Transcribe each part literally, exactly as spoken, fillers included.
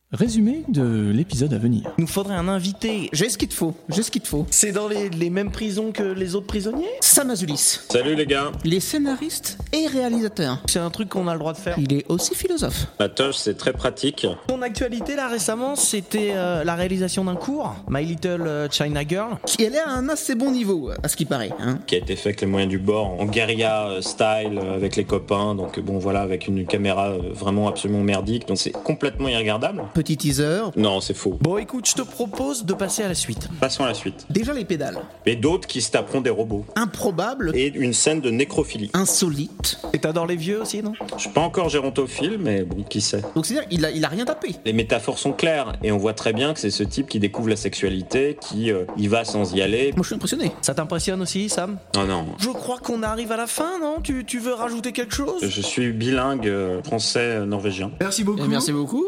Résumé de l'épisode à venir. Il nous faudrait un invité. J'ai ce qu'il te faut, j'ai ce qu'il te faut. C'est dans les, les mêmes prisons que les autres prisonniers ? Sam Azulis. Salut les gars. Il est scénariste et réalisateur. C'est un truc qu'on a le droit de faire. Il est aussi philosophe. La tâche, c'est très pratique. Ton actualité là récemment, c'était euh, la réalisation d'un cours, My Little euh, China Girl. Qui elle est à un assez bon niveau, à ce qui paraît. Hein. Qui a été fait avec les moyens du bord, en guérilla euh, style, euh, avec les copains. Donc bon voilà, avec une caméra euh, vraiment absolument merdique. Donc c'est complètement irregardable. Petit teaser. Non, c'est faux. Bon écoute, je te propose de passer à la suite. Passons à la suite. Déjà les pédales. Et d'autres qui se taperont des robots. Improbable. Et une scène de nécrophilie. Insolite. Et t'adores les vieux aussi, non ? Je suis pas encore gérontophile, mais bon, qui sait. Donc c'est-à-dire il a, il a rien tapé. Les métaphores sont claires, et on voit très bien que c'est ce type qui découvre la sexualité, qui euh, y va sans y aller. Moi je suis impressionné. Ça t'impressionne aussi, Sam ? Non, non. Je crois qu'on arrive à la fin, non ? tu, tu veux rajouter quelque chose ? Je suis bilingue euh, français-norvégien. Merci beaucoup. Et merci beaucoup.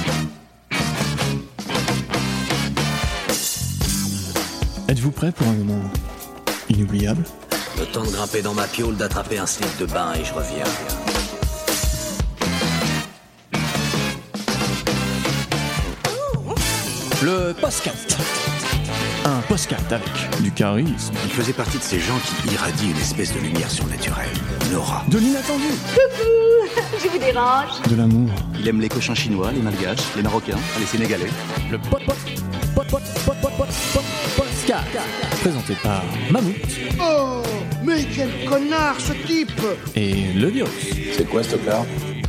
Êtes-vous prêts pour un moment inoubliable ? Le temps de grimper dans ma piole, d'attraper un slip de bain et je reviens. Le podcast. Un podcast avec du charisme, Il faisait partie de ces gens qui irradient une espèce de lumière surnaturelle, une aura. de l'inattendu, Je vous dérange? de l'amour. Il aime les cochins chinois, les malgaches, les marocains, les sénégalais. Le pot pot pot pot pot pot pot pot podcast. Présenté par Mammouth Oh, mais quel connard ce type! et le virus. C'est quoi ce tocard?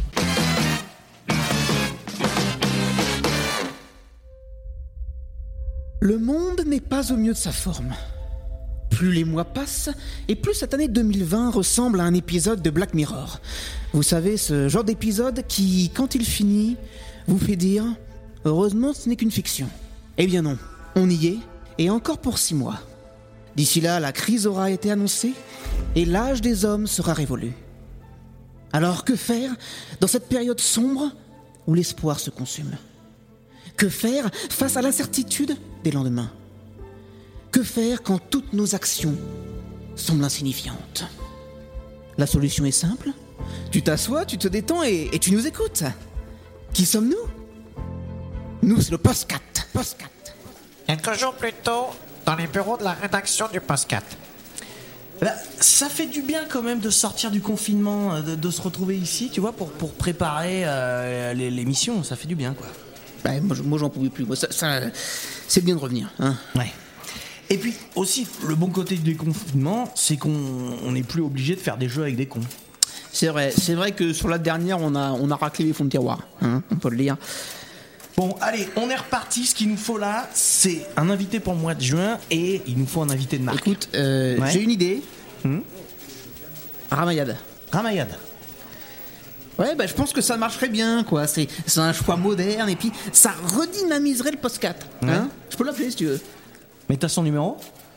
Le monde n'est pas au mieux de sa forme. Plus les mois passent, et plus cette année deux mille vingt ressemble à un épisode de Black Mirror. Vous savez, ce genre d'épisode qui, quand il finit, vous fait dire « Heureusement, ce n'est qu'une fiction ». Eh bien non, on y est, et encore pour six mois. D'ici là, la crise aura été annoncée, et l'âge des hommes sera révolu. Alors que faire dans cette période sombre où l'espoir se consume ? Que faire face à l'incertitude des lendemains ? Que faire quand toutes nos actions semblent insignifiantes ? La solution est simple. Tu t'assois, tu te détends et, et tu nous écoutes. Qui sommes-nous ? Nous, c'est le Postcat. Postcat. Quelques jours plus tôt, dans les bureaux de la rédaction du Postcat. Bah, ça fait du bien quand même de sortir du confinement, de, de se retrouver ici, tu vois, pour, pour préparer euh, les- l'émission. Ça fait du bien, quoi. Bah, moi, je- moi, j'en pouvais plus. Moi, ça, ça, c'est bien de revenir. Hein. Ouais. Et puis aussi, le bon côté du déconfinement, c'est qu'on n'est plus obligé de faire des jeux avec des cons. C'est vrai, c'est vrai que sur la dernière, on a, on a raclé les fonds de tiroir. Hein, on peut le dire. Bon, allez, on est reparti. Ce qu'il nous faut là, c'est un invité pour le mois de juin et il nous faut un invité de marque. Écoute, euh, Ouais. j'ai une idée. Hmm Ramayad. Ramayad. Ouais, bah, je pense que ça marcherait bien, quoi. C'est, c'est un choix moderne et puis ça redynamiserait le Postcat. Hein. Ouais. Je peux l'appeler si tu veux. Mais t'as son numéro ?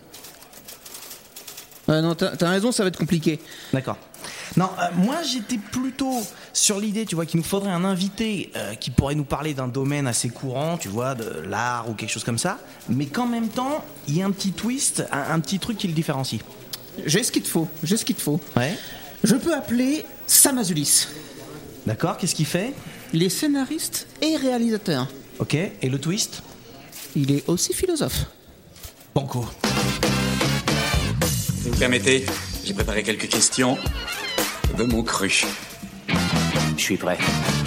Euh, non, t'as, t'as raison, ça va être compliqué. D'accord. Non, euh, moi j'étais plutôt sur l'idée, tu vois, qu'il nous faudrait un invité euh, qui pourrait nous parler d'un domaine assez courant, tu vois, de l'art ou quelque chose comme ça, mais qu'en même temps, il y a un petit twist, un, un petit truc qui le différencie. J'ai ce qu'il te faut, j'ai ce qu'il te faut. Ouais. Je peux appeler Sam Azulis. D'accord, qu'est-ce qu'il fait ? Il est scénariste et réalisateur. Ok, et le twist ? Il est aussi philosophe. Banco. Vous me permettez? J'ai préparé quelques questions de mon cru. Je suis prêt.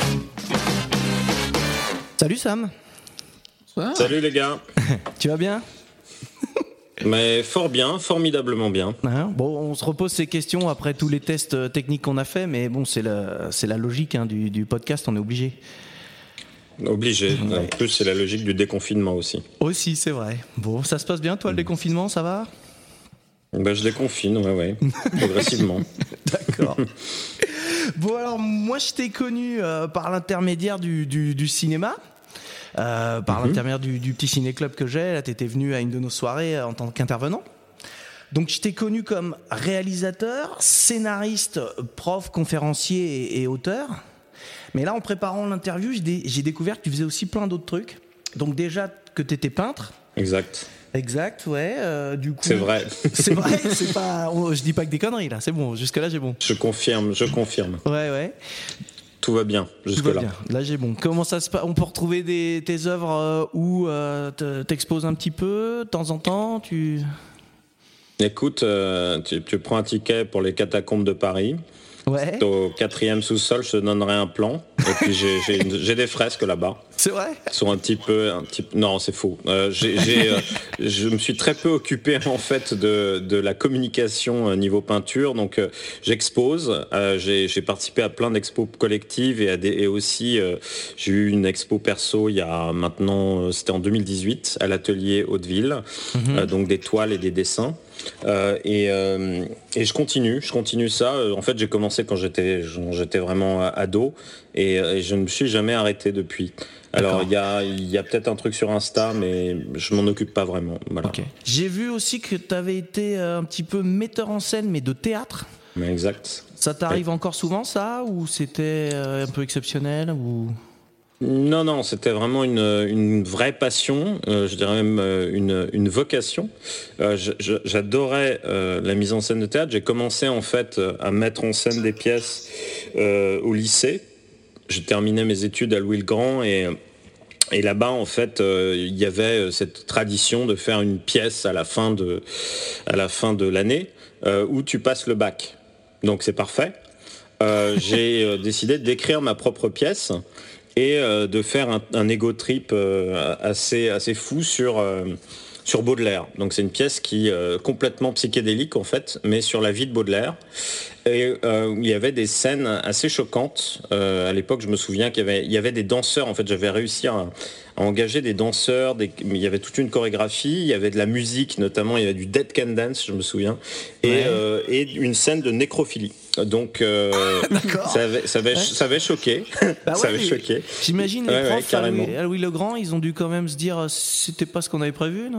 Salut Sam, Bonsoir. Salut les gars. tu vas bien ? Mais fort bien, formidablement bien. Hein, bon, on se repose ces questions après tous les tests euh, techniques qu'on a fait, mais bon, c'est la, c'est la logique hein, du, du podcast, on est obligé. Obligé. En plus, c'est la logique du déconfinement aussi. Aussi, c'est vrai. Bon, ça se passe bien, toi, le déconfinement, ça va ? Bah, je déconfine, ouais, ouais. Progressivement. D'accord. Bon, alors, moi, je t'ai connu euh, par l'intermédiaire du, du, du cinéma. Euh, par Mhm. l'intermédiaire du, du petit ciné-club que j'ai. Là, t'étais venu à une de nos soirées euh, en tant qu'intervenant. Donc, je t'ai connu comme réalisateur, scénariste, prof, conférencier et, et auteur. Mais là, en préparant l'interview, j'ai, dé- j'ai découvert que tu faisais aussi plein d'autres trucs. Donc, déjà que t'étais peintre. Exact. Exact, ouais. euh, du coup, C'est vrai. C'est vrai, c'est pas. on- je dis pas que des conneries là. C'est bon. Jusque là, j'ai bon. Je confirme, je confirme. Ouais, ouais. tout va bien jusque Tout va là. bien. Là, j'ai bon. Comment ça se passe ? On peut retrouver des, tes œuvres euh, où euh, t'exposes un petit peu, de temps en temps tu... Écoute, euh, tu, tu prends un ticket pour les catacombes de Paris. Ouais. Au quatrième sous-sol, je te donnerai un plan. Et puis j'ai, j'ai, j'ai des fresques là-bas. C'est vrai ? Ils sont un petit peu, un petit, non, c'est faux. Euh, j'ai, j'ai, euh, je me suis très peu occupé en fait de, de la communication euh, niveau peinture. Donc euh, j'expose. Euh, j'ai, j'ai participé à plein d'expos collectives et, à des, et aussi euh, j'ai eu une expo perso il y a maintenant, c'était en deux mille dix-huit à l'atelier Hauteville. Mm-hmm. Euh, donc des toiles et des dessins. Euh, et, euh, et je continue, je continue ça. En fait, j'ai commencé quand j'étais, j'étais vraiment ado et, et je ne me suis jamais arrêté depuis. Alors, il y a, il y a peut-être un truc sur Insta, mais je m'en occupe pas vraiment. Voilà. Okay. J'ai vu aussi que tu avais été un petit peu metteur en scène, mais de théâtre. Mais exact. Ça t'arrive ouais. encore souvent, ça, ou c'était un peu exceptionnel ou... Non, non, c'était vraiment une, une vraie passion, euh, je dirais même euh, une, une vocation. Euh, je, je, j'adorais euh, la mise en scène de théâtre. J'ai commencé en fait à mettre en scène des pièces euh, au lycée. J'ai terminé mes études à Louis-le-Grand et, et là-bas en fait euh, il y avait cette tradition de faire une pièce à la fin de, à la fin de l'année euh, où tu passes le bac. Donc c'est parfait. Euh, j'ai euh, décidé d'écrire ma propre pièce. Et euh, de faire un, un ego trip euh, assez, assez fou sur, euh, sur Baudelaire. Donc c'est une pièce qui est euh, complètement psychédélique en fait, mais sur la vie de Baudelaire. Et euh, il y avait des scènes assez choquantes. Euh, à l'époque, je me souviens qu'il y avait, il y avait des danseurs. En fait, j'avais réussi à, à engager des danseurs. Des, il y avait toute une chorégraphie. Il y avait de la musique, notamment. Il y avait du Dead Can Dance, je me souviens, et, ouais. euh, et une scène de nécrophilie. Donc, euh, ah, ça, avait, ça, avait, ouais. ça avait choqué. Bah ça ouais, avait choqué. J'imagine les ouais, profs ouais, à, Louis, à Louis-le-Grand, ils ont dû quand même se dire, c'était pas ce qu'on avait prévu, non ?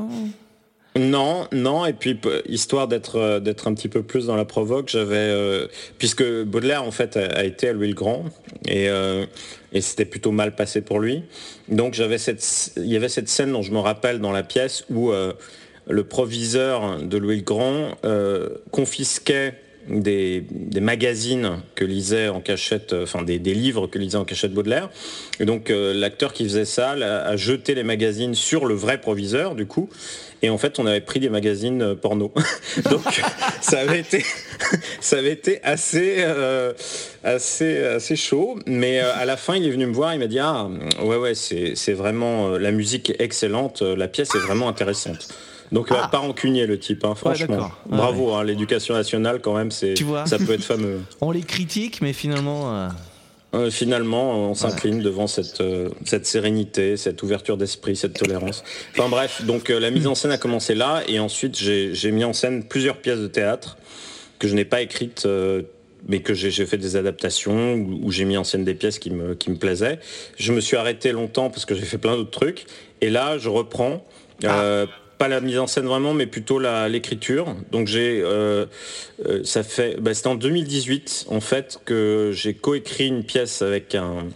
Non, non, et puis histoire d'être d'être un petit peu plus dans la provoque, j'avais euh, puisque Baudelaire en fait a, a été à Louis-le-Grand et euh, et c'était plutôt mal passé pour lui. Donc j'avais cette il y avait cette scène dont je me rappelle dans la pièce où euh, le proviseur de Louis-le-Grand euh, confisquait Des, des magazines que lisait en cachette, enfin des, des livres que lisait en cachette Baudelaire. Et donc euh, l'acteur qui faisait ça a, a jeté les magazines sur le vrai proviseur du coup. Et en fait on avait pris des magazines euh, porno. Donc ça avait été, ça avait été assez, euh, assez, assez chaud. Mais euh, à la fin il est venu me voir, il m'a dit ah ouais ouais c'est, c'est vraiment euh, la musique est excellente, la pièce est vraiment intéressante. Donc ah. euh, pas rancunier le type, hein, franchement. Ouais, bravo, ouais. hein, l'éducation nationale quand même, c'est, ça peut être fameux. On les critique, mais finalement... Euh... Euh, finalement, on s'incline ouais. devant cette, euh, cette sérénité, cette ouverture d'esprit, cette tolérance. Enfin bref, donc euh, la mise en scène a commencé là, et ensuite j'ai, j'ai mis en scène plusieurs pièces de théâtre que je n'ai pas écrites, euh, mais que j'ai, j'ai fait des adaptations, où, où j'ai mis en scène des pièces qui me, qui me plaisaient. Je me suis arrêté longtemps parce que j'ai fait plein d'autres trucs, et là je reprends... Euh, ah. Pas la mise en scène vraiment, mais plutôt la, l'écriture. Donc j'ai, euh, euh, ça fait, bah, c'était en deux mille dix-huit en fait que j'ai coécrit une pièce avec un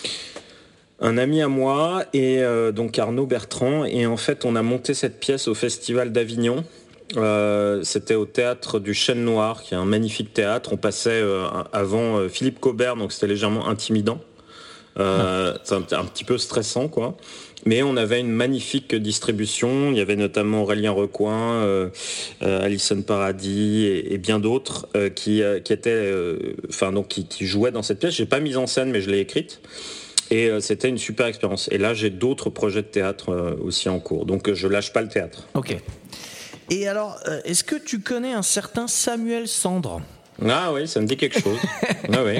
un ami à moi et euh, donc Arnaud Bertrand. Et en fait, on a monté cette pièce au Festival d'Avignon. Euh, c'était au théâtre du Chêne Noir, qui est un magnifique théâtre. On passait euh, avant euh, Philippe Cobert, donc c'était légèrement intimidant. Euh, c'est un, un petit peu stressant, quoi. Mais on avait une magnifique distribution. Il y avait notamment Aurélien Recoin, euh, euh, Alison Paradis et, et bien d'autres euh, qui, euh, qui étaient, enfin euh, donc qui, qui jouaient dans cette pièce. J'ai pas mise en scène, mais je l'ai écrite. Et euh, c'était une super expérience. Et là, j'ai d'autres projets de théâtre euh, aussi en cours. Donc, euh, je lâche pas le théâtre. Ok. Et alors, euh, est-ce que tu connais un certain Samuel Sandre ? Ah oui, ça me dit quelque chose. Ah oui.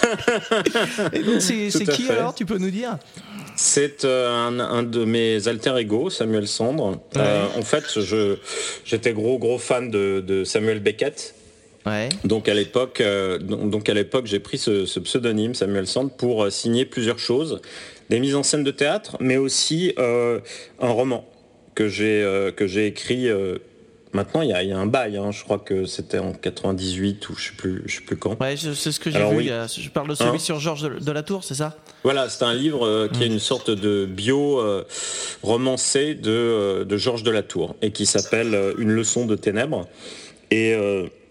Et donc, c'est, c'est qui fait. Alors ? Tu peux nous dire ? C'est euh, un, un de mes alter ego, Samuel Sandre. Ouais. Euh, en fait, je, j'étais gros gros fan de, de Samuel Beckett. Ouais. Donc à l'époque, euh, donc à l'époque, j'ai pris ce, ce pseudonyme Samuel Sandre pour euh, signer plusieurs choses, des mises en scène de théâtre, mais aussi euh, un roman que j'ai euh, que j'ai écrit. Euh, Maintenant, il y, y a un bail, hein. Je crois que c'était en quatre-vingt-dix-huit ou je sais plus, je sais plus quand. Ouais, je, c'est ce que j'ai Alors, vu. Oui. Je parle de celui hein sur Georges de, de la Tour, c'est ça ? Voilà, c'est un livre euh, qui mmh. est une sorte de bio euh, romancé de, euh, de Georges de la Tour et qui s'appelle euh, Une leçon de ténèbres. Et euh,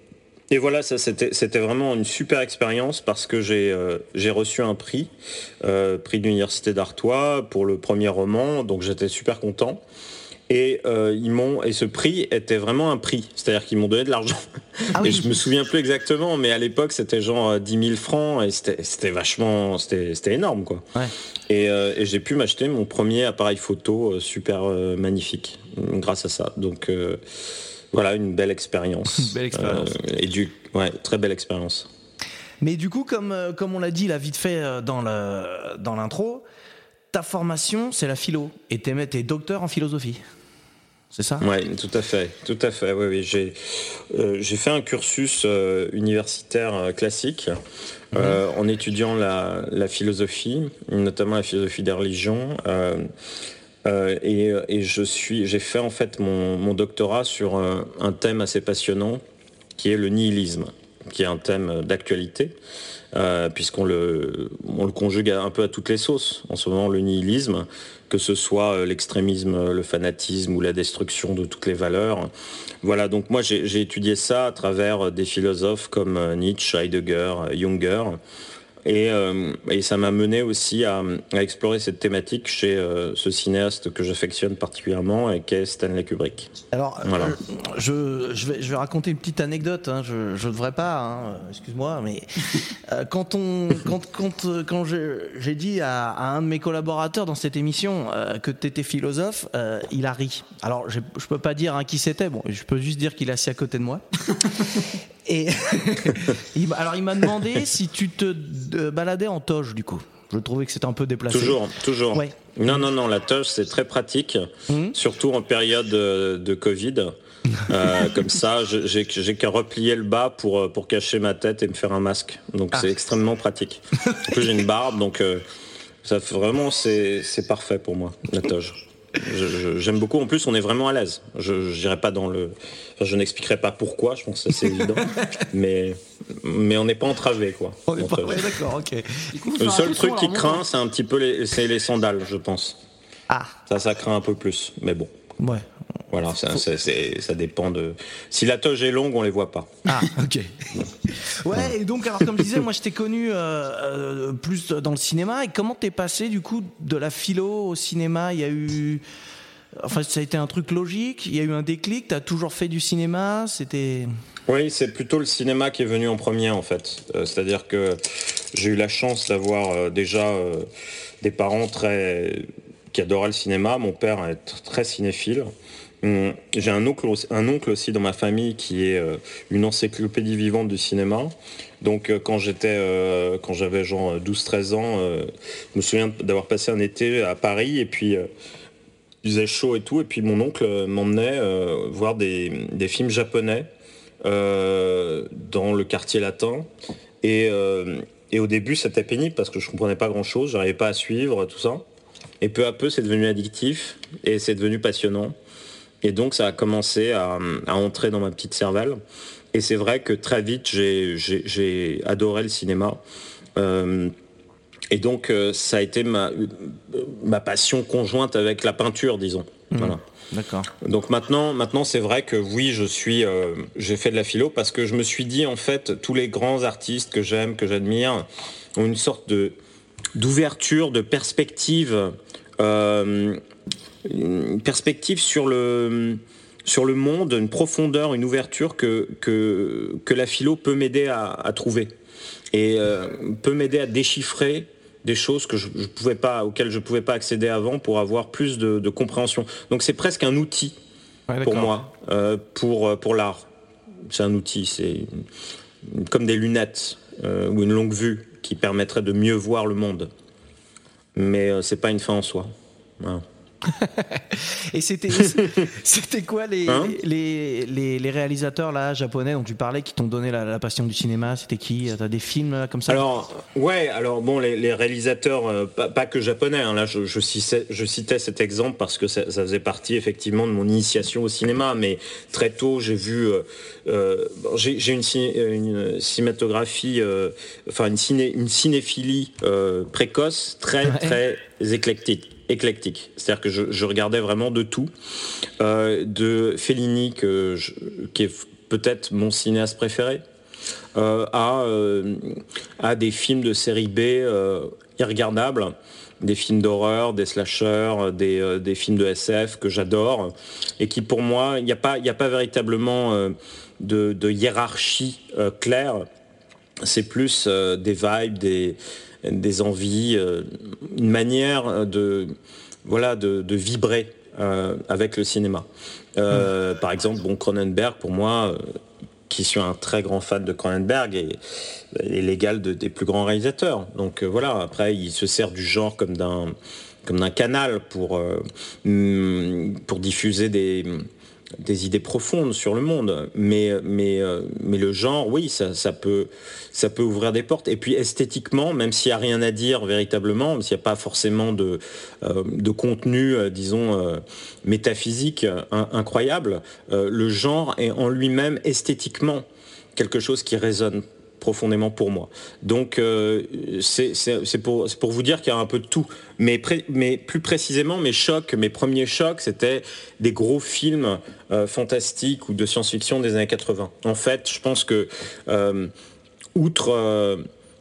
Et voilà, ça c'était, c'était vraiment une super expérience parce que j'ai, euh, j'ai reçu un prix, euh, prix de l'Université d'Artois pour le premier roman, donc j'étais super content. Et, euh, ils m'ont, et ce prix était vraiment un prix, c'est-à-dire qu'ils m'ont donné de l'argent. Ah oui. Et je me souviens plus exactement, mais à l'époque c'était genre dix mille francs et c'était, c'était vachement, c'était, c'était énorme quoi. Ouais. Et, euh, et j'ai pu m'acheter mon premier appareil photo euh, super euh, magnifique grâce à ça. Donc euh, voilà, une belle expérience. Belle expérience. Euh, et du, ouais, très belle expérience. Mais du coup, comme, comme on l'a dit là vite fait dans, le, dans l'intro, ta formation, c'est la philo. Et t'es, t'es docteur en philosophie. C'est ça ? Oui, tout à fait. Tout à fait. Oui, oui. J'ai, euh, j'ai fait un cursus euh, universitaire euh, classique mmh. euh, en étudiant la, la philosophie, notamment la philosophie des religions. Euh, euh, et, et je suis, j'ai fait en fait mon, mon doctorat sur euh, un thème assez passionnant qui est le nihilisme, qui est un thème d'actualité. Euh, puisqu'on le, on le conjugue un peu à toutes les sauces. En ce moment, le nihilisme, que ce soit l'extrémisme, le fanatisme ou la destruction de toutes les valeurs. Voilà, donc moi j'ai, j'ai étudié ça à travers des philosophes comme Nietzsche, Heidegger, Junger. Et, euh, et ça m'a mené aussi à, à explorer cette thématique chez euh, ce cinéaste que j'affectionne particulièrement et qui est Stanley Kubrick. Alors, voilà. je, je, vais, je vais raconter une petite anecdote, hein, je ne devrais pas, hein, excuse-moi, mais euh, quand, on, quand, quand, quand j'ai, j'ai dit à, à un de mes collaborateurs dans cette émission euh, que tu étais philosophe, euh, il a ri. Alors, je ne peux pas dire hein, qui c'était, bon, je peux juste dire qu'il est assis à côté de moi. Et il, alors il m'a demandé si tu te euh, baladais en toge du coup. Je trouvais que c'était un peu déplacé. Toujours, toujours. Ouais. Non, non, non, la toge c'est très pratique, mmh. surtout en période de, de Covid. Euh, comme ça, je, j'ai, j'ai qu'à replier le bas pour, pour cacher ma tête et me faire un masque. Donc ah. c'est extrêmement pratique. En plus j'ai une barbe, donc euh, ça fait vraiment c'est, c'est parfait pour moi, la toge. Je, je, j'aime beaucoup. En plus, on est vraiment à l'aise. Je n'irai pas dans le. Enfin, je n'expliquerai pas pourquoi. Je pense que c'est évident. mais mais on n'est pas entravé, quoi. On n'est pas. Ouais, d'accord. Ok. Le seul truc qui craint, c'est un petit peu les, c'est les sandales, je pense. Ah. Ça, ça craint un peu plus. Mais bon. Ouais. Voilà, ça, c'est, c'est, ça dépend de. Si la toge est longue, on les voit pas. Ah, ok. Ouais, et donc, alors, comme je disais, moi, je t'ai connu euh, euh, plus dans le cinéma. Et comment t'es passé, du coup, de la philo au cinéma ? Il y a eu. Enfin, ça a été un truc logique. Il y a eu un déclic. T'as toujours fait du cinéma ? C'était. Oui, c'est plutôt le cinéma qui est venu en premier, en fait. Euh, c'est-à-dire que j'ai eu la chance d'avoir euh, déjà euh, des parents très qui adoraient le cinéma. Mon père est très cinéphile. J'ai un oncle, un oncle aussi dans ma famille qui est une encyclopédie vivante du cinéma. Donc quand j'étais, euh, quand j'avais genre douze treize ans, euh, je me souviens d'avoir passé un été à Paris et puis euh, il faisait chaud et tout. Et puis mon oncle m'emmenait euh, voir des, des films japonais euh, dans le quartier latin. Et, euh, et au début c'était pénible parce que je comprenais pas grand chose, j'arrivais pas à suivre tout ça. Et peu à peu c'est devenu addictif et c'est devenu passionnant. Et donc ça a commencé à, à entrer dans ma petite cervelle. Et c'est vrai que très vite, j'ai, j'ai, j'ai adoré le cinéma. Euh, et donc euh, ça a été ma, ma passion conjointe avec la peinture, disons. Mmh, voilà. D'accord. Donc maintenant, maintenant, c'est vrai que oui, je suis, euh, j'ai fait de la philo parce que je me suis dit, en fait, tous les grands artistes que j'aime, que j'admire, ont une sorte de, d'ouverture, de perspective... Euh, une perspective sur le, sur le monde, une profondeur, une ouverture que, que, que la philo peut m'aider à, à trouver et euh, peut m'aider à déchiffrer des choses que je, je pouvais pas, auxquelles je ne pouvais pas accéder avant pour avoir plus de, de compréhension. Donc c'est presque un outil ouais, pour moi, euh, pour, pour l'art. C'est un outil, c'est comme des lunettes euh, ou une longue vue qui permettrait de mieux voir le monde. Mais euh, c'est pas une fin en soi. Voilà. Et c'était, c'était quoi les, hein les, les, les réalisateurs là, japonais dont tu parlais qui t'ont donné la, la passion du cinéma ? C'était qui ? T'as des films là, comme ça ? Alors, ouais, alors bon, les, les réalisateurs, euh, pas, pas que japonais, hein, là je, je, citais, je citais cet exemple parce que ça, ça faisait partie effectivement de mon initiation au cinéma, mais très tôt j'ai vu, euh, euh, j'ai, j'ai une, une cinématographie, euh, enfin une, ciné, une cinéphilie euh, précoce, très ouais. très éclectique. éclectique, c'est-à-dire que je, je regardais vraiment de tout, euh, de Fellini que je, qui est peut-être mon cinéaste préféré, euh, à, euh, à des films de série B euh, irregardables, des films d'horreur, des slashers, des, euh, des films de S F que j'adore, et qui pour moi, il n'y a pas, il n'y a pas véritablement euh, de, de hiérarchie euh, claire. C'est plus euh, des vibes, des, des envies, euh, une manière de, voilà, de, de vibrer euh, avec le cinéma. Euh, mmh. Par exemple, bon, Cronenberg, pour moi, euh, qui suis un très grand fan de Cronenberg, est, est l'égal de, des plus grands réalisateurs. Donc euh, voilà, après, il se sert du genre comme d'un, comme d'un canal pour, euh, pour diffuser des... des idées profondes sur le monde, mais mais euh, mais le genre, oui, ça ça peut ça peut ouvrir des portes. Et puis esthétiquement, même s'il y a rien à dire véritablement, même s'il n'y a pas forcément de euh, de contenu, euh, disons euh, métaphysique in, incroyable, euh, le genre est en lui-même esthétiquement quelque chose qui résonne profondément pour moi. Donc euh, c'est, c'est, c'est, pour, c'est pour vous dire qu'il y a un peu de tout. Mais, pré, mais plus précisément, mes chocs, mes premiers chocs, c'était des gros films euh, fantastiques ou de science-fiction des années quatre-vingts. En fait, je pense que euh, outre... Euh,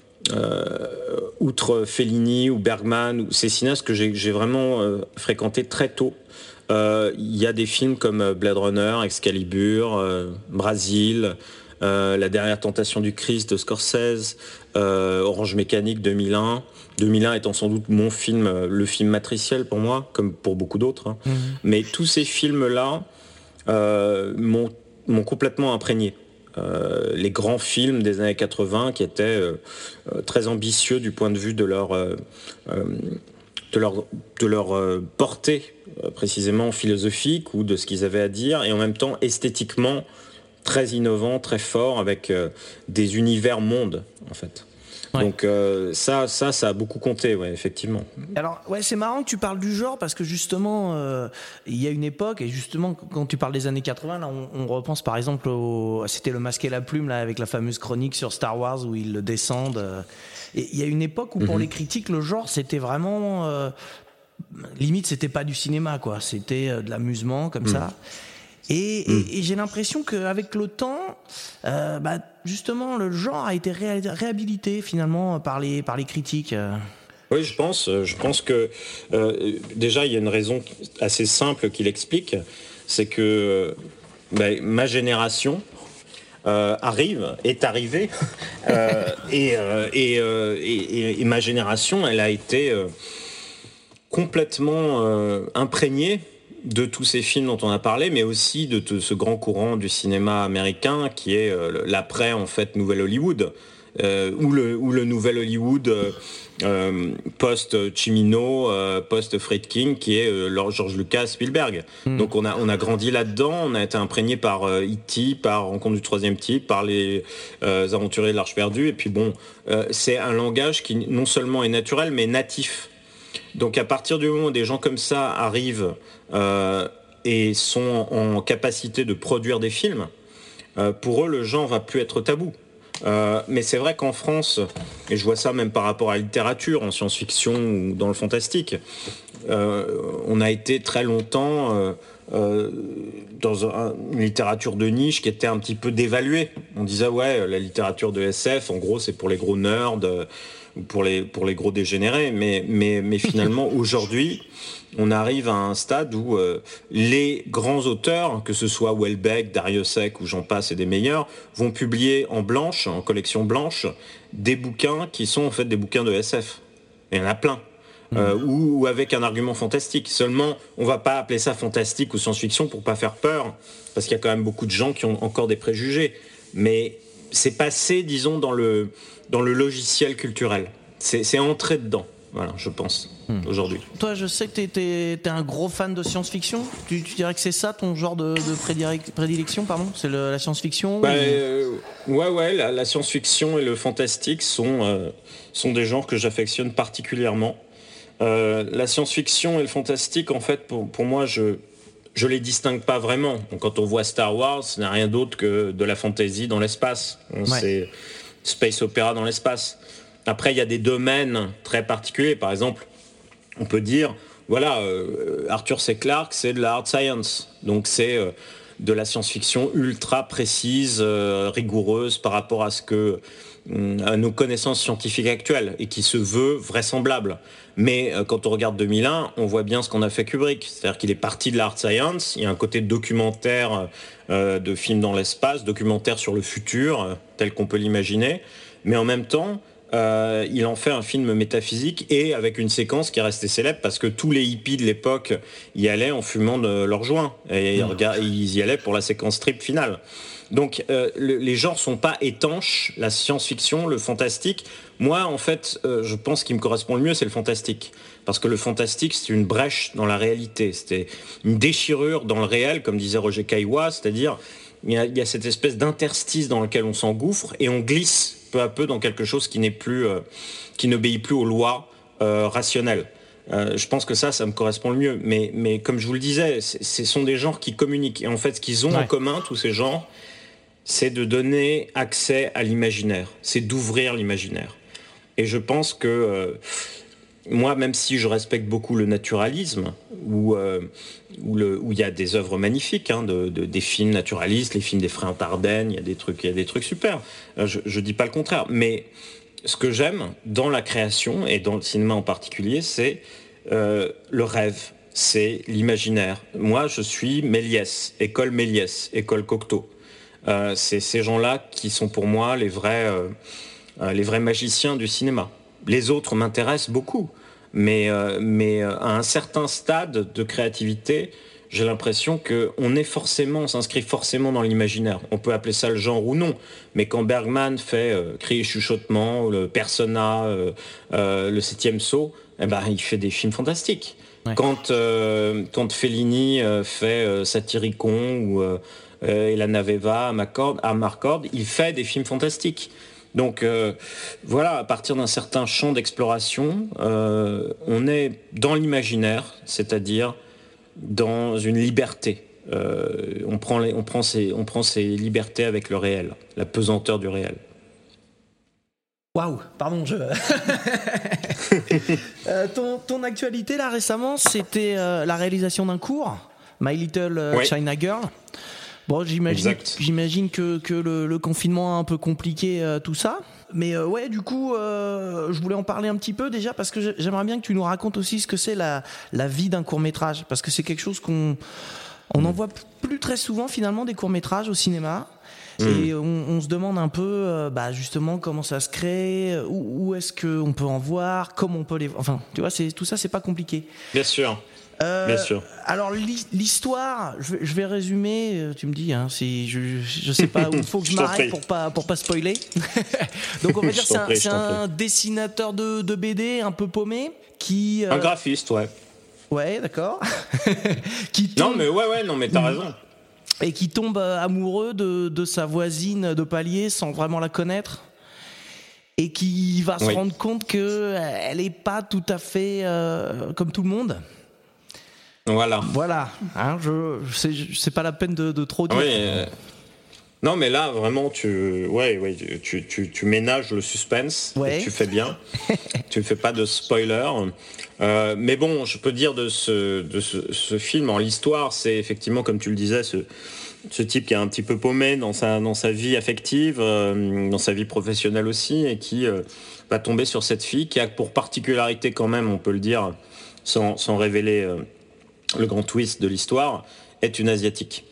euh, outre Fellini ou Bergman ou ces cinéastes que j'ai, j'ai vraiment euh, fréquenté très tôt, il euh, y a des films comme Blade Runner, Excalibur, euh, Brasil, euh, La dernière tentation du Christ de Scorsese, euh, Orange Mécanique deux mille un, deux mille un étant sans doute mon film, le film matriciel pour moi, comme pour beaucoup d'autres. Hein. Mmh. Mais tous ces films-là euh, m'ont, m'ont complètement imprégné. Euh, les grands films des années quatre-vingts qui étaient euh, euh, très ambitieux du point de vue de leur, euh, euh, de leur, de leur euh, portée euh, précisément philosophique ou de ce qu'ils avaient à dire, et en même temps esthétiquement très innovants, très forts, avec euh, des univers mondes en fait. Ouais. Donc euh, ça, ça, ça a beaucoup compté, ouais, effectivement. Alors, ouais, c'est marrant que tu parles du genre parce que justement, euh, il y a une époque, et justement, quand tu parles des années quatre-vingts, là, on, on repense par exemple au, c'était Le Masque et la Plume, là, avec la fameuse chronique sur Star Wars où ils le descendent. Euh, et il y a une époque où pour mm-hmm. les critiques, le genre, c'était vraiment, euh, limite, c'était pas du cinéma, quoi. C'était euh, de l'amusement comme mm. ça. Et, mm. et, et j'ai l'impression qu'avec le temps, euh, bah, justement, le genre a été ré- réhabilité finalement par les, par les critiques. Oui, je pense. Je pense que euh, déjà, il y a une raison assez simple qui l'explique, c'est que bah, ma génération euh, arrive, est arrivée, euh, et, euh, et, euh, et, et ma génération, elle a été euh, complètement euh, imprégnée de tous ces films dont on a parlé, mais aussi de t- ce grand courant du cinéma américain qui est euh, l'après en fait Nouvel Hollywood, euh, ou le ou le Nouvel Hollywood euh, euh, post Cimino, euh, post Friedkin, qui est euh, George Lucas, Spielberg. Mm. Donc on a on a grandi là-dedans, on a été imprégné par euh, E T, par Rencontre du troisième type, par les euh, Aventuriers de l'Arche perdue, et puis bon, euh, c'est un langage qui non seulement est naturel mais natif. Donc à partir du moment où des gens comme ça arrivent euh, et sont en, en capacité de produire des films, euh, pour eux le genre va plus être tabou. Euh, mais c'est vrai qu'en France, et je vois ça même par rapport à la littérature, en science-fiction ou dans le fantastique, euh, on a été très longtemps euh, euh, dans un, une littérature de niche qui était un petit peu dévaluée. On disait ouais, la littérature de S F, en gros, c'est pour les gros nerds, euh, pour les pour les gros dégénérés, mais mais mais finalement aujourd'hui on arrive à un stade où euh, les grands auteurs, que ce soit Houellebecq, Darrieussecq ou j'en passe et des meilleurs, vont publier en blanche, en collection blanche, des bouquins qui sont en fait des bouquins de S F. Et il y en a plein. Mmh. Euh, ou, ou avec un argument fantastique. Seulement, on va pas appeler ça fantastique ou science-fiction pour pas faire peur, parce qu'il y a quand même beaucoup de gens qui ont encore des préjugés. Mais c'est passé, disons, dans le dans le logiciel culturel. C'est, c'est entré dedans. Voilà, je pense, hmm. aujourd'hui. Toi, je sais que t'es, t'es, t'es un gros fan de science-fiction. Tu, tu dirais que c'est ça ton genre de, de prédirec- prédilection, pardon ? C'est le, la science-fiction bah, ou... euh, Ouais, ouais, la, la science-fiction et le fantastique sont, euh, sont des genres que j'affectionne particulièrement. Euh, la science-fiction et le fantastique, en fait, pour, pour moi, je je les distingue pas vraiment. Donc, quand on voit Star Wars, ce n'est rien d'autre que de la fantasy dans l'espace. Ouais. C'est space opéra dans l'espace. Après, il y a des domaines très particuliers. Par exemple, on peut dire, voilà, euh, Arthur C. Clarke, c'est de la hard science. Donc, c'est euh, de la science-fiction ultra précise, euh, rigoureuse par rapport à ce que à nos connaissances scientifiques actuelles et qui se veut vraisemblable. Mais euh, quand on regarde deux mille un, on voit bien ce qu'on a fait Kubrick. C'est-à-dire qu'il est parti de la hard science, il y a un côté documentaire euh, de film dans l'espace, documentaire sur le futur, euh, tel qu'on peut l'imaginer, mais en même temps, euh, il en fait un film métaphysique et avec une séquence qui est restée célèbre parce que tous les hippies de l'époque y allaient en fumant de leurs joints et mmh. ils y allaient pour la séquence trip finale. Donc euh, le, les genres sont pas étanches, la science-fiction, le fantastique. Moi, en fait, euh, je pense qu'il me correspond le mieux, c'est le fantastique. Parce que le fantastique, c'est une brèche dans la réalité. C'était une déchirure dans le réel, comme disait Roger Caillois, c'est-à-dire il y a, il y a cette espèce d'interstice dans lequel on s'engouffre et on glisse peu à peu dans quelque chose qui n'est plus, euh, qui n'obéit plus aux lois euh, rationnelles. Euh, je pense que ça, ça me correspond le mieux. Mais, mais comme je vous le disais, ce sont des genres qui communiquent. Et en fait, ce qu'ils ont ouais. en commun, tous ces genres, c'est de donner accès à l'imaginaire, c'est d'ouvrir l'imaginaire. Et je pense que euh, moi, même si je respecte beaucoup le naturalisme, où euh, où, le, où il y a des œuvres magnifiques, hein, de, de, des films naturalistes, les films des frères Dardenne, il y a des trucs, il y a des trucs super. Je, je dis pas le contraire, mais ce que j'aime dans la création et dans le cinéma en particulier, c'est euh, le rêve, c'est l'imaginaire. Moi, je suis Méliès, école Méliès, école Cocteau. Euh, c'est ces gens-là qui sont pour moi les vrais, euh, les vrais magiciens du cinéma. Les autres m'intéressent beaucoup, mais, euh, mais à un certain stade de créativité, j'ai l'impression qu'on est forcément, on s'inscrit forcément dans l'imaginaire. On peut appeler ça le genre ou non, mais quand Bergman fait euh, Cris et chuchotements, le Persona, euh, euh, le Septième Saut, eh ben, il fait des films fantastiques. Ouais. Quand, euh, quand Fellini euh, fait euh, Satyricon ou euh, et la Naveva à Marcord, à Marcord, il fait des films fantastiques. Donc euh, voilà, à partir d'un certain champ d'exploration, euh, on est dans l'imaginaire, c'est-à-dire dans une liberté. Euh, on prend les, on prend ses, on prend ses libertés avec le réel, la pesanteur du réel. Waouh, pardon, je. euh, ton, ton actualité là récemment, c'était euh, la réalisation d'un cours, My Little euh, oui. China Girl. Bon, j'imagine, j'imagine que, que le, le confinement a un peu compliqué euh, tout ça. Mais euh, ouais, du coup, euh, je voulais en parler un petit peu déjà parce que j'aimerais bien que tu nous racontes aussi ce que c'est la, la vie d'un court-métrage. Parce que c'est quelque chose qu'on on n'en voit plus très souvent finalement des courts-métrages au cinéma. Mmh. Et on, on se demande un peu euh, bah, justement comment ça se crée, où, où est-ce qu'on peut en voir, comment on peut les... Enfin, tu vois, c'est, tout ça, c'est pas compliqué. Bien sûr. Euh, Bien sûr. Alors l'histoire, je vais, je vais résumer. Tu me dis, hein, si je, je sais pas où il faut que je, je m'arrête pour pas pour pas spoiler. Donc on va dire c'est un, c'est un dessinateur de, de B D un peu paumé qui. Euh... Un graphiste, ouais. Ouais, d'accord. qui tombe... Non mais ouais ouais non mais t'as raison. Et qui tombe amoureux de, de sa voisine de palier sans vraiment la connaître. Et qui va se oui. rendre compte que elle est pas tout à fait euh, comme tout le monde. Voilà. Voilà. Hein, je, c'est, c'est pas la peine de, de trop dire. Oui, euh... Non, mais là, vraiment, tu, ouais, ouais, tu, tu, tu ménages le suspense. Ouais. Et tu fais bien. Tu ne fais pas de spoiler. Euh, mais bon, je peux dire de ce, de ce, ce film, en l'histoire, c'est effectivement, comme tu le disais, ce, ce type qui est un petit peu paumé dans sa, dans sa vie affective, euh, dans sa vie professionnelle aussi, et qui euh, va tomber sur cette fille qui a pour particularité quand même, on peut le dire, sans, sans révéler... Euh, le grand twist de l'histoire, est une asiatique.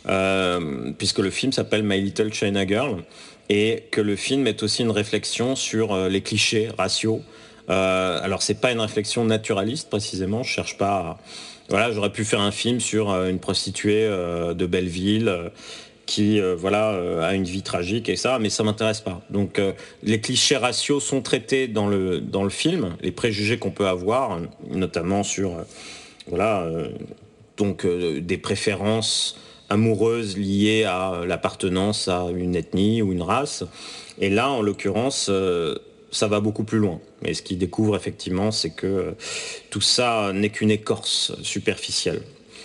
Euh, puisque le film s'appelle My Little China Girl, et que le film est aussi une réflexion sur euh, les clichés raciaux. Euh, alors, c'est pas une réflexion naturaliste, précisément. Je cherche pas à... Voilà, j'aurais pu faire un film sur euh, une prostituée euh, de Belleville euh, qui, euh, voilà, euh, a une vie tragique et ça, mais ça m'intéresse pas. Donc, euh, les clichés raciaux sont traités dans le, dans le film, les préjugés qu'on peut avoir, notamment sur... Euh, Voilà, euh, donc euh, des préférences amoureuses liées à l'appartenance à une ethnie ou une race. Et là, en l'occurrence, euh, ça va beaucoup plus loin. Et ce qu'il découvre effectivement, c'est que euh, tout ça n'est qu'une écorce superficielle.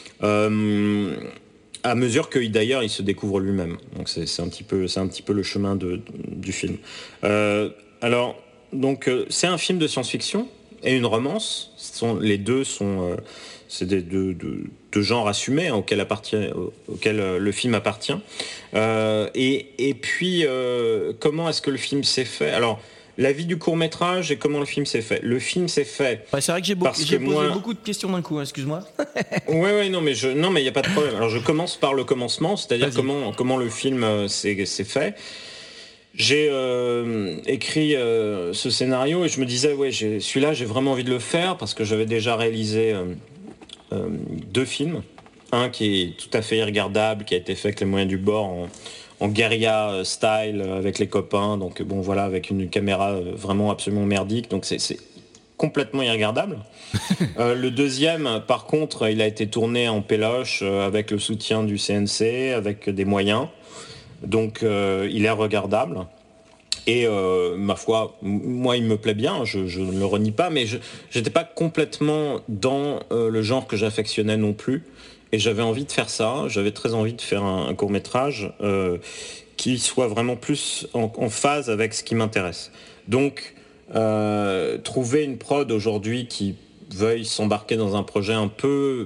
Euh, à mesure que d'ailleurs, il se découvre lui-même. Donc c'est, c'est un petit peu, c'est un petit peu le chemin de, du film. Euh, alors, donc, euh, c'est un film de science-fiction. et une romance. Ce sont, les deux sont, euh, c'est des deux, deux, deux genres assumés hein, auxquels, appartient, auxquels euh, le film appartient. Euh, et, et puis, euh, comment est-ce que le film s'est fait ? Alors, la vie du court-métrage et comment le film s'est fait. Le film s'est fait. Ouais, c'est vrai que j'ai, beaucoup, j'ai posé moi... beaucoup de questions d'un coup, excuse-moi. Oui, oui, non, mais je, non, mais il n'y a pas de problème. Alors, je commence par le commencement, c'est-à-dire comment, comment le film euh, s'est, s'est fait. J'ai euh, écrit euh, ce scénario et je me disais, ouais, j'ai, celui-là, j'ai vraiment envie de le faire parce que j'avais déjà réalisé euh, euh, deux films. Un qui est tout à fait irregardable, qui a été fait avec les moyens du bord en, en guérilla style avec les copains. Donc, bon, voilà, avec une caméra vraiment absolument merdique. Donc, c'est, c'est complètement irregardable. euh, le deuxième, par contre, il a été tourné en péloche euh, avec le soutien du C N C, avec des moyens. Donc euh, il est regardable et euh, ma foi, moi il me plaît bien, je, je ne le renie pas, mais je n'étais pas complètement dans euh, le genre que j'affectionnais non plus et j'avais envie de faire ça, j'avais très envie de faire un, un court-métrage euh, qui soit vraiment plus en, en phase avec ce qui m'intéresse. Donc euh, trouver une prod aujourd'hui qui veuille s'embarquer dans un projet un peu,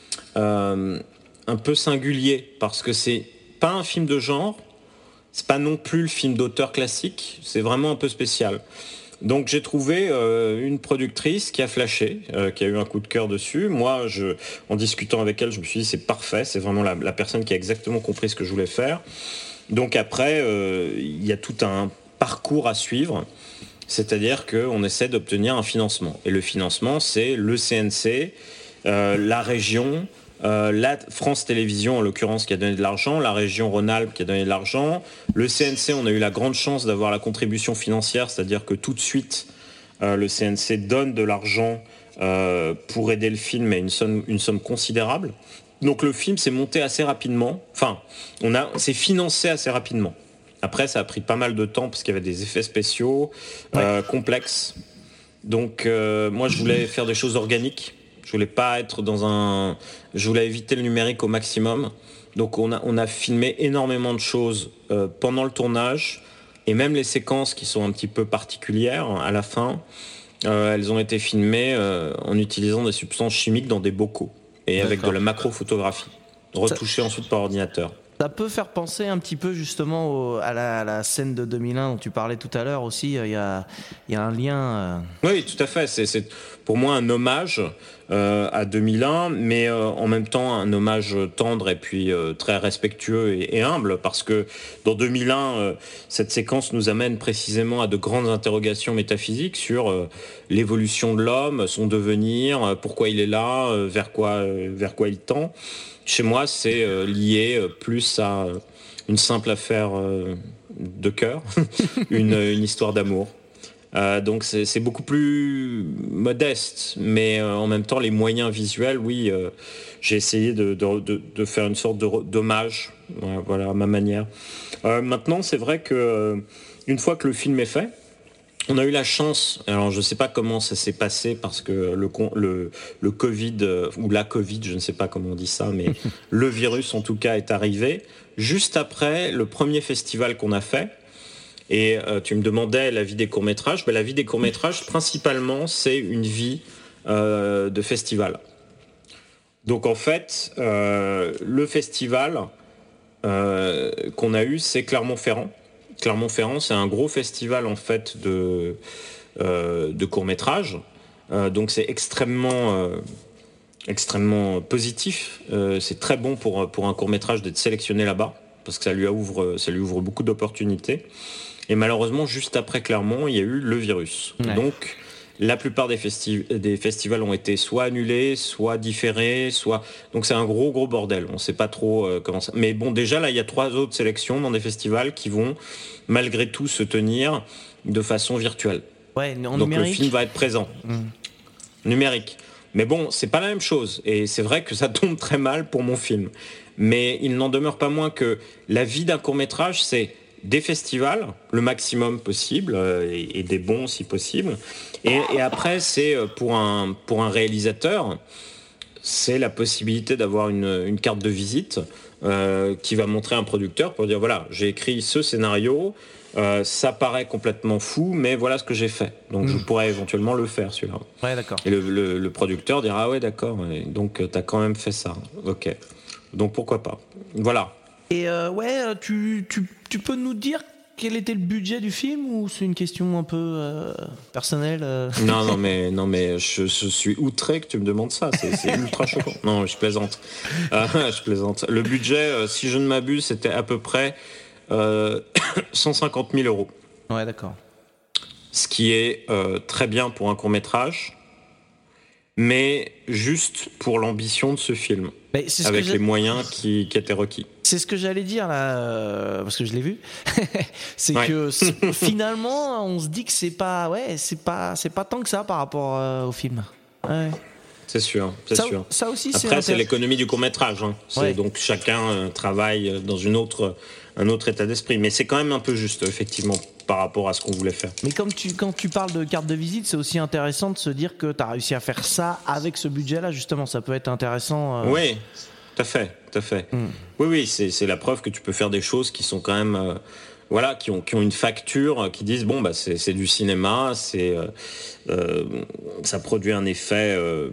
euh, un peu singulier parce que c'est pas un film de genre, c'est pas non plus le film d'auteur classique, c'est vraiment un peu spécial. Donc j'ai trouvé euh, une productrice qui a flashé, euh, qui a eu un coup de cœur dessus. Moi, je, en discutant avec elle, je me suis dit c'est parfait, c'est vraiment la, la personne qui a exactement compris ce que je voulais faire. Donc après, euh, il y a tout un parcours à suivre, c'est-à-dire qu'on essaie d'obtenir un financement. Et le financement, c'est le C N C, euh, la région, Euh, la France Télévisions en l'occurrence qui a donné de l'argent, la région Rhône-Alpes qui a donné de l'argent, le C N C, on a eu la grande chance d'avoir la contribution financière, c'est-à-dire que tout de suite euh, le C N C donne de l'argent euh, pour aider le film à une somme, une somme considérable. Donc le film s'est monté assez rapidement, enfin on a, c'est financé assez rapidement. Après ça a pris pas mal de temps parce qu'il y avait des effets spéciaux euh, ouais. complexes. Donc euh, moi je voulais faire des choses organiques. Je voulais pas être dans un... Je voulais éviter le numérique au maximum. Donc on a, on a filmé énormément de choses euh, pendant le tournage. Et même les séquences qui sont un petit peu particulières à la fin, euh, elles ont été filmées euh, en utilisant des substances chimiques dans des bocaux. Et D'accord. avec de la macrophotographie. Retouchée Ça... ensuite par ordinateur. Ça peut faire penser un petit peu justement au, à, la, à la scène de deux mille un dont tu parlais tout à l'heure aussi. Il y a, il y a un lien. Euh... Oui, tout à fait. C'est, c'est pour moi un hommage euh, à deux mille un, mais euh, en même temps un hommage tendre et puis euh, très respectueux et, et humble, parce que dans deux mille un, euh, cette séquence nous amène précisément à de grandes interrogations métaphysiques sur euh, l'évolution de l'homme, son devenir, euh, pourquoi il est là, euh, vers quoi, euh, vers quoi il tend. Chez moi, c'est euh, lié euh, plus à euh, une simple affaire euh, de cœur, une, une histoire d'amour. Euh, donc c'est, c'est beaucoup plus modeste, mais euh, en même temps, les moyens visuels, oui, euh, j'ai essayé de, de, de, de faire une sorte de, d'hommage, euh, voilà, à ma manière. Euh, maintenant, c'est vrai que euh, une fois que le film est fait, on a eu la chance, alors je ne sais pas comment ça s'est passé parce que le, le, le Covid, ou la Covid, je ne sais pas comment on dit ça, mais le virus en tout cas est arrivé juste après le premier festival qu'on a fait. Et euh, tu me demandais la vie des courts-métrages. Ben, la vie des courts-métrages, principalement, c'est une vie euh, de festival. Donc en fait, euh, le festival euh, qu'on a eu, c'est Clermont-Ferrand. Clermont-Ferrand, c'est un gros festival en fait de, euh, de courts-métrages. Euh, donc c'est extrêmement, euh, extrêmement positif. Euh, c'est très bon pour, pour un court-métrage d'être sélectionné là-bas, parce que ça lui ouvre, ça lui ouvre beaucoup d'opportunités. Et malheureusement, juste après Clermont, il y a eu le virus. Ouais. Donc la plupart des, festi- des festivals ont été soit annulés, soit différés, soit... Donc c'est un gros, gros bordel. On ne sait pas trop euh, comment ça... Mais bon, déjà, là, il y a trois autres sélections dans des festivals qui vont, malgré tout, se tenir de façon virtuelle. Ouais, en Donc numérique. le film va être présent. Mmh. Numérique. Mais bon, c'est pas la même chose. Et c'est vrai que ça tombe très mal pour mon film. Mais il n'en demeure pas moins que la vie d'un court-métrage, c'est des festivals, le maximum possible, euh, et, et des bons si possible. Et, et après, c'est pour un, pour un réalisateur, c'est la possibilité d'avoir une, une carte de visite euh, qui va montrer un producteur pour dire voilà, j'ai écrit ce scénario, euh, ça paraît complètement fou, mais voilà ce que j'ai fait. Donc mmh. je pourrais éventuellement le faire celui-là. Ouais, d'accord. Et le, le, le producteur dira ah ouais, d'accord, et donc t'as quand même fait ça. Ok. Donc pourquoi pas. Voilà. Et euh, ouais, tu, tu, tu peux nous dire quel était le budget du film ou c'est une question un peu euh, personnelle euh... Non, non, mais, non, mais je, je suis outré que tu me demandes ça. C'est, c'est ultra choquant. Non, je plaisante. Euh, je plaisante. Le budget, euh, si je ne m'abuse, c'était à peu près euh, cent cinquante mille euros. Ouais, d'accord. Ce qui est euh, très bien pour un court-métrage, mais juste pour l'ambition de ce film. Mais c'est ce avec que les moyens qui, qui étaient requis. C'est ce que j'allais dire là, euh, parce que je l'ai vu. c'est ouais. que c'est, finalement, on se dit que c'est pas, ouais, c'est pas, c'est pas tant que ça par rapport euh, au film. Ouais. C'est sûr, c'est ça, sûr. Ça aussi, Après, c'est, c'est l'économie du court-métrage. Hein. C'est ouais. Donc chacun euh, travaille dans une autre, un autre état d'esprit, mais c'est quand même un peu juste, effectivement, par rapport à ce qu'on voulait faire. Mais comme tu, quand tu parles de carte de visite, c'est aussi intéressant de se dire que tu as réussi à faire ça avec ce budget-là, justement. Ça peut être intéressant. Euh... Oui, tout à fait, tout à fait. Mm. Oui, oui, c'est, c'est la preuve que tu peux faire des choses qui sont quand même, euh, voilà, qui ont, qui ont une facture, qui disent bon, bah, c'est, c'est du cinéma, c'est, euh, euh, ça produit un effet. Euh,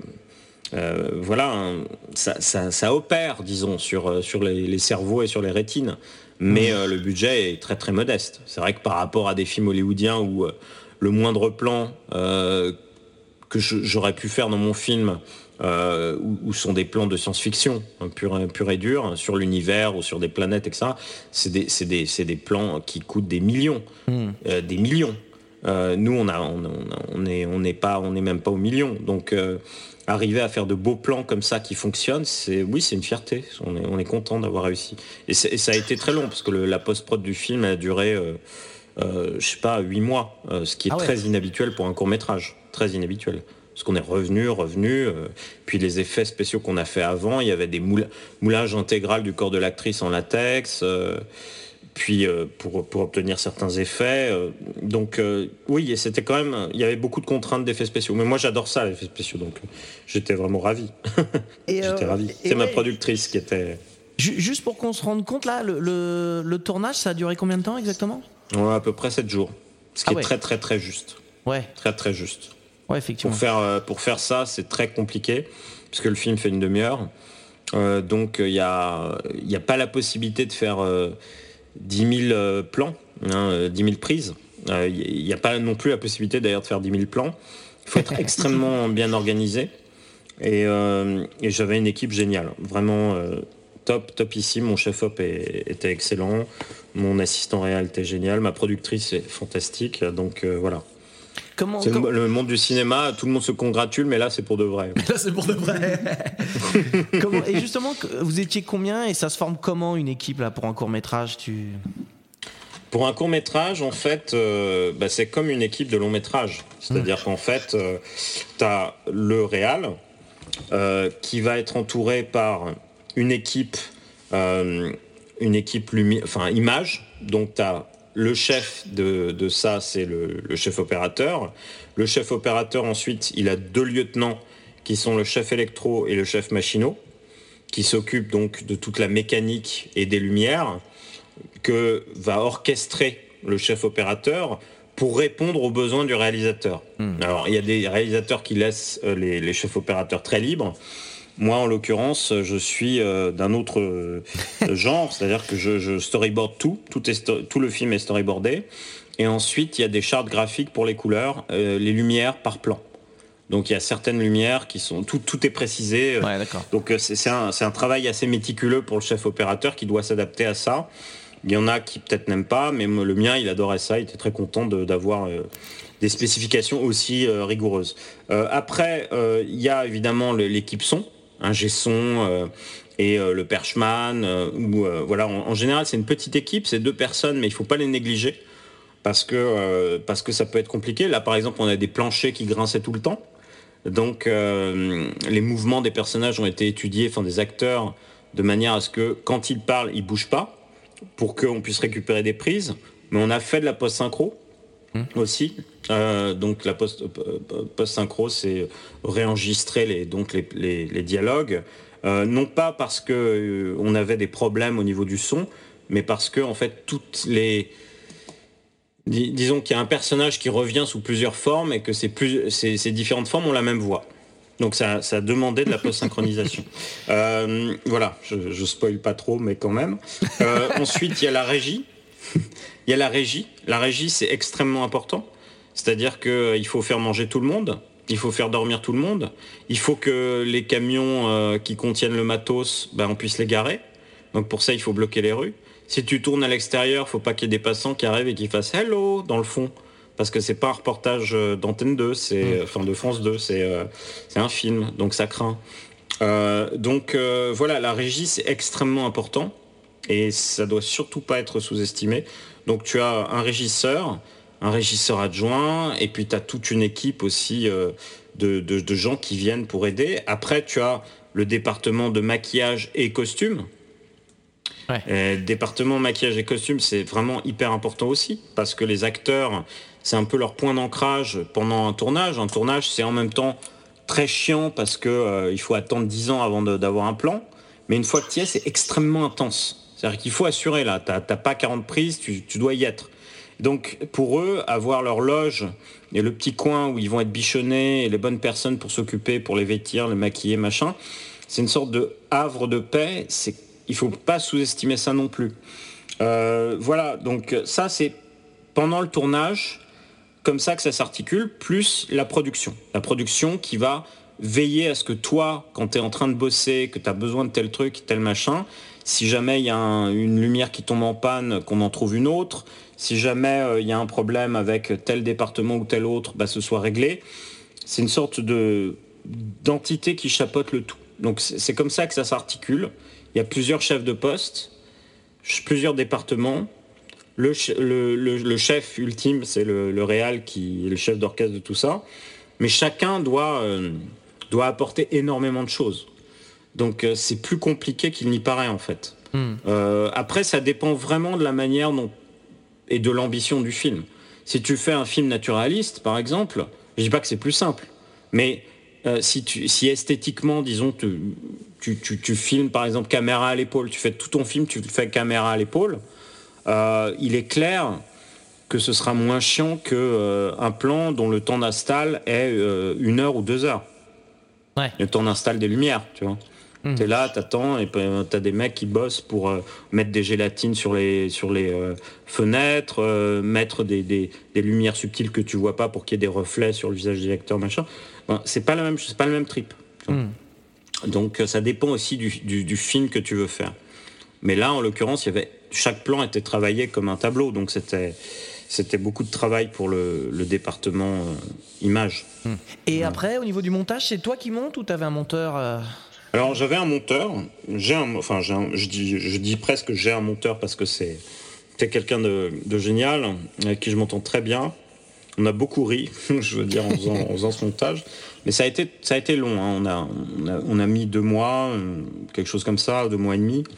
Euh, voilà, hein, ça, ça, ça opère, disons, sur, sur les, les cerveaux et sur les rétines. Mais mmh. euh, le budget est très très modeste. C'est vrai que par rapport à des films hollywoodiens où euh, le moindre plan euh, que je, j'aurais pu faire dans mon film, euh, où, où sont des plans de science-fiction, hein, pur, pur et dur, hein, sur l'univers ou sur des planètes, et cetera, c'est des, c'est des, c'est des plans qui coûtent des millions, mmh. euh, des millions. Euh, nous, on a, on, on, on est, on n'est pas, on n'est même pas aux millions. Donc euh, arriver à faire de beaux plans comme ça qui fonctionnent, c'est, oui, c'est une fierté. On est, on est content d'avoir réussi. Et, et ça a été très long parce que le, la post-prod du film a duré, euh, euh, je sais pas, huit mois, euh, ce qui est ah ouais. très inhabituel pour un court-métrage, très inhabituel. Parce qu'on est revenu, revenu. Euh, puis les effets spéciaux qu'on a fait avant, il y avait des moula- moulages intégral du corps de l'actrice en latex. Euh, puis euh, pour, pour obtenir certains effets. Euh, donc euh, oui, et c'était quand même, il y avait beaucoup de contraintes d'effets spéciaux. Mais moi j'adore ça, les effets spéciaux, donc euh, j'étais vraiment ravi. Et j'étais euh, ravi. C'est ouais, ma productrice qui était... Juste pour qu'on se rende compte, là, le, le, le tournage, ça a duré combien de temps exactement ? Ouais, à peu près sept jours. Ce qui ah est ouais. très très très juste. Ouais. Très très juste. Ouais, effectivement. Pour faire, euh, pour faire ça, c'est très compliqué, parce que le film fait une demi-heure. Euh, donc il n'y a, y a pas la possibilité de faire... Euh, dix mille euh, plans, hein, dix mille prises. Il euh, n'y a pas non plus la possibilité d'ailleurs de faire dix mille plans. Il faut être extrêmement bien organisé. Et, euh, et j'avais une équipe géniale, vraiment euh, top, topissime. Mon chef-op est, était excellent, mon assistant réel était génial, ma productrice est fantastique. Donc euh, voilà. Comment, c'est comment... le, le monde du cinéma, tout le monde se congratule, mais là c'est pour de vrai. Là c'est pour de vrai. Comment, et justement, vous étiez combien et ça se forme comment une équipe là pour un court métrage tu... Pour un court métrage, en fait, euh, bah, c'est comme une équipe de long métrage. C'est-à-dire mmh. qu'en fait, euh, tu as le réal euh, qui va être entouré par une équipe, euh, une équipe lumi- enfin image. Donc tu as le chef de, de ça, c'est le, le chef opérateur. Le chef opérateur, ensuite, il a deux lieutenants qui sont le chef électro et le chef machinot, qui s'occupent donc de toute la mécanique et des lumières, que va orchestrer le chef opérateur pour répondre aux besoins du réalisateur. Mmh. Alors, il y a des réalisateurs qui laissent les, les chefs opérateurs très libres. Moi, en l'occurrence, je suis euh, d'un autre euh, genre, c'est-à-dire que je, je storyboard tout, tout, est sto- tout le film est storyboardé, et ensuite, il y a des chartes graphiques pour les couleurs, euh, les lumières par plan. Donc, il y a certaines lumières qui sont... Tout, tout est précisé. Ouais, d'accord. Donc, c'est, c'est, un, c'est un travail assez méticuleux pour le chef opérateur qui doit s'adapter à ça. Il y en a qui peut-être n'aiment pas, mais le mien, il adorait ça, il était très content de, d'avoir... Euh, des spécifications aussi euh, rigoureuses. Euh, après, euh, il y a évidemment le, l'équipe son, un G-son euh, et euh, le perchman. Euh, où, euh, voilà, en, en général, c'est une petite équipe, c'est deux personnes, mais il ne faut pas les négliger parce que, euh, parce que ça peut être compliqué. Là, par exemple, on a des planchers qui grinçaient tout le temps. Donc, euh, les mouvements des personnages ont été étudiés, enfin des acteurs, de manière à ce que quand ils parlent, ils ne bougent pas, pour qu'on puisse récupérer des prises. Mais on a fait de la post-synchro. aussi. Euh, donc la post, post-synchro, c'est réenregistrer les, donc les, les, les dialogues, euh, non pas parce que euh, on avait des problèmes au niveau du son, mais parce que en fait toutes les dis, disons qu'il y a un personnage qui revient sous plusieurs formes et que ces, plus, ces, ces différentes formes ont la même voix. Donc ça, ça demandait de la post-synchronisation. euh, voilà, je, je spoil pas trop, mais quand même. Euh, ensuite, il y a la régie. Il y a la régie. La régie, c'est extrêmement important. C'est-à-dire qu'il faut faire manger tout le monde, il faut faire dormir tout le monde, il faut que les camions euh, qui contiennent le matos, ben, on puisse les garer. Donc pour ça, il faut bloquer les rues. Si tu tournes à l'extérieur, il ne faut pas qu'il y ait des passants qui arrivent et qui fassent « hello » dans le fond. Parce que c'est pas un reportage d'Antenne deux, c'est, enfin de France deux, c'est, euh, c'est un film, donc ça craint. Euh, donc euh, voilà, la régie, c'est extrêmement important et ça doit surtout pas être sous-estimé. Donc tu as un régisseur, un régisseur adjoint, et puis tu as toute une équipe aussi euh, de, de, de gens qui viennent pour aider. Après, tu as le département de maquillage et costume. Ouais. Et le département maquillage et costume, c'est vraiment hyper important aussi, parce que les acteurs, c'est un peu leur point d'ancrage pendant un tournage. Un tournage, c'est en même temps très chiant, parce que euh, il faut attendre dix ans avant de, d'avoir un plan, mais une fois que tu y es, c'est extrêmement intense. C'est-à-dire qu'il faut assurer, là, t'as, t'as pas quarante prises, tu, tu dois y être. Donc pour eux, avoir leur loge et le petit coin où ils vont être bichonnés et les bonnes personnes pour s'occuper, pour les vêtir, les maquiller, machin, c'est une sorte de havre de paix. C'est, il faut pas sous-estimer ça non plus. Euh, voilà, donc ça c'est pendant le tournage, comme ça que ça s'articule, plus la production. La production qui va veiller à ce que toi, quand tu es en train de bosser, que tu as besoin de tel truc, tel machin, si jamais il y a un, une lumière qui tombe en panne, qu'on en trouve une autre, si jamais il euh, y a un problème avec tel département ou tel autre, bah, ce soit réglé. C'est une sorte de, d'entité qui chapeaute le tout. Donc c'est, c'est comme ça que ça s'articule. Il y a plusieurs chefs de poste, plusieurs départements. Le, le, le, le chef ultime, c'est le, le réal qui est le chef d'orchestre de tout ça. Mais chacun doit, euh, doit apporter énormément de choses. Donc euh, c'est plus compliqué qu'il n'y paraît en fait. Mm. Euh, après, ça dépend vraiment de la manière dont, et de l'ambition du film. Si tu fais un film naturaliste, par exemple, je dis pas que c'est plus simple, mais euh, si, tu, si esthétiquement, disons, tu, tu, tu, tu filmes par exemple caméra à l'épaule, tu fais tout ton film, tu le fais caméra à l'épaule, euh, il est clair que ce sera moins chiant qu'un euh, plan dont le temps d'install est euh, une heure ou deux heures. Ouais. Le temps d'install des lumières, tu vois. Mmh. T'es là, t'attends, et t'as des mecs qui bossent pour euh, mettre des gélatines sur les, sur les euh, fenêtres, euh, mettre des, des, des lumières subtiles que tu vois pas pour qu'il y ait des reflets sur le visage des acteurs, machin. Ben, c'est pas la même, c'est pas le même trip. Mmh. Donc ça dépend aussi du, du, du film que tu veux faire. Mais là, en l'occurrence, il y avait, chaque plan était travaillé comme un tableau, donc c'était, c'était beaucoup de travail pour le, le département euh, image. Mmh. Et ouais. Après, au niveau du montage, c'est toi qui montes ou t'avais un monteur euh... Alors j'avais un monteur, j'ai un, enfin j'ai un, je dis, je dis presque j'ai un monteur parce que c'est, c'est quelqu'un de, de génial avec qui je m'entends très bien. On a beaucoup ri, je veux dire en faisant, en faisant ce montage, mais ça a été, ça a été long. Hein. On a, on a, on a mis deux mois, quelque chose comme ça, deux mois et demi.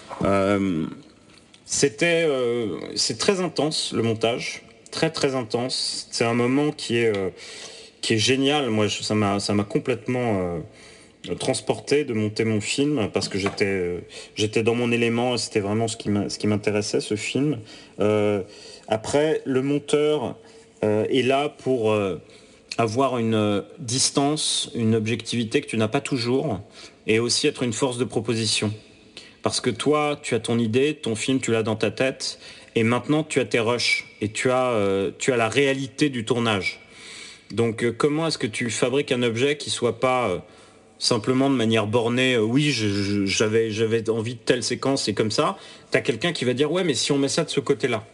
Euh, c'était, euh, c'est très intense le montage, très très intense. C'est un moment qui est, euh, qui est génial. Moi, je, ça m'a, ça m'a complètement euh, transporté de monter mon film parce que j'étais, euh, j'étais dans mon élément. C'était vraiment ce qui, ce qui m'intéressait, ce film. Euh, après, le monteur euh, est là pour euh, avoir une euh, distance, une objectivité que tu n'as pas toujours, et aussi être une force de proposition. Parce que toi, tu as ton idée, ton film, tu l'as dans ta tête, et maintenant tu as tes rushs et tu as, euh, tu as la réalité du tournage. Donc, euh, comment est-ce que tu fabriques un objet qui soit pas euh, simplement de manière bornée, euh, oui, je, je, j'avais, j'avais envie de telle séquence, et comme ça, tu as quelqu'un qui va dire, ouais, mais si on met ça de ce côté-là,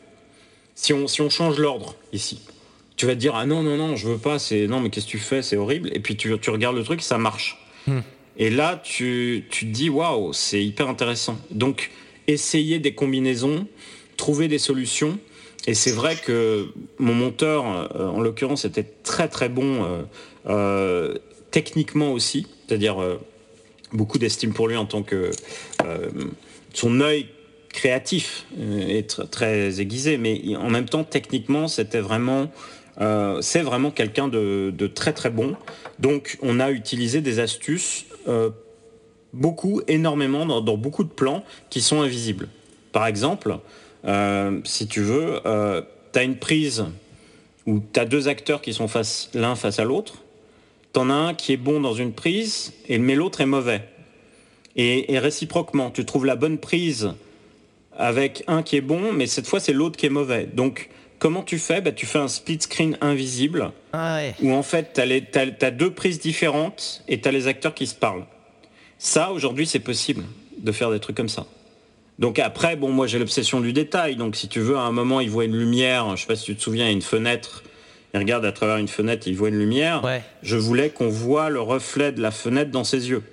si on, si on change l'ordre ici, tu vas te dire, ah non, non, non, je veux pas, c'est, non, mais qu'est-ce que tu fais, c'est horrible, et puis tu, tu regardes le truc, ça marche. Mmh. Et là, tu, tu te dis, waouh, c'est hyper intéressant. Donc, essayer des combinaisons, trouver des solutions. Et c'est vrai que mon monteur, euh, en l'occurrence, était très très bon euh, euh, techniquement aussi. C'est-à-dire, euh, beaucoup d'estime pour lui en tant que... Euh, son œil créatif euh, et tr- très aiguisé, mais en même temps, techniquement, c'était vraiment, euh, c'est vraiment quelqu'un de, de très très bon. Donc, on a utilisé des astuces, euh, beaucoup, énormément, dans, dans beaucoup de plans qui sont invisibles. Par exemple, euh, si tu veux, euh, t'as une prise où t'as deux acteurs qui sont face, l'un face à l'autre. T'en as un qui est bon dans une prise, et, mais l'autre est mauvais. Et, et réciproquement, tu trouves la bonne prise avec un qui est bon, mais cette fois c'est l'autre qui est mauvais. Donc comment tu fais ? Bah, tu fais un split screen invisible, Ah ouais. où en fait t'as, les, t'as, t'as deux prises différentes et t'as les acteurs qui se parlent. Ça, aujourd'hui, c'est possible de faire des trucs comme ça. Donc après, bon, moi j'ai l'obsession du détail, donc si tu veux, à un moment, il voit une lumière, je sais pas si tu te souviens, il y a une fenêtre, il regarde à travers une fenêtre, il voit une lumière. Ouais. Je voulais qu'on voit le reflet de la fenêtre dans ses yeux.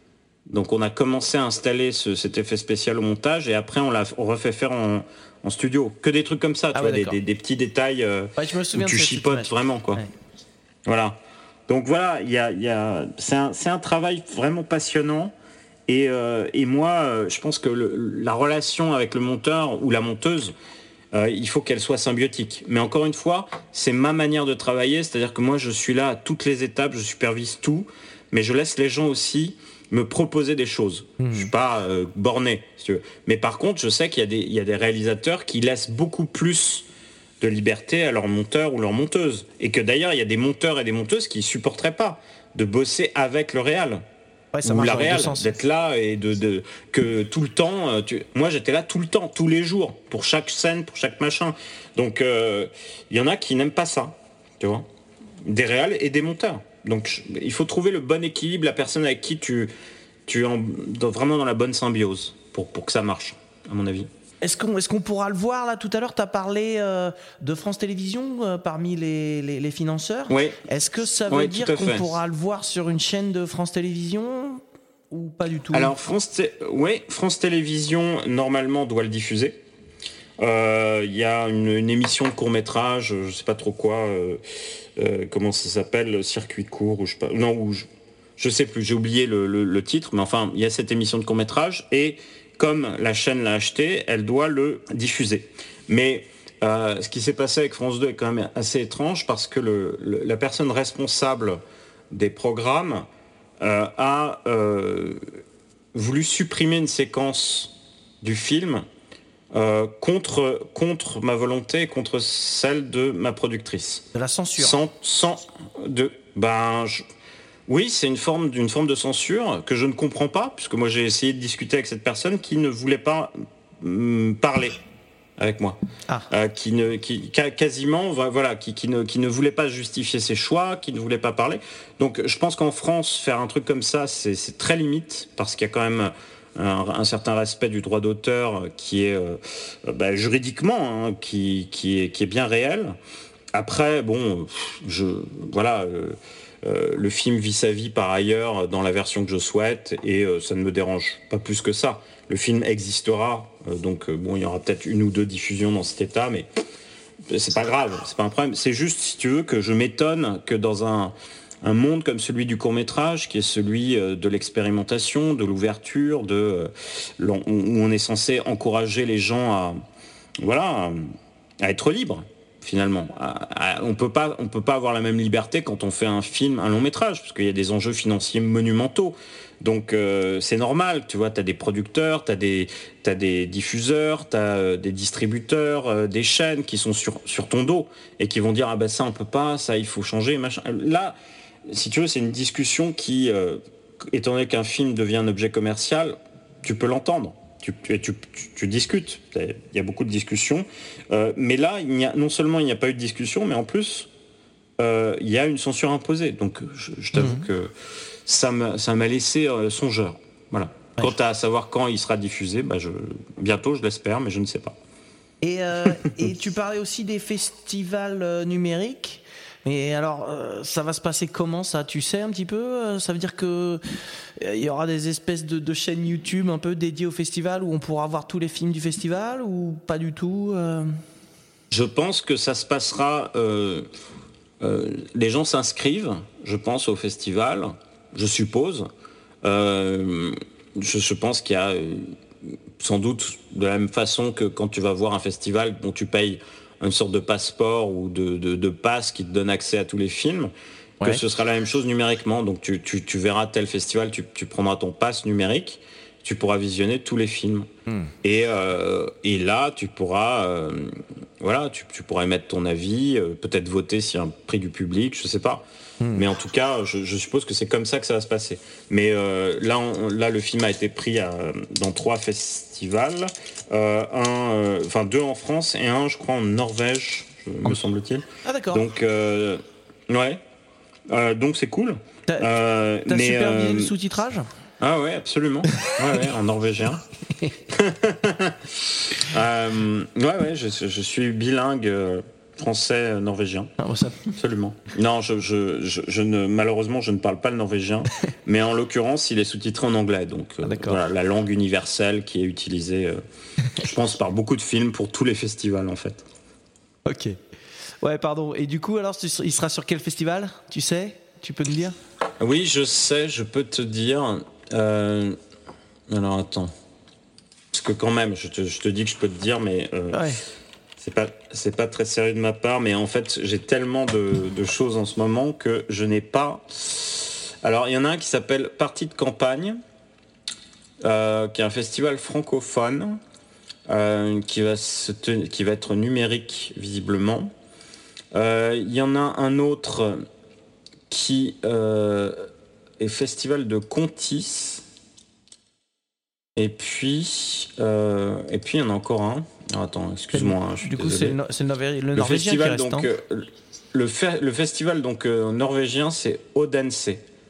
Donc on a commencé à installer ce, cet effet spécial au montage, et après on l'a on refait faire en, en studio. Que des trucs comme ça, tu Ah vois, ouais, des, des, des petits détails euh, Ouais, je me souviens où de tu cette chipotes image. vraiment, quoi. Ouais. Voilà. Donc voilà, il y a, il y a, c'est un, c'est un travail vraiment passionnant. Et, euh, et moi, euh, je pense que le, la relation avec le monteur ou la monteuse, euh, il faut qu'elle soit symbiotique. Mais encore une fois, c'est ma manière de travailler, c'est-à-dire que moi, je suis là à toutes les étapes, je supervise tout, mais je laisse les gens aussi me proposer des choses. Mmh. Je suis pas euh, borné, si tu veux. Mais par contre, je sais qu'il y a des, il y a des réalisateurs qui laissent beaucoup plus de liberté à leur monteur ou leur monteuse. Et que d'ailleurs, il y a des monteurs et des monteuses qui supporteraient pas de bosser avec le réal. Ouais, ça ou marche la dans les deux réal, sens. d'être là et de, de que tout le temps. Tu... Moi, j'étais là tout le temps, tous les jours, pour chaque scène, pour chaque machin. Donc, il euh, y en a qui n'aiment pas ça, tu vois. Des réals et des monteurs. Donc, je... il faut trouver le bon équilibre, la personne avec qui tu, tu es en... dans, vraiment dans la bonne symbiose pour pour que ça marche, à mon avis. Est-ce qu'on, est-ce qu'on pourra le voir là tout à l'heure ? Tu as parlé euh, de France Télévisions euh, parmi les, les, les financeurs. Oui. Est-ce que ça veut Oui, dire tout à qu'on fait. pourra le voir sur une chaîne de France Télévisions ou pas du tout ? Alors France, Té- oui, France Télévisions normalement doit le diffuser. Il euh, y a une, une émission de court métrage, je sais pas trop quoi, euh, euh, comment ça s'appelle, circuit court ou je sais pas, non ou je, je sais plus, j'ai oublié le, le, le titre, mais enfin il y a cette émission de court métrage et comme la chaîne l'a acheté, elle doit le diffuser. Mais euh, ce qui s'est passé avec France deux est quand même assez étrange parce que le, le, la personne responsable des programmes euh, a euh, voulu supprimer une séquence du film euh, contre, contre ma volonté et contre celle de ma productrice. De la censure. Sans, sans de, ben, je, oui, c'est une forme d'une forme de censure que je ne comprends pas, puisque moi j'ai essayé de discuter avec cette personne qui ne voulait pas me parler avec moi, ah. euh, qui ne, qui quasiment, voilà, qui, qui ne, qui ne voulait pas justifier ses choix, qui ne voulait pas parler. Donc, je pense qu'en France, faire un truc comme ça, c'est, c'est très limite, parce qu'il y a quand même un, un certain respect du droit d'auteur qui est euh, bah, juridiquement, hein, qui, qui est, qui est bien réel. Après, bon, je, voilà. Euh, Euh, le film vit sa vie par ailleurs dans la version que je souhaite et euh, ça ne me dérange pas plus que ça. Le film existera, euh, donc euh, bon, il y aura peut-être une ou deux diffusions dans cet état, mais c'est pas grave, c'est pas un problème. C'est juste, si tu veux, que je m'étonne que dans un, un monde comme celui du court-métrage, qui est celui euh, de l'expérimentation, de l'ouverture, de, euh, où on est censé encourager les gens à, voilà, à être libres. Finalement, on peut pas, on peut pas avoir la même liberté quand on fait un film, un long métrage, parce qu'il y a des enjeux financiers monumentaux. Donc euh, c'est normal, tu vois, t'as des producteurs, t'as des, t'as des diffuseurs, t'as euh, des distributeurs, euh, des chaînes qui sont sur sur ton dos et qui vont dire ah ben ça on peut pas, ça il faut changer, machin. Là, si tu veux, c'est une discussion qui, euh, étant donné qu'un film devient un objet commercial, tu peux l'entendre. Tu, tu, tu, tu discutes, il y a beaucoup de discussions, euh, mais là, il n'y a, non seulement il n'y a pas eu de discussion, mais en plus, euh, il y a une censure imposée. Donc, je, je t'avoue mmh. que ça m'a, ça m'a laissé euh, songeur. Voilà. Ouais. Quant à savoir quand il sera diffusé, bah je, bientôt, je l'espère, mais je ne sais pas. Et, euh, et tu parlais aussi des festivals euh, numériques. Mais alors, euh, ça va se passer comment ça ? Tu sais un petit peu ? Ça veut dire que il y aura des espèces de, de chaînes YouTube un peu dédiées au festival où on pourra voir tous les films du festival ou pas du tout euh... Je pense que ça se passera. Euh, euh, les gens s'inscrivent, je pense, au festival. Je suppose. Euh, je, je pense qu'il y a sans doute de la même façon que quand tu vas voir un festival dont tu payes une sorte de passeport ou de, de, de passe qui te donne accès à tous les films, ouais. que ce sera la même chose numériquement. Donc tu, tu, tu verras tel festival, tu, tu prendras ton passe numérique, tu pourras visionner tous les films. Hmm. Et, euh, et là, tu pourras, euh, voilà, tu, tu pourras émettre ton avis, euh, peut-être voter s'il y a un prix du public, je sais pas. Hmm. Mais en tout cas, je, je suppose que c'est comme ça que ça va se passer. Mais euh, là, on, là, le film a été pris à, dans trois festivals, euh, un, enfin euh, deux en France et un, je crois, en Norvège, me oh. semble-t-il. Ah d'accord. Donc, euh, ouais. Euh, donc c'est cool. T'as, euh, t'as mais, supervisé euh, le sous-titrage ? Ah ouais, absolument. Ouais, ouais, en norvégien. euh, ouais, ouais, je, je suis bilingue euh, français-norvégien. Ah, bon, ça... Absolument. Non, je, je, je, je ne, malheureusement, je ne parle pas le norvégien, mais en l'occurrence, il est sous-titré en anglais. Donc, euh, ah, voilà, la langue universelle qui est utilisée, euh, je pense, par beaucoup de films pour tous les festivals, en fait. Ok. Ouais, pardon. Et du coup, alors, il sera sur quel festival ? Tu sais ? Tu peux me dire ? Oui, je sais, je peux te dire. Euh, alors attends, parce que quand même, je te, je te dis que je peux te dire, mais euh, ouais. c'est pas, c'est pas très sérieux de ma part, mais en fait, j'ai tellement de, de choses en ce moment que je n'ai pas. Alors, il y en a un qui s'appelle Partie de campagne, euh, qui est un festival francophone, euh, qui va se ten... qui va être numérique visiblement. Euh, il y en a un autre qui euh, est Festival de Contis. Et puis, euh, et puis il y en a encore un. Alors, attends, excuse-moi. Hein, je suis du coup, désolé. c'est le, c'est le, Norvé- le, le norvégien festival, qui reste, donc, euh, le, fe- le festival donc euh, norvégien, c'est Odense.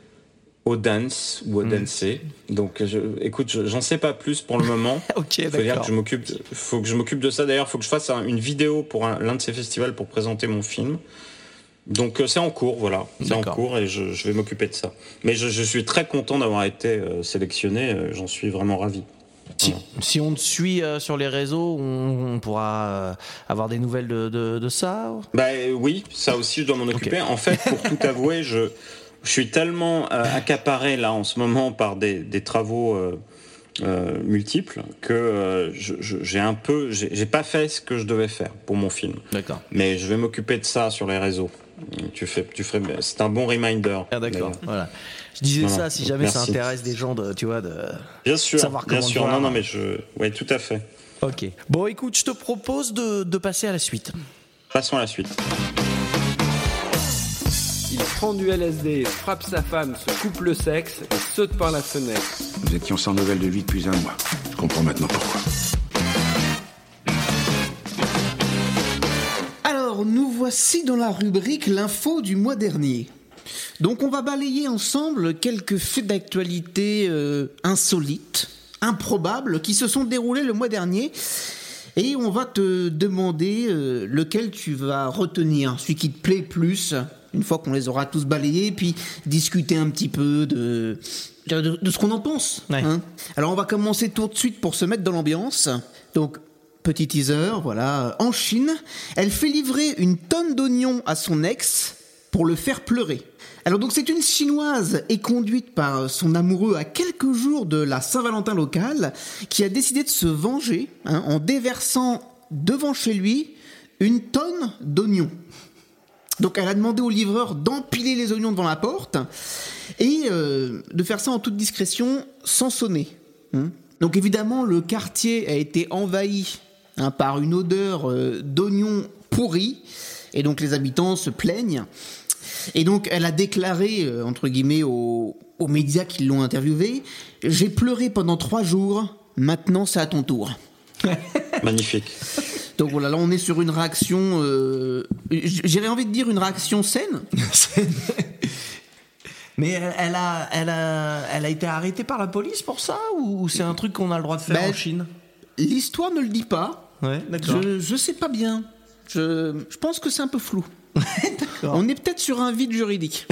Odense ou Odense. Mm. Donc, je, écoute, je, j'en sais pas plus pour le moment. Ok, faut d'accord. Dire que je m'occupe. De, faut que je m'occupe de ça. D'ailleurs, faut que je fasse un, une vidéo pour un, l'un de ces festivals pour présenter mon film. Donc euh, c'est en cours, voilà, c'est D'accord. en cours et je, je vais m'occuper de ça. Mais je, je suis très content d'avoir été euh, sélectionné, euh, j'en suis vraiment ravi. Si, voilà. si on te suit euh, sur les réseaux, on, on pourra euh, avoir des nouvelles de, de, de ça ? Bah euh, oui, ça aussi je dois m'en occuper. Okay. En fait, pour tout avouer, je, je suis tellement euh, accaparé là en ce moment par des, des travaux euh, euh, multiples que euh, je, je, j'ai un peu, j'ai, j'ai pas fait ce que je devais faire pour mon film. D'accord. Mais je vais m'occuper de ça sur les réseaux. Tu fais, tu ferais, c'est un bon reminder. Ah d'accord. Mais... Voilà. Je disais voilà. ça si jamais Merci. Ça intéresse des gens de, tu vois, de bien sûr, savoir comment bien sûr. voir. Non, non, mais je, ouais, tout à fait. Ok. Bon, écoute, je te propose de, de passer à la suite. Passons à la suite. Il prend du L S D, frappe sa femme, se coupe le sexe et saute par la fenêtre. Nous étions sans nouvelles de lui depuis un mois. Je comprends maintenant pourquoi. Nous voici dans la rubrique l'info du mois dernier. Donc on va balayer ensemble quelques faits d'actualité euh, insolites, improbables, qui se sont déroulés le mois dernier. Et on va te demander euh, lequel tu vas retenir, celui qui te plaît plus, une fois qu'on les aura tous balayés, puis discuter un petit peu de, de, de ce qu'on en pense. Ouais. Hein. Alors on va commencer tout de suite pour se mettre dans l'ambiance. Donc... Petit teaser, voilà. En Chine, elle fait livrer une tonne d'oignons à son ex pour le faire pleurer. Alors donc c'est une Chinoise et conduite par son amoureux à quelques jours de la Saint-Valentin locale qui a décidé de se venger hein, en déversant devant chez lui une tonne d'oignons. Donc elle a demandé au livreur d'empiler les oignons devant la porte et euh, de faire ça en toute discrétion sans sonner. Hein. Donc évidemment le quartier a été envahi Hein, par une odeur euh, d'oignons pourris, et donc les habitants se plaignent. Et donc elle a déclaré, euh, entre guillemets, aux, aux médias qui l'ont interviewé, « J'ai pleuré pendant trois jours, maintenant c'est à ton tour. » Magnifique. Donc voilà, là on est sur une réaction, euh, j'aurais envie de dire une réaction saine. Mais elle, elle, a, elle, a, elle a été arrêtée par la police pour ça, ou c'est un truc qu'on a le droit de faire ben, en Chine ? L'histoire ne le dit pas. Ouais, d'accord. Je, je sais pas bien. Je, je pense que c'est un peu flou. D'accord. On est peut-être sur un vide juridique.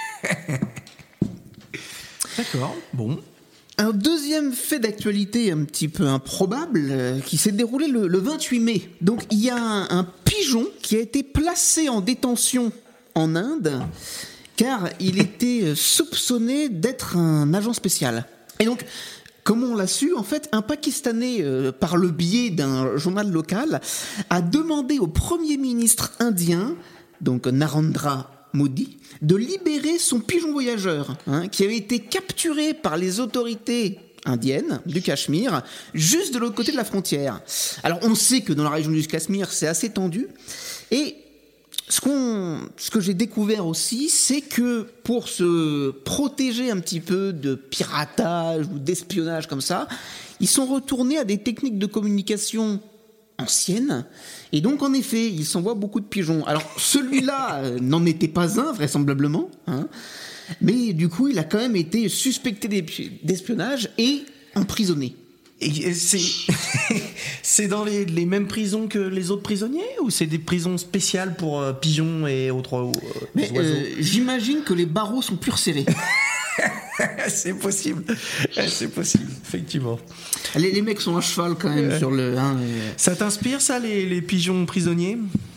D'accord, bon. Un deuxième fait d'actualité un petit peu improbable euh, qui s'est déroulé le, le vingt-huit mai. Donc il y a un, un pigeon qui a été placé en détention en Inde car il était soupçonné d'être un agent spécial. Et donc Comme on l'a su, en fait, un Pakistanais, euh, par le biais d'un journal local, a demandé au Premier ministre indien, donc Narendra Modi, de libérer son pigeon voyageur, hein, qui avait été capturé par les autorités indiennes du Cachemire, juste de l'autre côté de la frontière. Alors on sait que dans la région du Cachemire, c'est assez tendu, et ce, qu'on, ce que j'ai découvert aussi, c'est que pour se protéger un petit peu de piratage ou d'espionnage comme ça, ils sont retournés à des techniques de communication anciennes, et donc en effet, ils s'envoient beaucoup de pigeons. Alors celui-là euh, n'en était pas un, vraisemblablement, hein, mais du coup, il a quand même été suspecté d'espionnage et emprisonné. Et c'est, c'est dans les, les mêmes prisons que les autres prisonniers, ou c'est des prisons spéciales pour euh, pigeons et autres euh, mais, oiseaux euh, j'imagine que les barreaux sont plus resserrés. C'est possible, c'est possible, effectivement. Les, les mecs sont à cheval quand même euh, sur le. Hein, et... Ça t'inspire ça, les, les pigeons prisonniers ?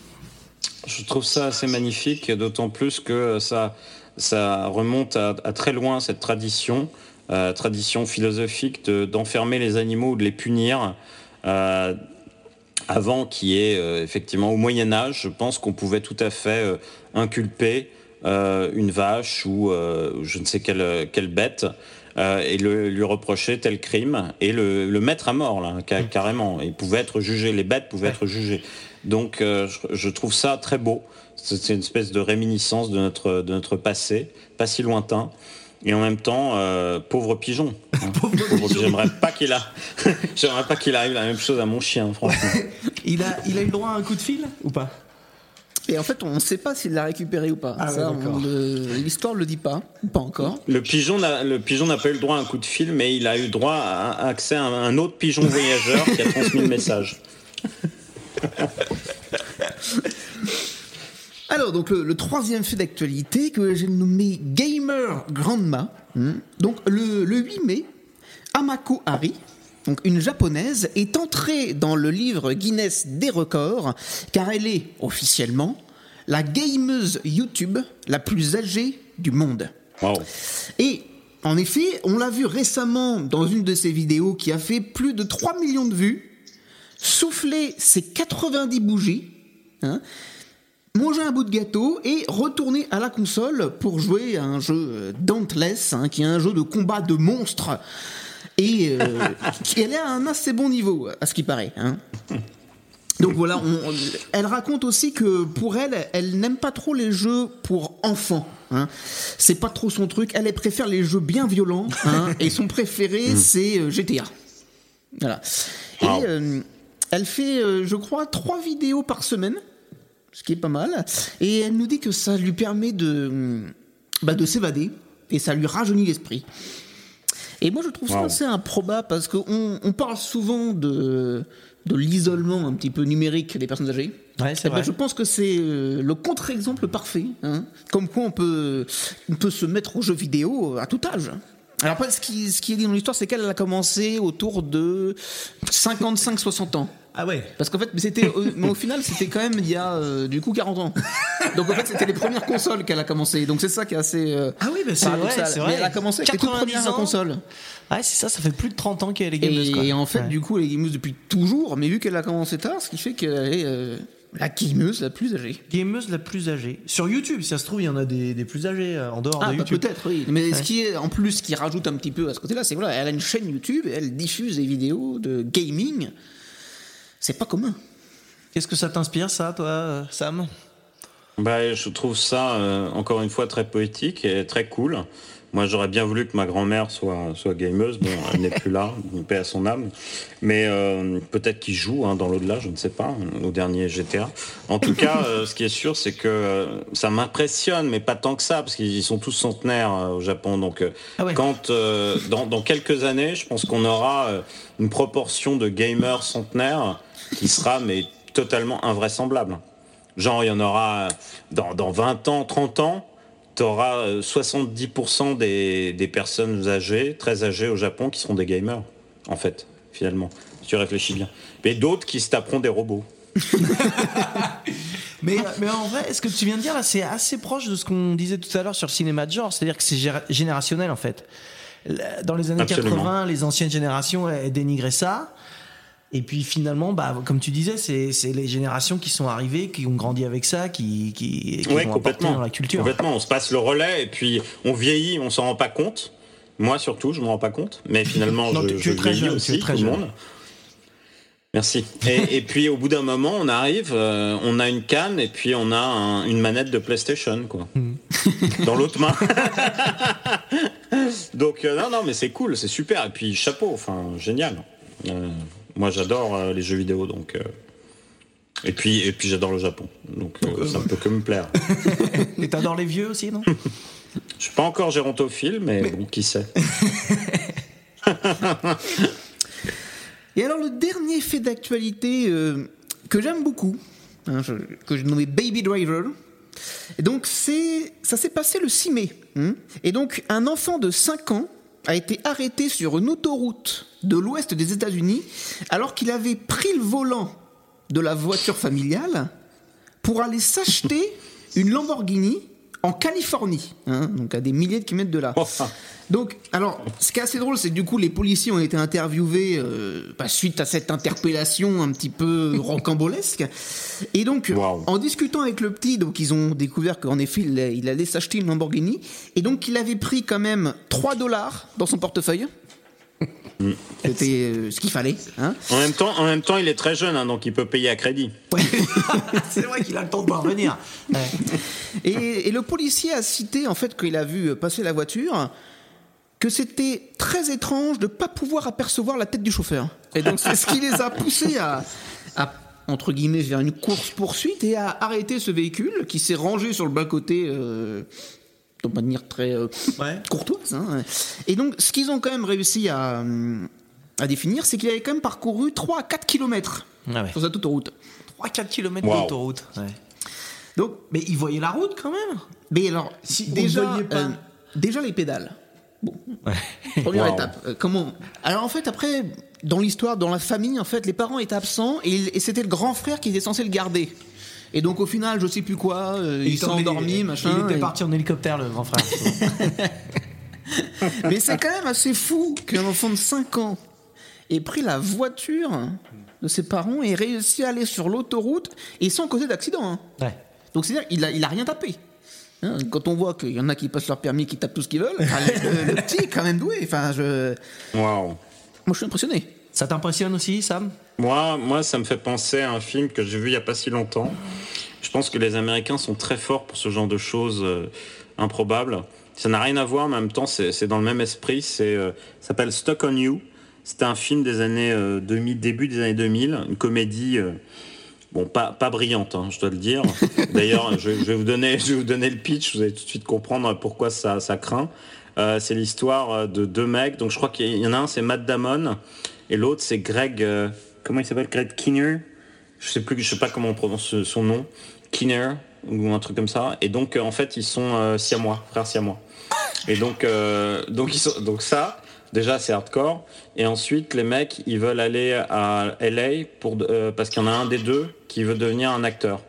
Je trouve ça assez magnifique, d'autant plus que ça, ça remonte à, à très loin cette tradition, euh, tradition philosophique de, d'enfermer les animaux ou de les punir. Euh, avant qu'il y ait euh, effectivement au Moyen-Âge, je pense qu'on pouvait tout à fait euh, inculper Euh, une vache ou euh, je ne sais quelle, quelle bête euh, et le, lui reprocher tel crime et le, le mettre à mort là, ca- carrément. Il pouvait être jugé, les bêtes pouvaient être jugées. Donc euh, je, je trouve ça très beau. C'est, c'est une espèce de réminiscence de notre, de notre passé, pas si lointain. Et en même temps, euh, pauvre pigeon. Hein. pauvre pauvre pigeon. J'aimerais pas qu'il a, j'aimerais pas qu'il arrive la même chose à mon chien, franchement. il a, il a eu le droit à un coup de fil ou pas ? Et en fait, on ne sait pas s'il l'a récupéré ou pas. Ah ça, ouais, on le, l'histoire ne le dit pas, pas encore. Le pigeon, n'a, le pigeon n'a pas eu le droit à un coup de fil, mais il a eu droit à, à accès à un autre pigeon voyageur qui a transmis le message. Alors, donc le, le troisième fait d'actualité que j'ai nommé Gamer Grandma. Hmm. Donc, le, le huit mai, Amako Hari, donc une japonaise, est entrée dans le livre Guinness des records, car elle est, officiellement, la gameuse YouTube la plus âgée du monde. Wow. Et, en effet, on l'a vu récemment dans une de ses vidéos qui a fait plus de trois millions de vues, souffler ses quatre-vingt-dix bougies, hein, manger un bout de gâteau et retourner à la console pour jouer à un jeu Dauntless, hein, qui est un jeu de combat de monstres. Et euh, elle est à un assez bon niveau, à ce qui paraît. Hein. Donc voilà, on, on, elle raconte aussi que pour elle, elle n'aime pas trop les jeux pour enfants. Hein. C'est pas trop son truc. Elle, elle préfère les jeux bien violents. Hein, et son préféré, c'est euh, G T A. Voilà. Et wow. euh, elle fait, euh, je crois, trois vidéos par semaine, ce qui est pas mal. Et elle nous dit que ça lui permet de, bah, de s'évader et ça lui rajeunit l'esprit. Et moi, je trouve ça wow. assez improbable parce qu'on on parle souvent de, de l'isolement un petit peu numérique des personnes âgées. Ouais, c'est et vrai. Ben, je pense que c'est le contre-exemple parfait. Hein, comme quoi on peut, on peut se mettre aux jeux vidéo à tout âge. Alors après, ce qui, ce qui est dit dans l'histoire, c'est qu'elle a commencé autour de cinquante-cinq soixante ans. Ah ouais. Parce qu'en fait, c'était, mais au final, c'était quand même il y a euh, du coup quarante ans. Donc en fait, c'était les premières consoles qu'elle a commencé. Donc c'est ça qui est assez. Euh, ah oui, bah c'est vrai, c'est vrai. Mais elle a commencé avec les toutes premières ans. Consoles. Ah c'est ça, ça fait plus de trente ans qu'elle est gameuse. Et, quoi. et en fait, ouais. du coup, elle est gameuse depuis toujours. Mais vu qu'elle a commencé tard, ce qui fait qu'elle est euh, la gameuse la plus âgée. Gameuse la plus âgée. Sur YouTube, si ça se trouve, il y en a des, des plus âgés euh, en dehors ah, de bah YouTube. Peut-être, oui. Mais ouais. ce qui est en plus, ce qui rajoute un petit peu à ce côté-là, c'est voilà, elle a une chaîne YouTube et elle diffuse des vidéos de gaming. C'est pas commun. Qu'est-ce que ça t'inspire, ça, toi, Sam ? Bah, je trouve ça, euh, encore une fois, très poétique et très cool. Moi, j'aurais bien voulu que ma grand-mère soit, soit gameuse. Bon, elle n'est plus là, une paix à son âme. Mais euh, peut-être qu'il joue hein, dans l'au-delà, je ne sais pas, au dernier G T A. En tout cas, euh, ce qui est sûr, c'est que euh, ça m'impressionne, mais pas tant que ça, parce qu'ils sont tous centenaires euh, au Japon. Donc, euh, ah ouais. quand euh, dans, dans quelques années, je pense qu'on aura euh, une proportion de gamers centenaires qui sera mais totalement invraisemblable. Genre, il y en aura dans, dans vingt ans, trente ans, tu auras soixante-dix pour cent des, des personnes âgées, très âgées au Japon, qui seront des gamers, en fait, finalement, si tu réfléchis bien. Mais d'autres qui se taperont des robots. mais, mais en vrai, ce que tu viens de dire, là, c'est assez proche de ce qu'on disait tout à l'heure sur le cinéma de genre, c'est-à-dire que c'est générationnel, en fait. dans les années Absolument. quatre-vingts, les anciennes générations elles dénigraient ça. Et puis finalement, bah, comme tu disais, c'est, c'est les générations qui sont arrivées, qui ont grandi avec ça, qui, qui, qui ouais, ont apporté dans la culture. Complètement, on se passe le relais et puis on vieillit, on s'en rend pas compte. Moi surtout, je me rends pas compte, mais finalement non, je, tu, tu je es très vieillis jeune, aussi, très tout le jeune. monde. Merci. Et, et puis au bout d'un moment, on arrive, euh, on a une canne et puis on a un, une manette de PlayStation, quoi, mm. dans l'autre main. Donc euh, non, non, mais c'est cool, c'est super. Et puis chapeau, enfin génial. Euh, moi, j'adore euh, les jeux vidéo, donc. Euh, et puis, et puis j'adore le Japon, donc euh, ça ne peut que me plaire. Et t'adores les vieux aussi, non? Je suis pas encore gérontophile, mais, mais... bon, qui sait. Et alors le dernier fait d'actualité euh, que j'aime beaucoup, hein, je, que je nommais Baby Driver, et donc c'est, ça s'est passé le six mai. Hein, et donc un enfant de cinq ans a été arrêté sur une autoroute de l'ouest des États-Unis alors qu'il avait pris le volant de la voiture familiale pour aller s'acheter une Lamborghini en Californie, hein, donc à des milliers de kilomètres de là. Oh. Donc, alors, ce qui est assez drôle, c'est que du coup, les policiers ont été interviewés euh, bah, suite à cette interpellation un petit peu rocambolesque. Et donc, wow. en discutant avec le petit, donc ils ont découvert qu'en effet, il, il allait s'acheter une Lamborghini, et donc il avait pris quand même trois dollars dans son portefeuille. Mmh. C'était euh, ce qu'il fallait. Hein. En même temps, en même temps, il est très jeune, hein, donc il peut payer à crédit. Ouais. C'est vrai qu'il a le temps de voir venir. Ouais. Et, et le policier a cité en fait qu'il a vu passer la voiture, que c'était très étrange de ne pas pouvoir apercevoir la tête du chauffeur. Et donc c'est ce qui les a poussés à, à entre guillemets vers une course poursuite et à arrêter ce véhicule qui s'est rangé sur le bas-côté. Euh, de manière très euh, ouais. courtoise. Hein. Et donc, ce qu'ils ont quand même réussi à, à définir, c'est qu'il avait quand même parcouru trois à quatre kilomètres ah ouais. sur cette autoroute. trois à quatre kilomètres wow. d'autoroute. Ouais. Donc, mais ils voyaient la route quand même. Mais alors, si déjà, pas... euh, déjà les pédales. Bon, ouais. première wow. étape. Euh, comment Alors en fait, après, dans l'histoire, dans la famille, en fait, les parents étaient absents et, il, et c'était le grand frère qui était censé le garder. Et donc au final, je sais plus quoi, euh, il, il s'est endormi, les, machin. Il était et... parti en hélicoptère, le grand frère. Mais c'est quand même assez fou qu'un enfant de cinq ans ait pris la voiture de ses parents et réussi à aller sur l'autoroute et sans causer d'accident. Hein. Ouais. Donc c'est-à-dire qu'il a, il a rien tapé. Hein, quand on voit qu'il y en a qui passent leur permis, qui tapent tout ce qu'ils veulent, enfin, le, le petit est quand même doué. Enfin, je... Waouh. Moi, je suis impressionné. Ça t'impressionne aussi, Sam ? Moi, moi, ça me fait penser à un film que j'ai vu il n'y a pas si longtemps. Je pense que les Américains sont très forts pour ce genre de choses euh, improbables. Ça n'a rien à voir, mais en même temps, c'est, c'est dans le même esprit. C'est, euh, ça s'appelle Stuck on You. C'était un film des années euh, deux mille, début des années deux mille, une comédie, euh, bon, pas, pas brillante, hein, je dois le dire. D'ailleurs, je, je, vais vous donner, je vais vous donner le pitch, vous allez tout de suite comprendre pourquoi ça, ça craint. Euh, c'est l'histoire de deux mecs. Donc, je crois qu'il y en a un, c'est Matt Damon. Et l'autre, c'est Greg... Euh, comment il s'appelle Greg Kinnear. Je sais plus, je sais pas comment on prononce son nom. Kinnear, ou un truc comme ça. Et donc, euh, en fait, ils sont euh, siamois, frères siamois. Et donc, euh, donc, ils sont, donc ça, déjà, c'est hardcore. Et ensuite, les mecs, ils veulent aller à L A pour, euh, parce qu'il y en a un des deux qui veut devenir un acteur.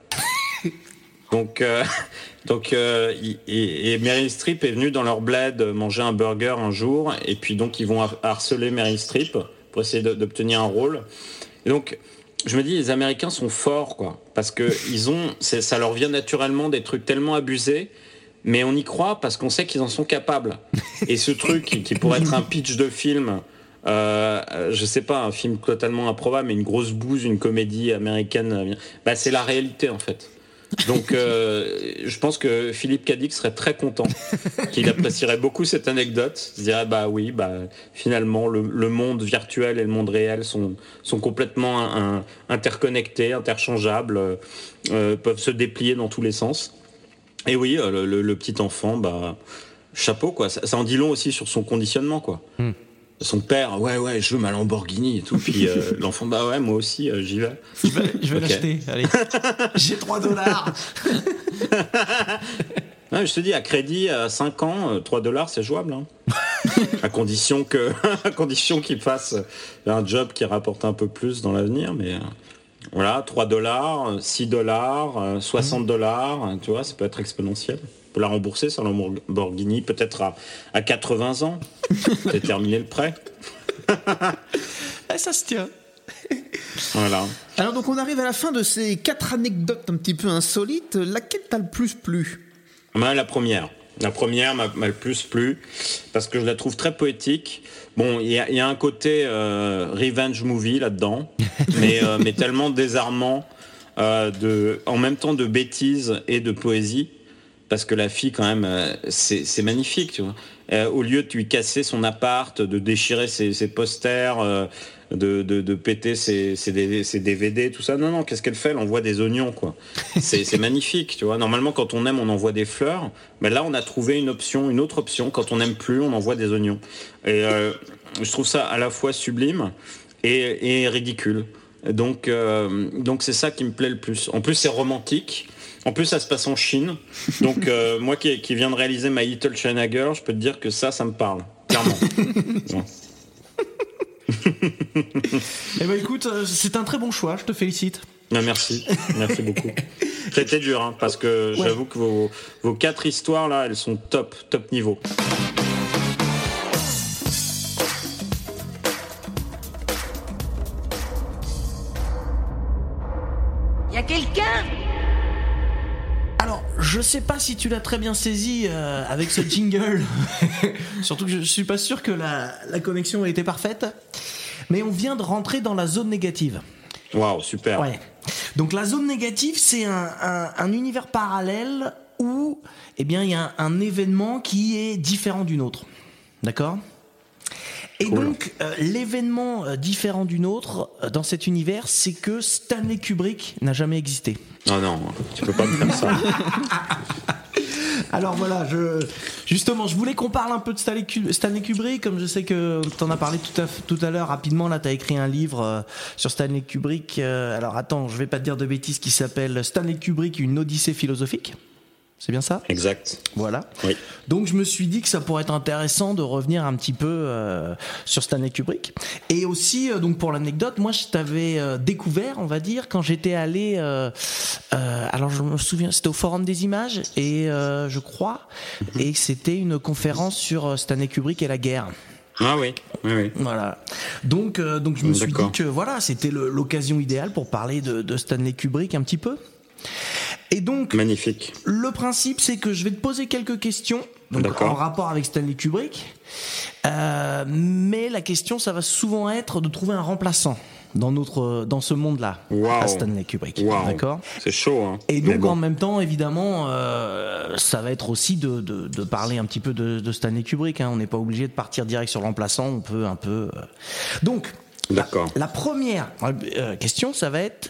Donc, euh, donc euh, et, et Meryl Streep est venue dans leur bled manger un burger un jour. Et puis, donc, ils vont harceler Meryl Streep pour essayer d'obtenir un rôle. Et donc, je me dis, les Américains sont forts, quoi, parce que ils ont, c'est, ça leur vient naturellement des trucs tellement abusés, mais on y croit parce qu'on sait qu'ils en sont capables. Et ce truc qui, qui pourrait être un pitch de film, euh, je sais pas, un film totalement improbable, mais une grosse bouse, une comédie américaine, bah c'est la réalité en fait. Donc, euh, je pense que Philippe Cadic serait très content, qu'il apprécierait beaucoup cette anecdote. Il se dirait, bah oui, bah finalement, le, le monde virtuel et le monde réel sont, sont complètement un, interconnectés, interchangeables, euh, peuvent se déplier dans tous les sens. Et oui, le, le, le petit enfant, bah chapeau, quoi. Ça, ça en dit long aussi sur son conditionnement, quoi. Mm. Son père, ouais, ouais, je veux ma Lamborghini et tout. Puis euh, l'enfant, bah ouais, moi aussi, euh, j'y vais. Je vais, je vais okay. l'acheter, allez. J'ai trois dollars. Ouais, je te dis, à crédit, à cinq ans, trois dollars, c'est jouable. Hein. à condition que, à condition qu'il fasse un job qui rapporte un peu plus dans l'avenir. Mais euh, voilà, trois dollars, six dollars, soixante dollars, tu vois, ça peut être exponentiel. peut la rembourser, sa Lamborghini, peut-être à, à quatre-vingts ans. C'est terminé le prêt. Ah, ça se tient. Voilà. Alors donc on arrive à la fin de ces quatre anecdotes un petit peu insolites. Laquelle t'a le plus plu ? Bah, la première. La première m'a, m'a le plus plu parce que je la trouve très poétique. Bon, il y, y a un côté euh, revenge movie là-dedans, mais, euh, mais tellement désarmant, euh, de, en même temps de bêtises et de poésie, parce que la fille quand même, euh, c'est, c'est magnifique, tu vois. Euh, au lieu de lui casser son appart, de déchirer ses, ses posters, euh, de, de, de péter ses, ses, ses D V D, tout ça, non, non, qu'est-ce qu'elle fait ? Elle envoie des oignons, quoi. C'est, c'est magnifique, tu vois. Normalement, quand on aime, on envoie des fleurs, mais là, on a trouvé une option, une autre option. Quand on n'aime plus, on envoie des oignons. Et euh, je trouve ça à la fois sublime et, et ridicule. Donc, euh, donc c'est ça qui me plaît le plus. En plus, c'est romantique. En plus, ça se passe en Chine. Donc, euh, moi qui, qui viens de réaliser My Little China Girl, je peux te dire que ça, ça me parle. Clairement. Ouais. Eh ben écoute, c'est un très bon choix, je te félicite. Ah, merci, merci beaucoup. C'était dur, hein, parce que ouais. J'avoue que vos, vos quatre histoires là, elles sont top, top niveau. Y a quelqu'un ? Alors, je sais pas si tu l'as très bien saisi euh, avec ce jingle. Surtout que je suis pas sûr que la, la connexion ait été parfaite. Mais on vient de rentrer dans la zone négative. Waouh, super. Ouais. Donc la zone négative, c'est un, un, un univers parallèle où, eh bien, il y a un, un événement qui est différent d'une autre. D'accord ? Et cool. donc, euh, l'événement euh, différent d'une autre euh, dans cet univers, c'est que Stanley Kubrick n'a jamais existé. Oh non, tu peux pas me faire ça. Alors voilà, je, justement, je voulais qu'on parle un peu de Stanley, Stanley Kubrick, comme je sais que tu en as parlé tout à, tout à l'heure rapidement. Là, tu as écrit un livre euh, sur Stanley Kubrick. Euh, alors attends, je vais pas te dire de bêtises, qui s'appelle Stanley Kubrick, une odyssée philosophique. C'est bien ça ? Exact. Voilà. Oui. Donc je me suis dit que ça pourrait être intéressant de revenir un petit peu euh, sur Stanley Kubrick. Et aussi, euh, donc pour l'anecdote, moi je t'avais euh, découvert, on va dire, quand j'étais allé. Euh, euh, alors je me souviens, c'était au Forum des Images, et euh, je crois, mm-hmm. et c'était une conférence sur Stanley Kubrick et la guerre. Ah oui, oui, oui. Voilà. Donc, euh, donc je me D'accord. suis dit que voilà, c'était le, l'occasion idéale pour parler de, de Stanley Kubrick un petit peu. Et donc, magnifique. Le principe, c'est que je vais te poser quelques questions donc en rapport avec Stanley Kubrick. Euh, mais la question, ça va souvent être de trouver un remplaçant dans notre dans ce monde-là, wow. à Stanley Kubrick. Wow. D'accord ? C'est chaud, hein. Et donc, bon. en même temps, évidemment, euh, ça va être aussi de, de, de parler un petit peu de, de Stanley Kubrick. Hein. On n'est pas obligé de partir direct sur le remplaçant. On peut un peu. Euh... Donc, D'accord. La, la première euh, question, ça va être.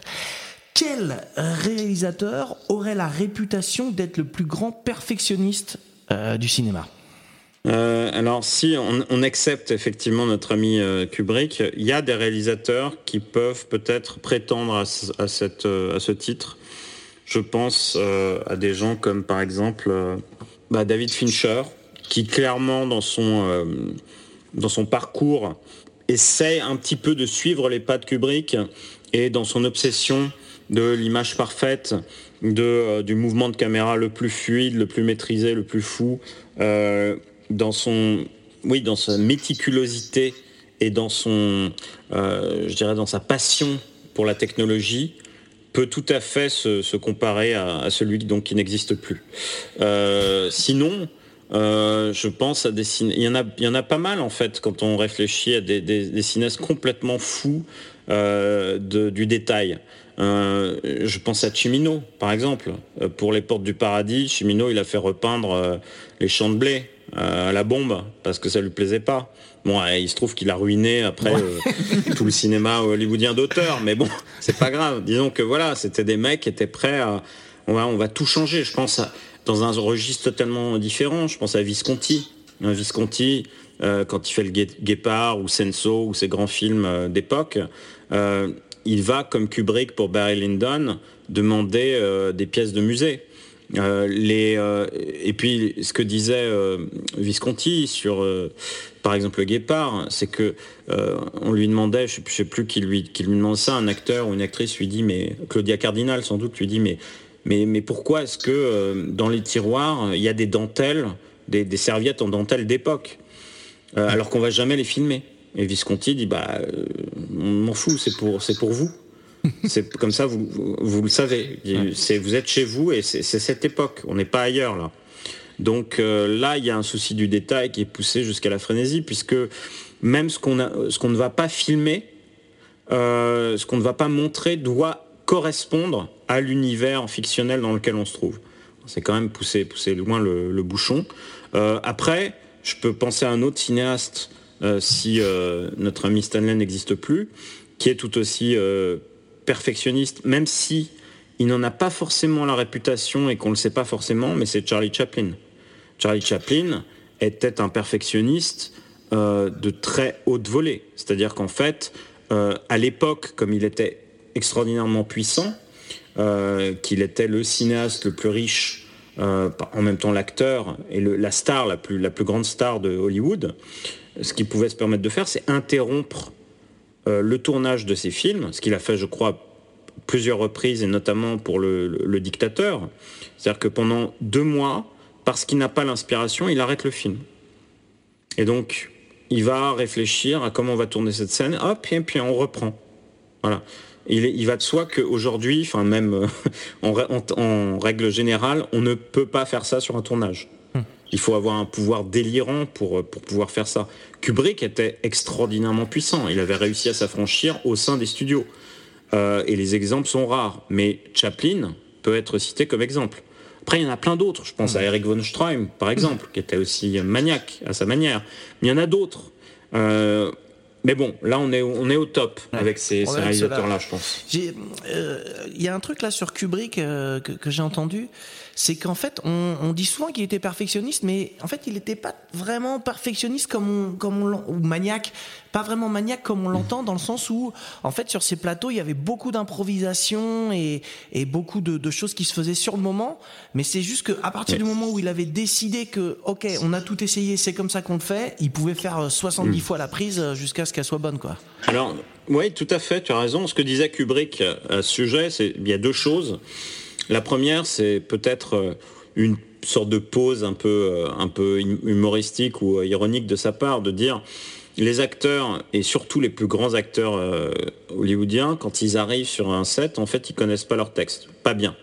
Quel réalisateur aurait la réputation d'être le plus grand perfectionniste euh, du cinéma ? euh, Alors, si on, on accepte effectivement notre ami euh, Kubrick, il y a des réalisateurs qui peuvent peut-être prétendre à, à, cette, à ce titre. Je pense euh, à des gens comme par exemple euh, bah, David Fincher, qui clairement dans son, euh, dans son parcours essaie un petit peu de suivre les pas de Kubrick, et dans son obsession de l'image parfaite, de, euh, du mouvement de caméra le plus fluide, le plus maîtrisé, le plus fou, euh, dans son, oui, dans sa méticulosité et dans son, euh, je dirais, dans sa passion pour la technologie, peut tout à fait se, se comparer à, à celui donc, qui n'existe plus. Euh, sinon, euh, je pense à des ciné... il y en a, il y en a pas mal en fait quand on réfléchit à des, des, des cinéastes complètement fous euh, de, du détail. Euh, je pense à Cimino, par exemple. Euh, pour Les Portes du Paradis, Cimino, il a fait repeindre euh, les champs de blé euh, à la bombe parce que ça lui plaisait pas. Bon, euh, il se trouve qu'il a ruiné après ouais. euh, tout le cinéma hollywoodien d'auteur, mais bon, c'est pas grave. Disons que voilà, c'était des mecs qui étaient prêts à, on va, on va tout changer. Je pense à, dans un registre totalement différent. Je pense à Visconti. Hein, Visconti, euh, quand il fait le Guépard ou Senso ou ces grands films euh, d'époque. Euh, il va, comme Kubrick pour Barry Lyndon, demander euh, des pièces de musée. Euh, les, euh, et puis, ce que disait euh, Visconti sur, euh, par exemple, le Guépard, c'est que euh, on lui demandait, je ne sais plus qui lui, qui lui demande ça, un acteur ou une actrice lui dit, mais Claudia Cardinal sans doute lui dit, mais mais, mais pourquoi est-ce que euh, dans les tiroirs, il y a des dentelles, des, des serviettes en dentelle d'époque, euh, alors qu'on va jamais les filmer? Et Visconti dit, bah, euh, on m'en fout, c'est pour, c'est pour vous. C'est comme ça, vous, vous, vous le savez. C'est, vous êtes chez vous et c'est, c'est cette époque. On n'est pas ailleurs, là. Donc euh, là, il y a un souci du détail qui est poussé jusqu'à la frénésie, puisque même ce qu'on, a, ce qu'on ne va pas filmer, euh, ce qu'on ne va pas montrer doit correspondre à l'univers fictionnel dans lequel on se trouve. C'est quand même pousser, pousser loin le, le bouchon. Euh, après, je peux penser à un autre cinéaste, euh, si euh, notre ami Stanley n'existe plus, qui est tout aussi euh, perfectionniste, même si il n'en a pas forcément la réputation et qu'on ne le sait pas forcément, mais c'est Charlie Chaplin. Charlie Chaplin était un perfectionniste euh, de très haute volée. C'est-à-dire qu'en fait, euh, à l'époque, comme il était extraordinairement puissant, euh, qu'il était le cinéaste le plus riche, euh, en même temps l'acteur et le, la star, la plus, la plus grande star de Hollywood, ce qu'il pouvait se permettre de faire, c'est interrompre euh, le tournage de ses films, ce qu'il a fait, je crois, plusieurs reprises, et notamment pour le, le, le Dictateur. C'est-à-dire que pendant deux mois, parce qu'il n'a pas l'inspiration, il arrête le film. Et donc, il va réfléchir à comment on va tourner cette scène, hop, et puis on reprend. Voilà. Il, est, il va de soi qu'aujourd'hui, enfin même euh, en, en, en règle générale, on ne peut pas faire ça sur un tournage. Il faut avoir un pouvoir délirant pour, pour pouvoir faire ça. Kubrick était extraordinairement puissant. Il avait réussi à s'affranchir au sein des studios. Euh, et les exemples sont rares. Mais Chaplin peut être cité comme exemple. Après, il y en a plein d'autres. Je pense à Erich von Stroheim, par exemple, qui était aussi maniaque à sa manière. Mais il y en a d'autres. Euh, mais bon, là, on est, on est au top ouais. avec ces, ces réalisateurs-là, je pense. Il euh, y a un truc là sur Kubrick euh, que, que j'ai entendu. C'est qu'en fait, on, on dit souvent qu'il était perfectionniste, mais en fait, il n'était pas vraiment perfectionniste comme on, comme on ou maniaque, pas vraiment maniaque comme on l'entend, dans le sens où, en fait, sur ces plateaux, il y avait beaucoup d'improvisation et, et beaucoup de, de choses qui se faisaient sur le moment. Mais c'est juste qu'à partir du moment où il avait décidé que, ok, on a tout essayé, c'est comme ça qu'on le fait, il pouvait faire soixante-dix mmh. fois la prise jusqu'à ce qu'elle soit bonne, quoi. Alors, oui, tout à fait, tu as raison. Ce que disait Kubrick à ce sujet, c'est il y a deux choses. La première, c'est peut-être une sorte de pause un peu, un peu humoristique ou ironique de sa part, de dire les acteurs, et surtout les plus grands acteurs euh, hollywoodiens, quand ils arrivent sur un set, en fait, ils connaissent pas leur texte, pas bien.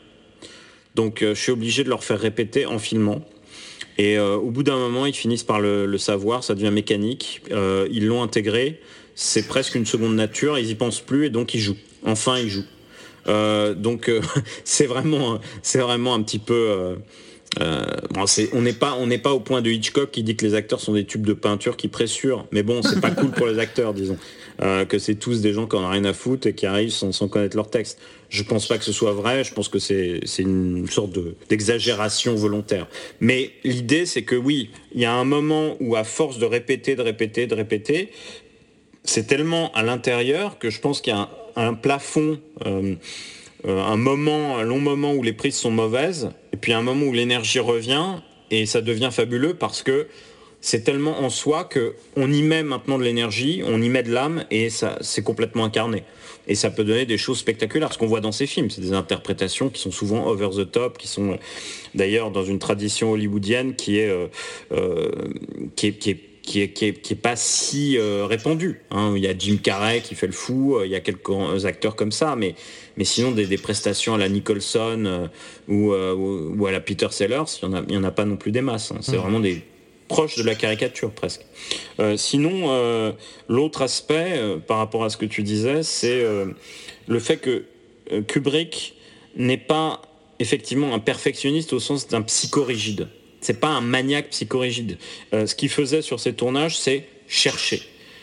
Donc, euh, je suis obligé de leur faire répéter en filmant. Et euh, au bout d'un moment, ils finissent par le, le savoir, ça devient mécanique. Euh, ils l'ont intégré, c'est presque une seconde nature, ils y pensent plus et donc ils jouent. Enfin, ils jouent. Euh, donc euh, c'est vraiment, c'est vraiment un petit peu. Euh, euh, bon, c'est, on n'est pas, on n'est pas au point de Hitchcock qui dit que les acteurs sont des tubes de peinture qui pressurent. Mais bon, c'est pas cool pour les acteurs, disons, euh, que c'est tous des gens qui en ont rien à foutre et qui arrivent sans, sans connaître leur texte. Je pense pas que ce soit vrai. Je pense que c'est, c'est une sorte de, d'exagération volontaire. Mais l'idée, c'est que oui, il y a un moment où, à force de répéter, de répéter, de répéter, c'est tellement à l'intérieur que je pense qu'il y a un un plafond, euh, euh, un moment, un long moment où les prises sont mauvaises, et puis un moment où l'énergie revient, et ça devient fabuleux parce que c'est tellement en soi qu'on y met maintenant de l'énergie, on y met de l'âme, et ça, c'est complètement incarné. Et ça peut donner des choses spectaculaires, ce qu'on voit dans ces films. C'est des interprétations qui sont souvent over the top, qui sont d'ailleurs dans une tradition hollywoodienne qui est, euh, euh, qui est, qui est qui est, qui est, qui est pas si euh, répandu. Hein. Il y a Jim Carrey qui fait le fou, euh, il y a quelques acteurs comme ça, mais, mais sinon des, des prestations à la Nicholson euh, ou, euh, ou à la Peter Sellers, il n'y en, en a pas non plus des masses. Hein. C'est mmh. vraiment des proches de la caricature presque. Euh, sinon, euh, l'autre aspect euh, par rapport à ce que tu disais, c'est euh, le fait que euh, Kubrick n'est pas effectivement un perfectionniste au sens d'un psychorigide. C'est pas un maniaque psychorigide. Euh, ce qu'il faisait sur ses tournages, c'est chercher.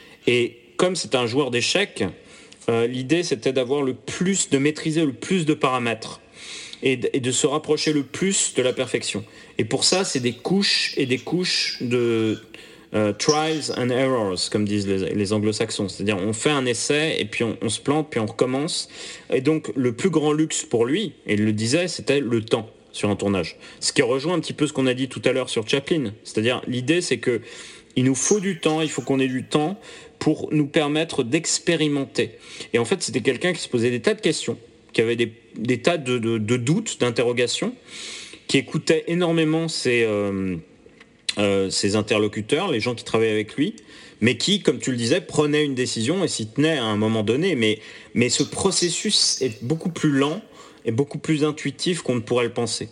Et comme c'est un joueur d'échecs, euh, l'idée c'était d'avoir le plus, de maîtriser le plus de paramètres et de, et de se rapprocher le plus de la perfection. Et pour ça, c'est des couches et des couches de euh, trials and errors, comme disent les, les anglo-saxons. C'est-à-dire, on fait un essai et puis on, on se plante, puis on recommence. Et donc, le plus grand luxe pour lui, et il le disait, c'était le temps sur un tournage. Ce qui rejoint un petit peu ce qu'on a dit tout à l'heure sur Chaplin. C'est-à-dire, l'idée, c'est que il nous faut du temps, il faut qu'on ait du temps pour nous permettre d'expérimenter. Et en fait, c'était quelqu'un qui se posait des tas de questions, qui avait des, des tas de, de, de doutes, d'interrogations, qui écoutait énormément ses, euh, euh, ses interlocuteurs, les gens qui travaillaient avec lui, mais qui, comme tu le disais, prenait une décision et s'y tenait à un moment donné. Mais, mais ce processus est beaucoup plus lent et beaucoup plus intuitif qu'on ne pourrait le penser.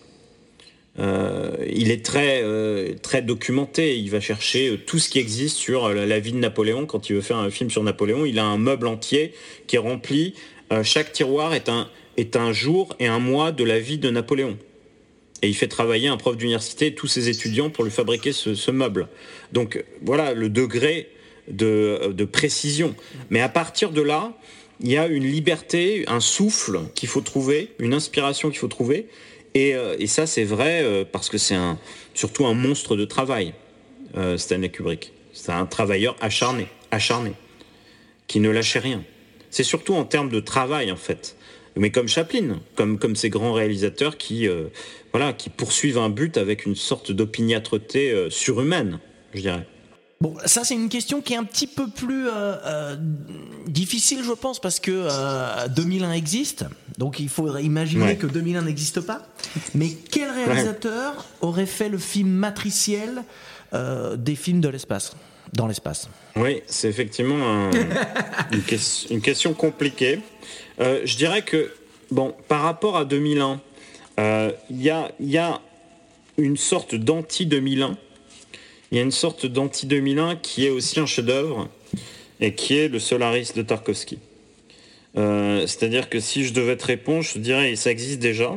Euh, il est très, euh, très documenté. Il va chercher tout ce qui existe sur la vie de Napoléon. Quand il veut faire un film sur Napoléon, il a un meuble entier qui est rempli. Euh, chaque tiroir est un, est un jour et un mois de la vie de Napoléon. Et il fait travailler un prof d'université et tous ses étudiants pour lui fabriquer ce, ce meuble. Donc voilà le degré de, de précision. Mais à partir de là, il y a une liberté, un souffle qu'il faut trouver, une inspiration qu'il faut trouver. Et, euh, et ça, c'est vrai euh, parce que c'est un, surtout un monstre de travail, euh, Stanley Kubrick. C'est un travailleur acharné, acharné, qui ne lâchait rien. C'est surtout en termes de travail, en fait. Mais comme Chaplin, comme, comme ces grands réalisateurs qui, euh, voilà, qui poursuivent un but avec une sorte d'opiniâtreté euh, surhumaine, je dirais. Bon, ça c'est une question qui est un petit peu plus euh, euh, difficile, je pense, parce que euh, deux mille un existe, donc il faudrait imaginer ouais. que deux mille un n'existe pas. Mais quel réalisateur ouais. aurait fait le film matriciel euh, des films de l'espace, dans l'espace ? Oui, c'est effectivement un, une, que- une question compliquée. Euh, je dirais que, bon, par rapport à deux mille un, il euh, y, y a une sorte d'anti-deux mille un. Il y a une sorte d'anti-deux mille un qui est aussi un chef-d'œuvre et qui est le Solaris de Tarkovsky. Euh, c'est-à-dire que si je devais te répondre, je te dirais, et ça existe déjà,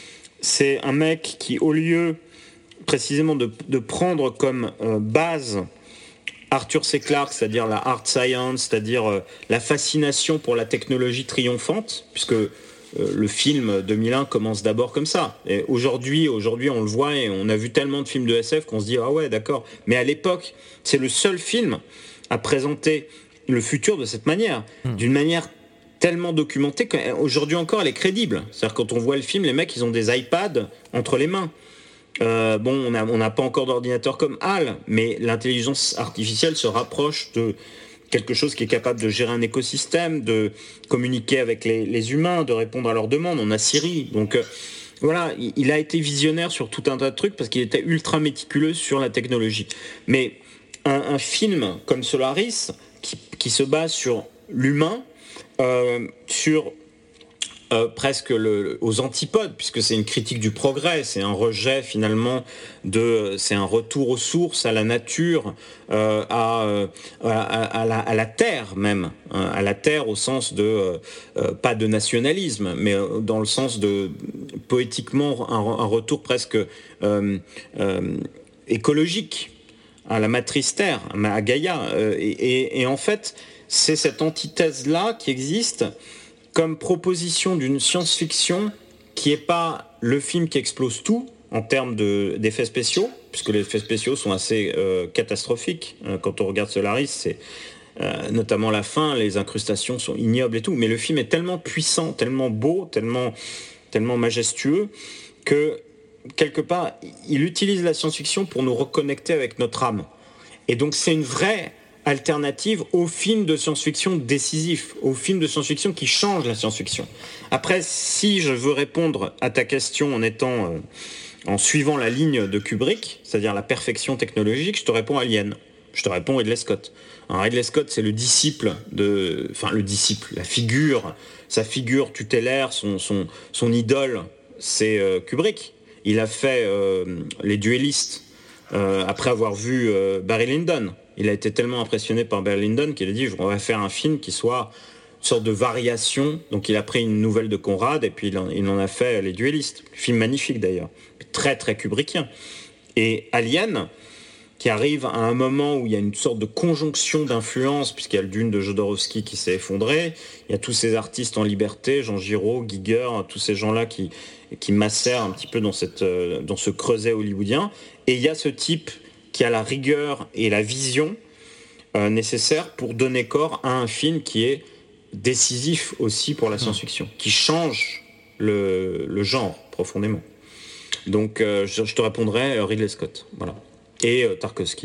c'est un mec qui, au lieu précisément de, de prendre comme euh, base Arthur C. Clarke, c'est-à-dire la hard science, c'est-à-dire euh, la fascination pour la technologie triomphante, puisque euh, le film deux mille un commence d'abord comme ça. Et aujourd'hui, aujourd'hui, on le voit et on a vu tellement de films de S F qu'on se dit ah ouais, d'accord. Mais à l'époque, c'est le seul film à présenter le futur de cette manière, mmh. d'une manière tellement documentée qu'aujourd'hui encore, elle est crédible. C'est-à-dire quand on voit le film, les mecs, ils ont des iPads entre les mains. Euh, bon, on n'a on a pas encore d'ordinateur comme HAL, mais l'intelligence artificielle se rapproche de quelque chose qui est capable de gérer un écosystème, de communiquer avec les, les humains, de répondre à leurs demandes. On a Siri. Donc euh, voilà, il, il a été visionnaire sur tout un tas de trucs parce qu'il était ultra méticuleux sur la technologie. Mais un, un film comme Solaris, qui, qui se base sur l'humain, euh, sur... Euh, presque le, aux antipodes, puisque c'est une critique du progrès, c'est un rejet finalement de, c'est un retour aux sources, à la nature, euh, à, à, à, la, à la terre même, hein, à la terre au sens de euh, pas de nationalisme, mais dans le sens de poétiquement un, un retour presque euh, euh, écologique à la matrice terre, à Gaïa, euh, et, et, et en fait c'est cette antithèse là qui existe comme proposition d'une science-fiction qui n'est pas le film qui explose tout en termes de, d'effets spéciaux, puisque les effets spéciaux sont assez euh, catastrophiques. Euh, quand on regarde Solaris, c'est euh, notamment la fin, les incrustations sont ignobles et tout, mais le film est tellement puissant, tellement beau, tellement, tellement majestueux, que quelque part, il utilise la science-fiction pour nous reconnecter avec notre âme. Et donc c'est une vraie alternative au film de science-fiction décisif, au film de science-fiction qui change la science-fiction. Après, si je veux répondre à ta question en étant, euh, en suivant la ligne de Kubrick, c'est-à-dire la perfection technologique, je te réponds Alien. Je te réponds Ridley Scott. Alors, Ridley Scott, c'est le disciple de, enfin le disciple, la figure, sa figure tutélaire, son son son idole, c'est euh, Kubrick. Il a fait euh, Les Duellistes euh, après avoir vu euh, Barry Lyndon. Il a été tellement impressionné par Barry Lyndon qu'il a dit on va faire un film qui soit une sorte de variation. Donc il a pris une nouvelle de Conrad et puis il en, il en a fait Les Duellistes. Film magnifique d'ailleurs, très très kubrickien. Et Alien, qui arrive à un moment où il y a une sorte de conjonction d'influences, puisqu'il y a le Dune de Jodorowsky qui s'est effondré, il y a tous ces artistes en liberté, Jean Giraud, Giger, tous ces gens-là qui, qui macèrent un petit peu dans, cette, dans ce creuset hollywoodien. Et il y a ce type qui a la rigueur et la vision euh, nécessaires pour donner corps à un film qui est décisif aussi pour la science-fiction, qui change le, le genre profondément. Donc euh, je, je te répondrai euh, Ridley Scott, voilà, et euh, Tarkovsky.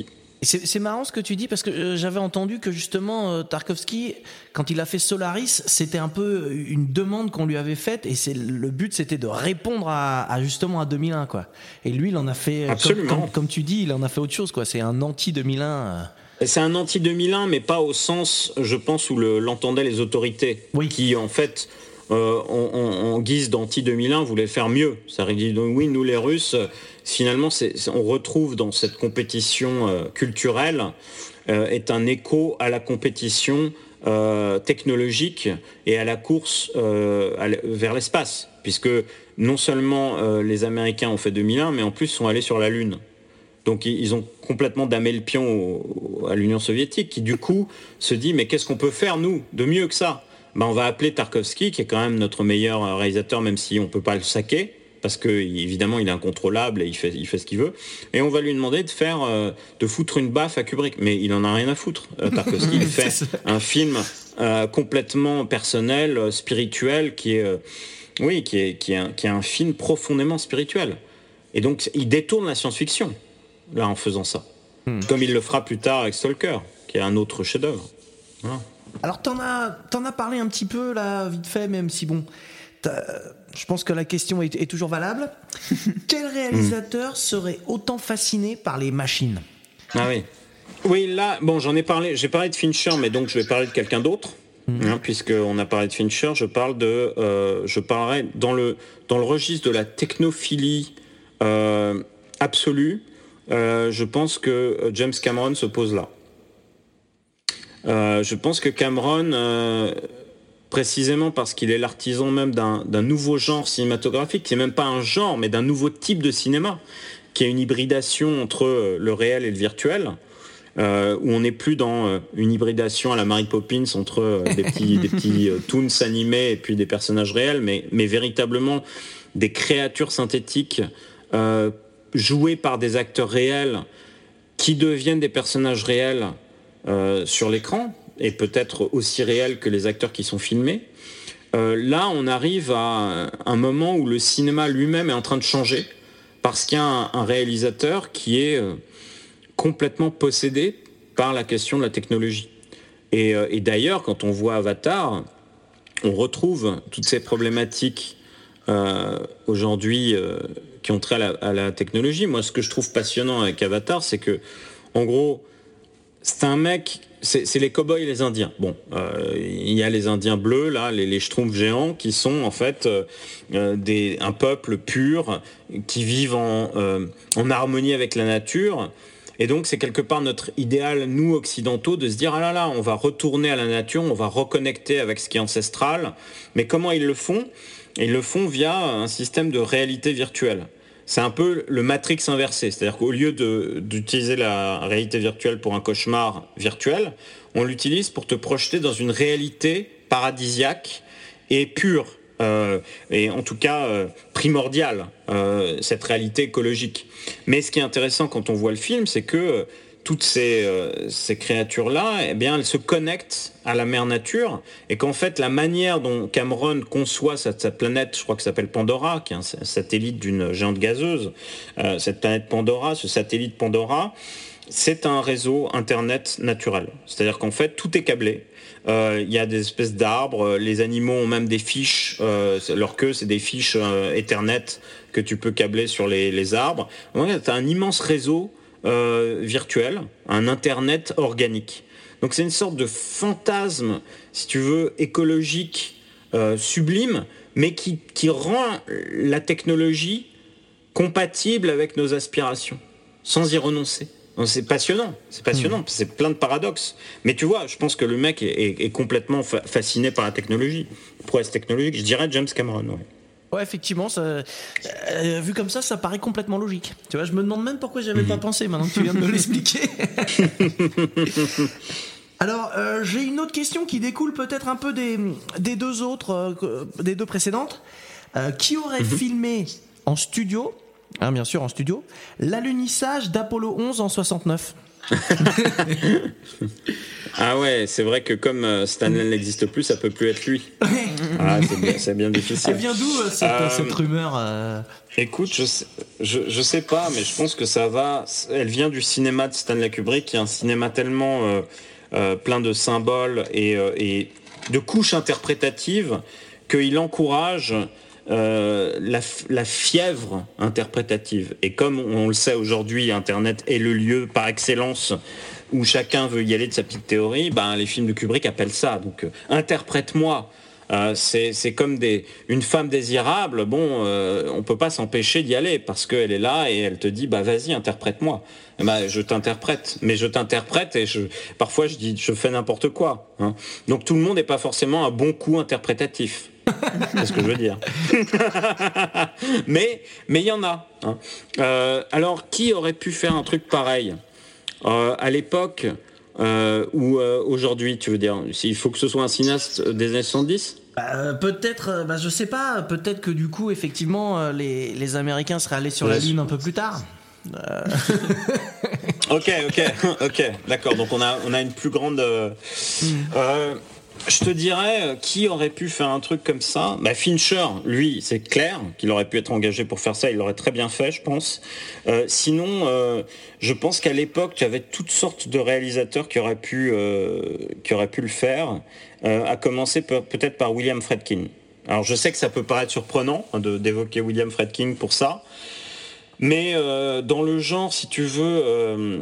C'est, c'est marrant ce que tu dis parce que euh, j'avais entendu que justement euh, Tarkovsky, quand il a fait Solaris, c'était un peu une demande qu'on lui avait faite et c'est le but, c'était de répondre à, à justement à deux mille un quoi. Et lui, il en a fait, comme, comme, comme tu dis, il en a fait autre chose quoi. C'est un anti deux mille un. Euh. C'est un anti deux mille un, mais pas au sens, je pense, où le, l'entendaient les autorités, oui. qui en fait, euh, en, en, en guise d'anti deux mille un, voulaient faire mieux. Ça dit donc oui, nous les Russes, finalement, c'est, c'est, on retrouve dans cette compétition euh, culturelle euh, est un écho à la compétition euh, technologique et à la course euh, à, vers l'espace, puisque non seulement euh, les Américains ont fait deux mille un, mais en plus sont allés sur la Lune. Donc ils ont complètement damé le pion au, à l'Union soviétique, qui du coup se dit mais qu'est-ce qu'on peut faire nous de mieux que ça ? Ben, on va appeler Tarkovsky, qui est quand même notre meilleur réalisateur, même si on peut pas le saquer, parce que évidemment il est incontrôlable et il fait, il fait ce qu'il veut. Et on va lui demander de faire, euh, de foutre une baffe à Kubrick, mais il en a rien à foutre. Euh, Tarkovsky, il fait un film euh, complètement personnel, euh, spirituel, qui est, euh, oui, qui est, qui est, un, qui est un film profondément spirituel. Et donc il détourne la science-fiction. Là, en faisant ça. Hmm. Comme il le fera plus tard avec Stalker, qui est un autre chef-d'œuvre. Voilà. Alors, t'en as, t'en as parlé un petit peu, là, vite fait, même si, bon, je pense que la question est, est toujours valable. Quel réalisateur hmm. serait autant fasciné par les machines ? Ah oui. Oui, là, bon, j'en ai parlé, j'ai parlé de Fincher, mais donc je vais parler de quelqu'un d'autre. Hmm. Hein, puisqu'on a parlé de Fincher, je parle de... Euh, je parlerai dans le, dans le registre de la technophilie euh, absolue. Euh, je pense que James Cameron se pose là. Euh, je pense que Cameron, euh, précisément parce qu'il est l'artisan même d'un, d'un nouveau genre cinématographique, qui n'est même pas un genre, mais d'un nouveau type de cinéma, qui est une hybridation entre le réel et le virtuel, euh, où on n'est plus dans euh, une hybridation à la Mary Poppins entre euh, des petits, des petits euh, toons animés et puis des personnages réels, mais, mais véritablement des créatures synthétiques euh, joués par des acteurs réels qui deviennent des personnages réels euh, sur l'écran, et peut-être aussi réels que les acteurs qui sont filmés. Euh, là, on arrive à un moment où le cinéma lui-même est en train de changer, parce qu'il y a un, un réalisateur qui est euh, complètement possédé par la question de la technologie. Et, euh, et d'ailleurs, quand on voit Avatar, on retrouve toutes ces problématiques euh, aujourd'hui... Euh, qui ont trait à la, à la technologie. Moi, ce que je trouve passionnant avec Avatar, c'est que, en gros, c'est un mec, c'est, c'est les cow-boys et les Indiens. Bon, euh, il y a les Indiens bleus, là, les, les schtroumpfs géants, qui sont en fait euh, des, un peuple pur, qui vivent en, euh, en harmonie avec la nature. Et donc, c'est quelque part notre idéal, nous, occidentaux, de se dire, ah là là, on va retourner à la nature, on va reconnecter avec ce qui est ancestral. Mais comment ils le font ? Ils le font via un système de réalité virtuelle. C'est un peu le Matrix inversé, c'est-à-dire qu'au lieu de, d'utiliser la réalité virtuelle pour un cauchemar virtuel, on l'utilise pour te projeter dans une réalité paradisiaque et pure, euh, et en tout cas euh, primordiale, euh, cette réalité écologique. Mais ce qui est intéressant quand on voit le film, c'est que euh, toutes ces, euh, ces créatures-là, eh bien, elles se connectent à la mère nature, et qu'en fait, la manière dont Cameron conçoit cette, cette planète, je crois que ça s'appelle Pandora, qui est un, un satellite d'une géante gazeuse, euh, cette planète Pandora, ce satellite Pandora, c'est un réseau Internet naturel. C'est-à-dire qu'en fait, tout est câblé. Il euh, y a des espèces d'arbres, les animaux ont même des fiches, euh, leur queue, c'est des fiches euh, Ethernet que tu peux câbler sur les, les arbres. Donc, tu as un immense réseau Euh, virtuel, un Internet organique. Donc c'est une sorte de fantasme, si tu veux, écologique, euh, sublime, mais qui, qui rend la technologie compatible avec nos aspirations, sans y renoncer. Donc c'est passionnant, c'est passionnant, mmh. c'est plein de paradoxes. Mais tu vois, je pense que le mec est, est, est complètement fa- fasciné par la technologie, prouesse technologique. Je dirais James Cameron, ouais. Ouais, effectivement, ça, euh, vu comme ça, ça paraît complètement logique. Tu vois, je me demande même pourquoi j'avais mmh. pas pensé, maintenant que tu viens de me l'expliquer. Alors, euh, j'ai une autre question qui découle peut-être un peu des, des deux autres, euh, des deux précédentes. Euh, qui aurait mmh. filmé en studio, hein, bien sûr en studio, l'alunissage d'Apollo onze en soixante-neuf? Ah ouais, c'est vrai que comme Stanley n'existe plus, ça peut plus être lui. Ah, c'est, bien, c'est bien difficile. Elle vient d'où cette, euh, cette rumeur euh... Écoute, je sais, je, je sais pas, mais je pense que ça va. Elle vient du cinéma de Stanley Kubrick, qui est un cinéma tellement euh, euh, plein de symboles et, euh, et de couches interprétatives qu'il encourage euh, la, la fièvre interprétative. Et comme on le sait aujourd'hui, Internet est le lieu par excellence où chacun veut y aller de sa petite théorie, ben, les films de Kubrick appellent ça. Donc, euh, interprète-moi. Euh, c'est, c'est comme des, une femme désirable. Bon, euh, on peut pas s'empêcher d'y aller parce qu'elle est là et elle te dit, bah vas-y, interprète-moi. Et bah, je t'interprète, mais je t'interprète et je, parfois je dis, je fais n'importe quoi. Hein. Donc tout le monde n'est pas forcément un bon coup interprétatif. C'est ce que je veux dire. mais mais il y en a. Hein. Euh, alors, qui aurait pu faire un truc pareil euh, à l'époque? Euh, ou euh, aujourd'hui, tu veux dire, il faut que ce soit un cinéaste des années soixante-dix? Bah, peut-être, bah, je sais pas, peut-être que du coup, effectivement, les, les Américains seraient allés sur ouais. la Lune un peu plus tard. Euh... ok, ok, ok, d'accord. Donc on a, on a une plus grande. Euh, mm. euh, je te dirais, qui aurait pu faire un truc comme ça? Bah, Fincher, lui, c'est clair qu'il aurait pu être engagé pour faire ça. Il l'aurait très bien fait, je pense. Euh, sinon, euh, je pense qu'à l'époque, tu avais toutes sortes de réalisateurs qui auraient pu, euh, qui auraient pu le faire. Euh, à commencer pe- peut-être par William Friedkin. Alors, je sais que ça peut paraître surprenant hein, de, d'évoquer William Friedkin pour ça, mais euh, dans le genre, si tu veux, euh,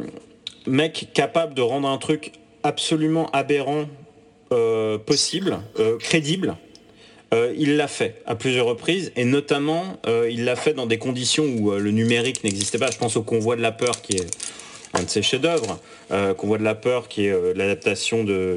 mec capable de rendre un truc absolument aberrant. Euh, possible, euh, crédible, euh, il l'a fait à plusieurs reprises et notamment euh, il l'a fait dans des conditions où euh, le numérique n'existait pas. Je pense au Convoi de la peur qui est un de ses chefs-d'œuvre, euh, Convoi de la peur qui est euh, l'adaptation de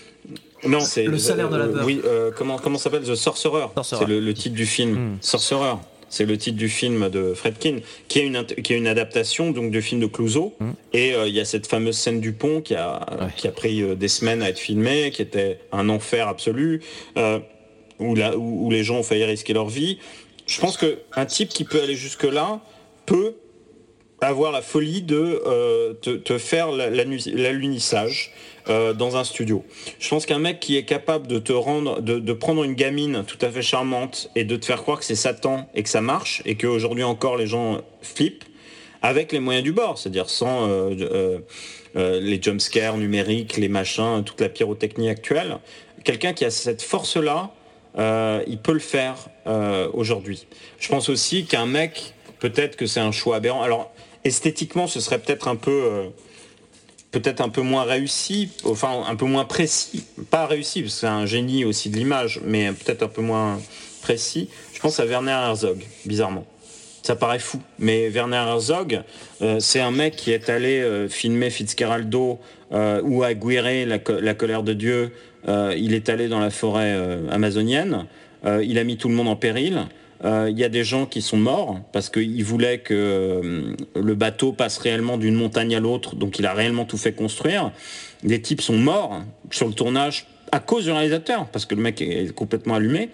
non c'est le salaire de la peur. Euh, oui, euh, comment comment ça s'appelle The Sorcerer. Sorcerer. C'est le, le titre du film. Mm. Sorcerer. C'est le titre du film de Friedkin, qui est une, qui est une adaptation donc, du film de Clouseau. Mmh. Et il euh, y a cette fameuse scène du pont qui a, ouais. qui a pris euh, des semaines à être filmée, qui était un enfer absolu, euh, où, la, où, où les gens ont failli risquer leur vie. Je pense qu'un type qui peut aller jusque-là peut avoir la folie de euh, te, te faire l'alunissage euh, dans un studio. Je pense qu'un mec qui est capable de te rendre, de, de prendre une gamine tout à fait charmante et de te faire croire que c'est Satan et que ça marche et qu'aujourd'hui encore les gens flippent avec les moyens du bord, c'est-à-dire sans euh, euh, euh, les jumpscares numériques, les machins, toute la pyrotechnie actuelle. Quelqu'un qui a cette force-là, euh, il peut le faire euh, aujourd'hui. Je pense aussi qu'un mec, peut-être que c'est un choix aberrant. Alors, esthétiquement, ce serait peut-être un peu, euh, peut-être un peu moins réussi, enfin un peu moins précis. Pas réussi, parce que c'est un génie aussi de l'image, mais peut-être un peu moins précis. Je pense à Werner Herzog, bizarrement. Ça paraît fou, mais Werner Herzog, euh, c'est un mec qui est allé euh, filmer Fitzcarraldo euh, ou Aguirre, la, co- la colère de Dieu. Euh, il est allé dans la forêt euh, amazonienne. Euh, il a mis tout le monde en péril. Il euh, y a des gens qui sont morts parce qu'ils voulaient que euh, le bateau passe réellement d'une montagne à l'autre, donc il a réellement tout fait construire. Des types sont morts sur le tournage à cause du réalisateur, parce que le mec est complètement allumé.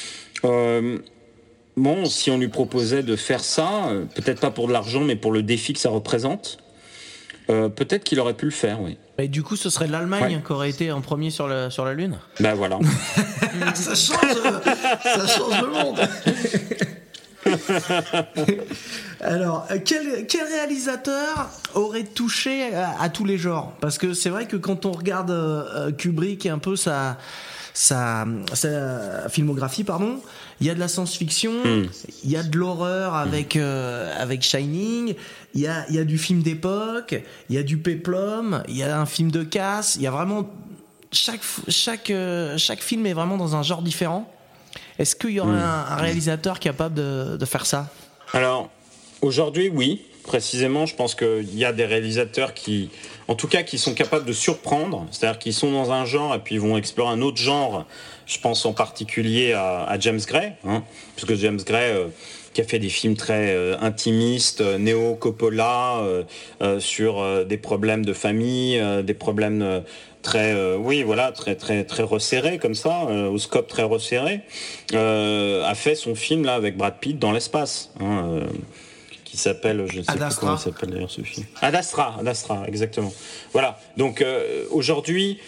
Euh, bon, si on lui proposait de faire ça, euh, peut-être pas pour de l'argent, mais pour le défi que ça représente, euh, peut-être qu'il aurait pu le faire, oui. Et du coup, ce serait l'Allemagne ouais. qui aurait été en premier sur la, sur la Lune. Ben voilà. ça, change, ça change le monde. Alors, quel, quel réalisateur aurait touché à, à tous les genres? Parce que c'est vrai que quand on regarde euh, Kubrick et un peu sa, sa, sa filmographie, pardon, il y a de la science-fiction, il mm. y a de l'horreur avec, euh, avec Shining, il y a, y a du film d'époque, il y a du péplum, il y a un film de casse, il y a vraiment... Chaque, chaque, euh, chaque film est vraiment dans un genre différent. Est-ce qu'il y aurait mm. un, un réalisateur capable de, de faire ça? Alors, aujourd'hui, oui. Précisément, je pense qu'il y a des réalisateurs qui, en tout cas, qui sont capables de surprendre, c'est-à-dire qu'ils sont dans un genre et puis ils vont explorer un autre genre. Je pense en particulier à, à James Gray, hein, puisque James Gray, euh, qui a fait des films très euh, intimistes, euh, néo-Coppola, euh, euh, sur euh, des problèmes de famille, euh, des problèmes euh, très, euh, oui, voilà, très, très, très resserrés comme ça, euh, au scope très resserré, euh, a fait son film là avec Brad Pitt dans l'espace. Hein, euh, qui s'appelle, je ne sais plus comment il s'appelle d'ailleurs ce film. Ad Astra, Ad Astra, exactement. Voilà. Donc euh, aujourd'hui,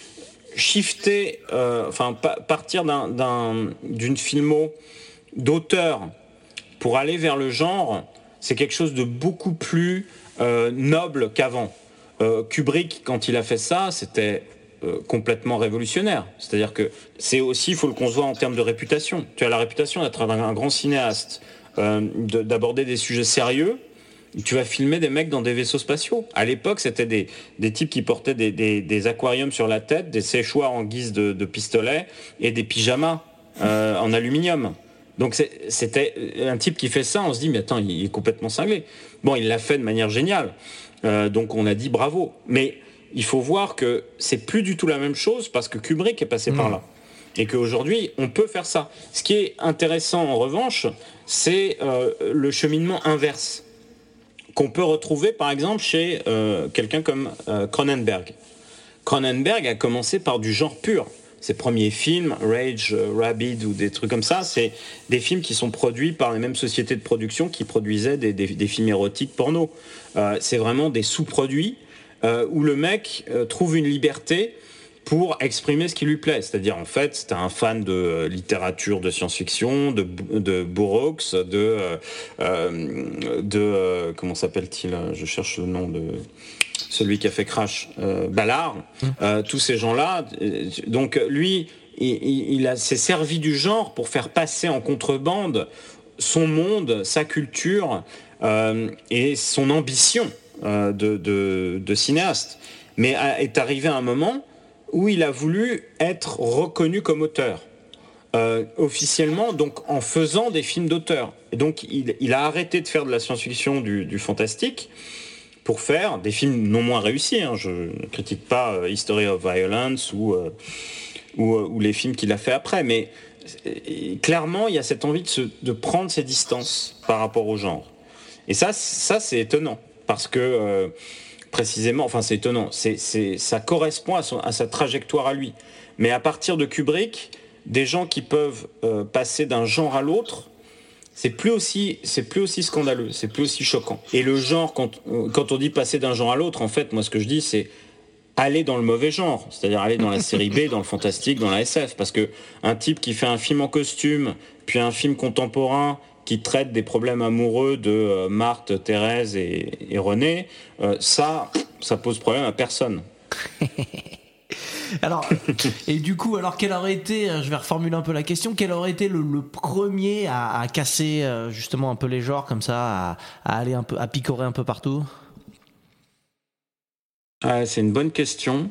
shifter, euh, enfin pa- partir d'un, d'un, d'une filmo d'auteur pour aller vers le genre, c'est quelque chose de beaucoup plus euh, noble qu'avant. Euh, Kubrick, quand il a fait ça, c'était euh, complètement révolutionnaire. C'est-à-dire que c'est aussi, il faut le concevoir en termes de réputation. Tu as la réputation d'être un, un grand cinéaste, euh, de, d'aborder des sujets sérieux. Tu vas filmer des mecs dans des vaisseaux spatiaux. À l'époque, c'était des, des types qui portaient des, des, des aquariums sur la tête, des séchoirs en guise de, de pistolet et des pyjamas euh, en aluminium. Donc c'est, c'était un type qui fait ça, on se dit mais attends, il est complètement cinglé. Bon, il l'a fait de manière géniale, euh, donc on a dit bravo. Mais il faut voir que c'est plus du tout la même chose parce que Kubrick est passé mmh. par là. Et qu'aujourd'hui, on peut faire ça. Ce qui est intéressant en revanche, c'est euh, le cheminement inverse qu'on peut retrouver par exemple chez euh, quelqu'un comme euh, Cronenberg. Cronenberg a commencé par du genre pur. Ses premiers films, Rage, euh, Rabid ou des trucs comme ça, c'est des films qui sont produits par les mêmes sociétés de production qui produisaient des, des, des films érotiques porno. Euh, c'est vraiment des sous-produits euh, où le mec euh, trouve une liberté pour exprimer ce qui lui plaît. C'est-à-dire, en fait, c'était un fan de euh, littérature, de science-fiction, de, de Burroughs, de... Euh, de euh, comment s'appelle-t-il ? Je cherche le nom de... celui qui a fait Crash, euh, Ballard, euh, tous ces gens-là. Donc lui, il, il a, s'est servi du genre pour faire passer en contrebande son monde, sa culture euh, et son ambition euh, de, de, de cinéaste. Mais est arrivé un moment où il a voulu être reconnu comme auteur. Euh, officiellement, donc en faisant des films d'auteur. Et donc il, il a arrêté de faire de la science-fiction, du, du fantastique, pour faire des films non moins réussis. Hein. Je ne critique pas euh, History of Violence ou, euh, ou, euh, ou les films qu'il a fait après, mais euh, clairement, il y a cette envie de, se, de prendre ses distances par rapport au genre. Et ça, ça c'est étonnant, parce que, euh, précisément, enfin c'est étonnant, c'est, c'est, ça correspond à, son, à sa trajectoire à lui. Mais à partir de Kubrick, des gens qui peuvent euh, passer d'un genre à l'autre, c'est plus aussi, c'est plus aussi scandaleux, c'est plus aussi choquant. Et le genre, quand, quand on dit passer d'un genre à l'autre, en fait, moi, ce que je dis, c'est aller dans le mauvais genre, c'est-à-dire aller dans la série B, dans le fantastique, dans la S F, parce que un type qui fait un film en costume, puis un film contemporain qui traite des problèmes amoureux de euh, Marthe, Thérèse et, et René, euh, ça, ça pose problème à personne. Alors, et du coup, alors quel aurait été, je vais reformuler un peu la question, quel aurait été le, le premier à, à casser justement un peu les genres comme ça, à, à aller un peu, à picorer un peu partout ? Ah, c'est une bonne question.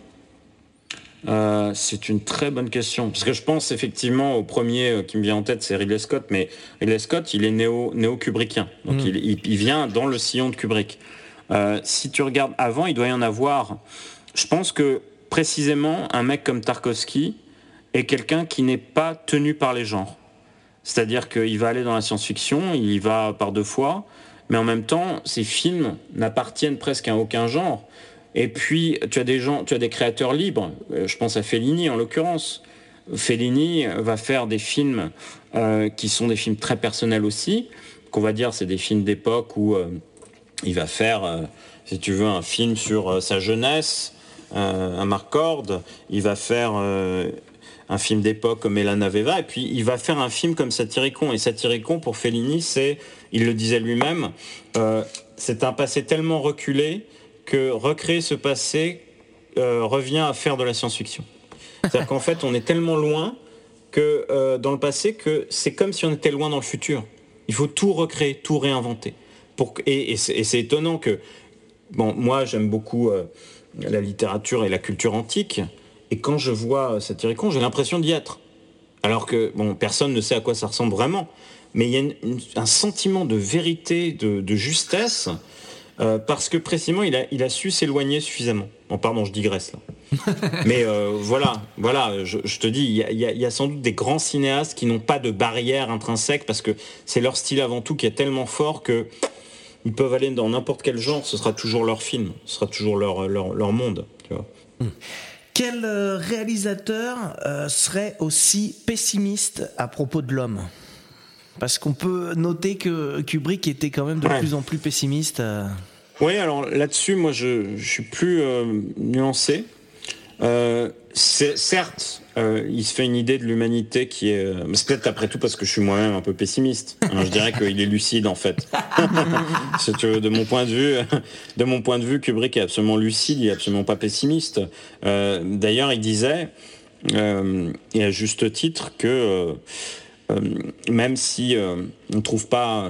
Euh, c'est une très bonne question. Parce que je pense effectivement au premier qui me vient en tête, c'est Ridley Scott, mais Ridley Scott, il est néo, néo-kubrickien. Donc mmh. il, il, il vient dans le sillon de Kubrick. Euh, si tu regardes avant, il doit y en avoir. Je pense que précisément, un mec comme Tarkovsky est quelqu'un qui n'est pas tenu par les genres. C'est-à-dire qu'il va aller dans la science-fiction, il y va par deux fois, mais en même temps, ses films n'appartiennent presque à aucun genre. Et puis, tu as des gens, tu as des créateurs libres. Je pense à Fellini, en l'occurrence. Fellini va faire des films euh, qui sont des films très personnels aussi, qu'on va dire, c'est des films d'époque où euh, il va faire, euh, si tu veux, un film sur euh, sa jeunesse, euh, un Marcord, il va faire euh, un film d'époque comme Elena Veva, et puis il va faire un film comme Satyricon. Et Satyricon, pour Fellini, c'est, il le disait lui-même, euh, c'est un passé tellement reculé que recréer ce passé euh, revient à faire de la science-fiction. C'est-à-dire qu'en fait, on est tellement loin que, euh, dans le passé que c'est comme si on était loin dans le futur. Il faut tout recréer, tout réinventer. Pour, et, et, c'est, et c'est étonnant que... Bon, moi, j'aime beaucoup euh, la littérature et la culture antique, et quand je vois Satyricon, j'ai l'impression d'y être. Alors que, bon, personne ne sait à quoi ça ressemble vraiment, mais il y a une, une, un sentiment de vérité, de, de justesse... Euh, parce que précisément il a, il a su s'éloigner suffisamment. Bon, pardon, je digresse là. Mais euh, voilà, voilà, je, je te dis, il y, a, il y a sans doute des grands cinéastes qui n'ont pas de barrière intrinsèque parce que c'est leur style avant tout qui est tellement fort que ils peuvent aller dans n'importe quel genre, ce sera toujours leur film, ce sera toujours leur, leur, leur monde. Tu vois. Hum. Quel euh, réalisateur euh, serait aussi pessimiste à propos de l'homme ? Parce qu'on peut noter que Kubrick était quand même de ouais. plus en plus pessimiste. Oui, alors là-dessus, moi, je, je suis plus euh, nuancé. Euh, c'est, certes, euh, il se fait une idée de l'humanité qui est... Euh, c'est peut-être après tout parce que je suis moi-même un peu pessimiste. Hein, je dirais qu'il est lucide en fait. Si tu veux, de mon point de vue, de mon point de vue, Kubrick est absolument lucide, il est absolument pas pessimiste. Euh, d'ailleurs, il disait, euh, et à juste titre, que euh, euh, même si euh, on ne trouve pas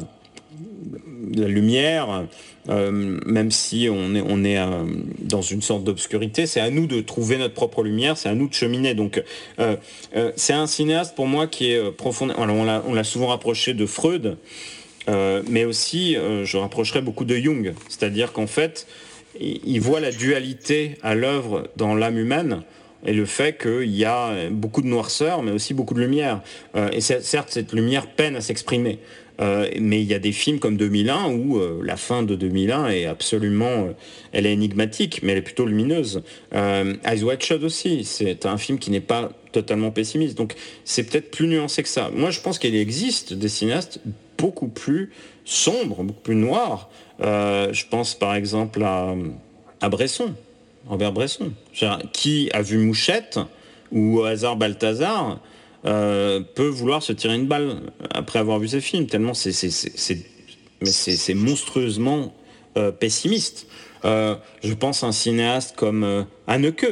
la lumière, euh, même si on est, on est euh, dans une sorte d'obscurité, c'est à nous de trouver notre propre lumière, c'est à nous de cheminer. Donc, euh, euh, c'est un cinéaste pour moi qui est profondément... Alors, on l'a, on l'a souvent rapproché de Freud, euh, mais aussi, euh, je rapprocherais beaucoup de Jung. C'est-à-dire qu'en fait, il voit la dualité à l'œuvre dans l'âme humaine, et le fait qu'il y a beaucoup de noirceur, mais aussi beaucoup de lumière. Euh, et certes, cette lumière peine à s'exprimer. Euh, mais il y a des films comme deux mille un où euh, la fin de deux mille un est absolument... Euh, elle est énigmatique, mais elle est plutôt lumineuse. Euh, Eyes Wide Shut aussi, c'est un film qui n'est pas totalement pessimiste. Donc c'est peut-être plus nuancé que ça. Moi, je pense qu'il existe des cinéastes beaucoup plus sombres, beaucoup plus noirs. Euh, je pense par exemple à, à Bresson, Robert Bresson, qui a vu Mouchette ou au hasard Balthazar, euh, peut vouloir se tirer une balle après avoir vu ces films, tellement c'est, c'est, c'est, c'est, mais c'est, c'est monstrueusement euh, pessimiste. Euh, je pense à un cinéaste comme euh, Haneke.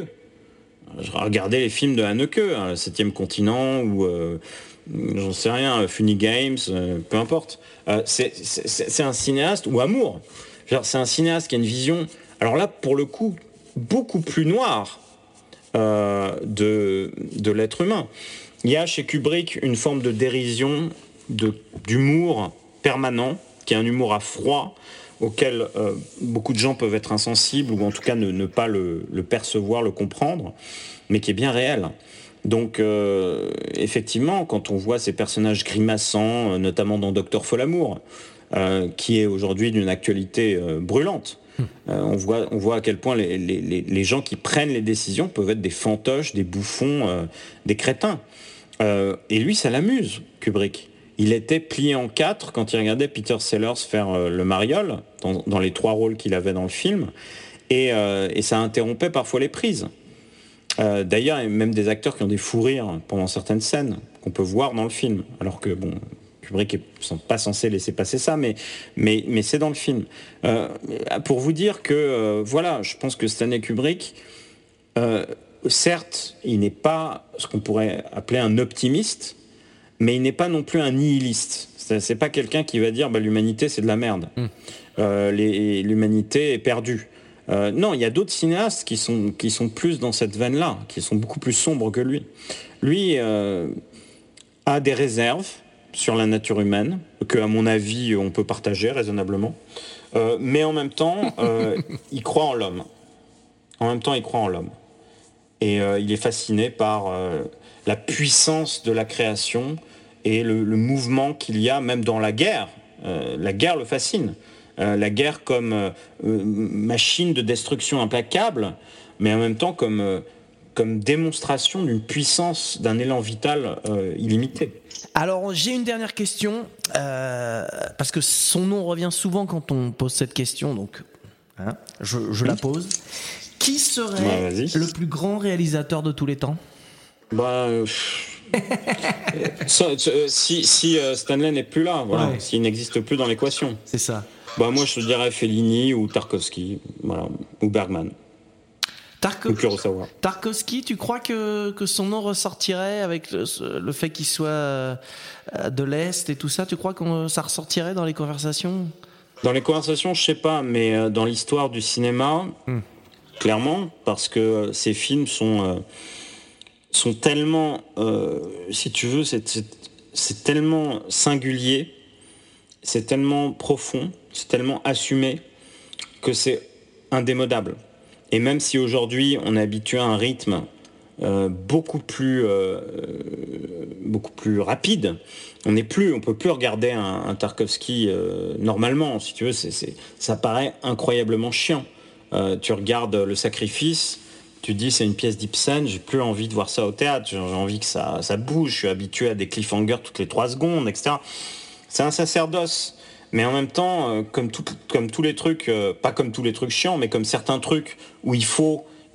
Je regardais les films de Haneke, hein, Le Septième Continent ou euh, j'en sais rien, Funny Games, euh, peu importe. Euh, c'est, c'est, c'est un cinéaste, ou Amour. Genre, c'est un cinéaste qui a une vision, alors là, pour le coup, beaucoup plus noire euh, de, de l'être humain. Il y a chez Kubrick une forme de dérision, de, d'humour permanent, qui est un humour à froid, auquel euh, beaucoup de gens peuvent être insensibles, ou en tout cas ne, ne pas le, le percevoir, le comprendre, mais qui est bien réel. Donc, euh, effectivement, quand on voit ces personnages grimaçants, euh, notamment dans Docteur Folamour, euh, qui est aujourd'hui d'une actualité euh, brûlante, euh, on, voit, on voit à quel point les, les, les gens qui prennent les décisions peuvent être des fantoches, des bouffons, euh, des crétins. Euh, et lui, ça l'amuse, Kubrick. Il était plié en quatre quand il regardait Peter Sellers faire euh, le mariole, dans, dans les trois rôles qu'il avait dans le film, et, euh, et ça interrompait parfois les prises. Euh, d'ailleurs, il y a même des acteurs qui ont des fous rires pendant certaines scènes qu'on peut voir dans le film, alors que bon, Kubrick n'est pas censé laisser passer ça, mais, mais, mais c'est dans le film. Euh, pour vous dire que, euh, voilà, je pense que Stanley Kubrick, euh, certes, il n'est pas ce qu'on pourrait appeler un optimiste, mais il n'est pas non plus un nihiliste. C'est, c'est pas quelqu'un qui va dire bah, l'humanité c'est de la merde, mmh. euh, les, l'humanité est perdue. Euh, non, il y a d'autres cinéastes qui sont, qui sont plus dans cette veine-là, qui sont beaucoup plus sombres que lui. Lui euh, a des réserves sur la nature humaine, que à mon avis on peut partager raisonnablement, euh, mais en même temps euh, il croit en l'homme. En même temps il croit en l'homme. Et euh, il est fasciné par euh, la puissance de la création et le, le mouvement qu'il y a même dans la guerre. Euh, la guerre le fascine. Euh, la guerre comme euh, machine de destruction implacable, mais en même temps comme, euh, comme démonstration d'une puissance, d'un élan vital euh, illimité. Alors j'ai une dernière question, euh, parce que son nom revient souvent quand on pose cette question, donc hein, je, je la pose. Qui serait bah, le plus grand réalisateur de tous les temps ? Bah, euh, so, so, si, si euh, Stanley n'est plus là, voilà, ouais. S'il n'existe plus dans l'équation. C'est ça. Bah, moi, je te dirais Fellini ou Tarkovsky, voilà, ou Bergman. Tarko- ou Kurosawa. Tarkovsky, tu crois que, que son nom ressortirait avec le, le fait qu'il soit euh, de l'Est et tout ça ? Tu crois que ça ressortirait dans les conversations ? Dans les conversations, je sais pas, mais euh, dans l'histoire du cinéma... Hmm. Clairement, parce que ces films sont, euh, sont tellement, euh, si tu veux, c'est, c'est, c'est tellement singulier, c'est tellement profond, c'est tellement assumé que c'est indémodable. Et même si aujourd'hui on est habitué à un rythme euh, beaucoup plus, euh, beaucoup plus rapide, on n'est plus, on peut plus regarder un, un Tarkovsky euh, normalement, si tu veux, c'est, c'est, ça paraît incroyablement chiant. Euh, tu regardes Le Sacrifice, tu te dis c'est une pièce d'Ibsen, j'ai plus envie de voir ça au théâtre, j'ai envie que ça, ça bouge, je suis habitué à des cliffhangers toutes les trois secondes, et cetera. C'est un sacerdoce, mais en même temps, euh, comme, tout, comme tous les trucs, euh, pas comme tous les trucs chiants, mais comme certains trucs où il faut,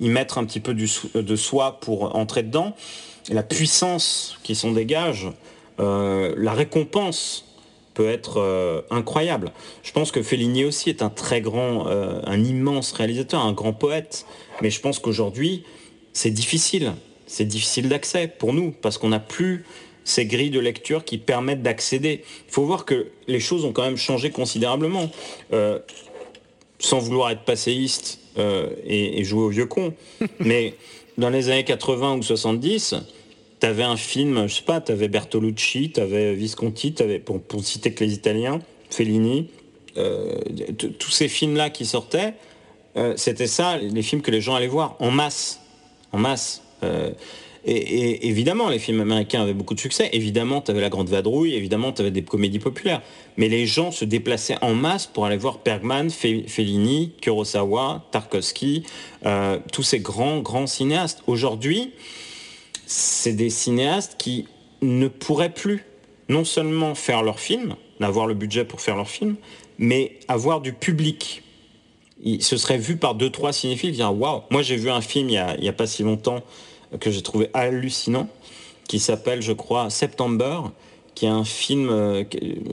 y mettre un petit peu du, de soi pour entrer dedans. Et la puissance qui s'en dégage, euh, la récompense peut être euh, incroyable. Je pense que Fellini aussi est un très grand, euh, un immense réalisateur, un grand poète. Mais je pense qu'aujourd'hui, c'est difficile. C'est difficile d'accès pour nous, parce qu'on n'a plus ces grilles de lecture qui permettent d'accéder. Il faut voir que les choses ont quand même changé considérablement. Euh, sans vouloir être passéiste euh, et, et jouer au vieux con, mais dans les années quatre-vingts ou soixante-dix, t'avais un film, je sais pas, t'avais Bertolucci, t'avais Visconti, t'avais, pour, pour citer que les Italiens, Fellini, euh, tous ces films-là qui sortaient, euh, c'était ça, les films que les gens allaient voir en masse, en masse. Euh, et, et évidemment, les films américains avaient beaucoup de succès. Évidemment, t'avais La Grande Vadrouille, évidemment, t'avais des comédies populaires. Mais les gens se déplaçaient en masse pour aller voir Bergman, Fellini, Kurosawa, Tarkovsky, euh, tous ces grands, grands cinéastes. Aujourd'hui, c'est des cinéastes qui ne pourraient plus non seulement faire leurs films, n'avoir le budget pour faire leurs films, mais avoir du public. Ils se seraient vus par deux, trois cinéphiles qui diraient « Waouh !» Moi, j'ai vu un film il y a, il y a pas si longtemps que j'ai trouvé hallucinant, qui s'appelle, je crois, September, qui est un film, euh,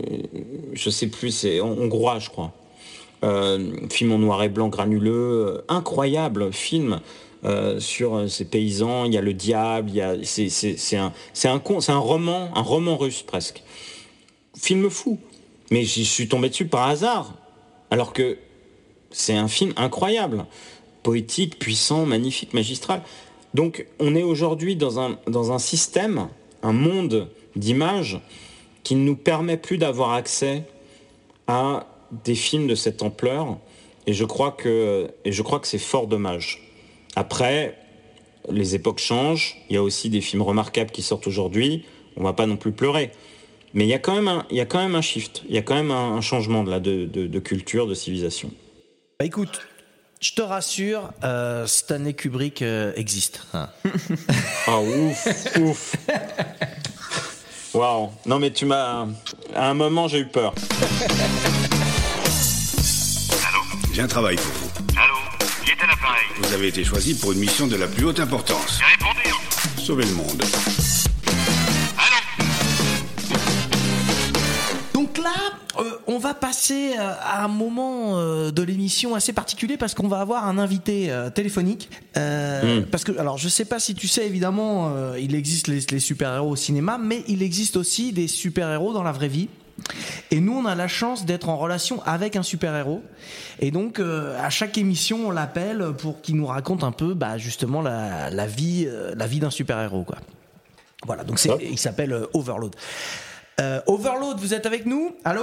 je sais plus, c'est hongrois, je crois. Euh, film en noir et blanc granuleux, euh, incroyable film euh, sur ces paysans. Il y a le diable, il y a, c'est, c'est, c'est un, c'est un con, c'est un roman, un roman russe presque. Film fou, mais j'y suis tombé dessus par hasard, alors que c'est un film incroyable, poétique, puissant, magnifique, magistral. Donc, on est aujourd'hui dans un, dans un système, un monde d'images qui ne nous permet plus d'avoir accès à des films de cette ampleur. Et je crois que, et je crois que c'est fort dommage. Après, les époques changent. Il y a aussi des films remarquables qui sortent aujourd'hui. On ne va pas non plus pleurer. Mais il y a quand même un, il y a quand même un shift. Il y a quand même un, un changement de, là, de, de, de culture, de civilisation. Bah écoute, je te rassure, euh, Stanley Kubrick euh, existe. Ah oh, ouf, ouf. Waouh. Non mais tu m'as... À un moment, j'ai eu peur. Allô ? J'ai un travail pour vous. Allô ? Qui est à l'appareil ? Vous avez été choisi pour une mission de la plus haute importance. J'ai répondu. Sauver le monde. Donc là, euh, on va passer euh, à un moment euh, de l'émission assez particulier parce qu'on va avoir un invité euh, téléphonique. Euh, mmh. Parce que, alors, je sais pas si tu sais, évidemment, euh, il existe les, les super-héros au cinéma, mais il existe aussi des super-héros dans la vraie vie. Et nous, on a la chance d'être en relation avec un super-héros. Et donc, euh, à chaque émission, on l'appelle pour qu'il nous raconte un peu, bah, justement, la, la vie, euh, la vie d'un super-héros, quoi. Voilà. Donc, c'est, il s'appelle euh, Overload. Euh, Overload, vous êtes avec nous ? Allô ?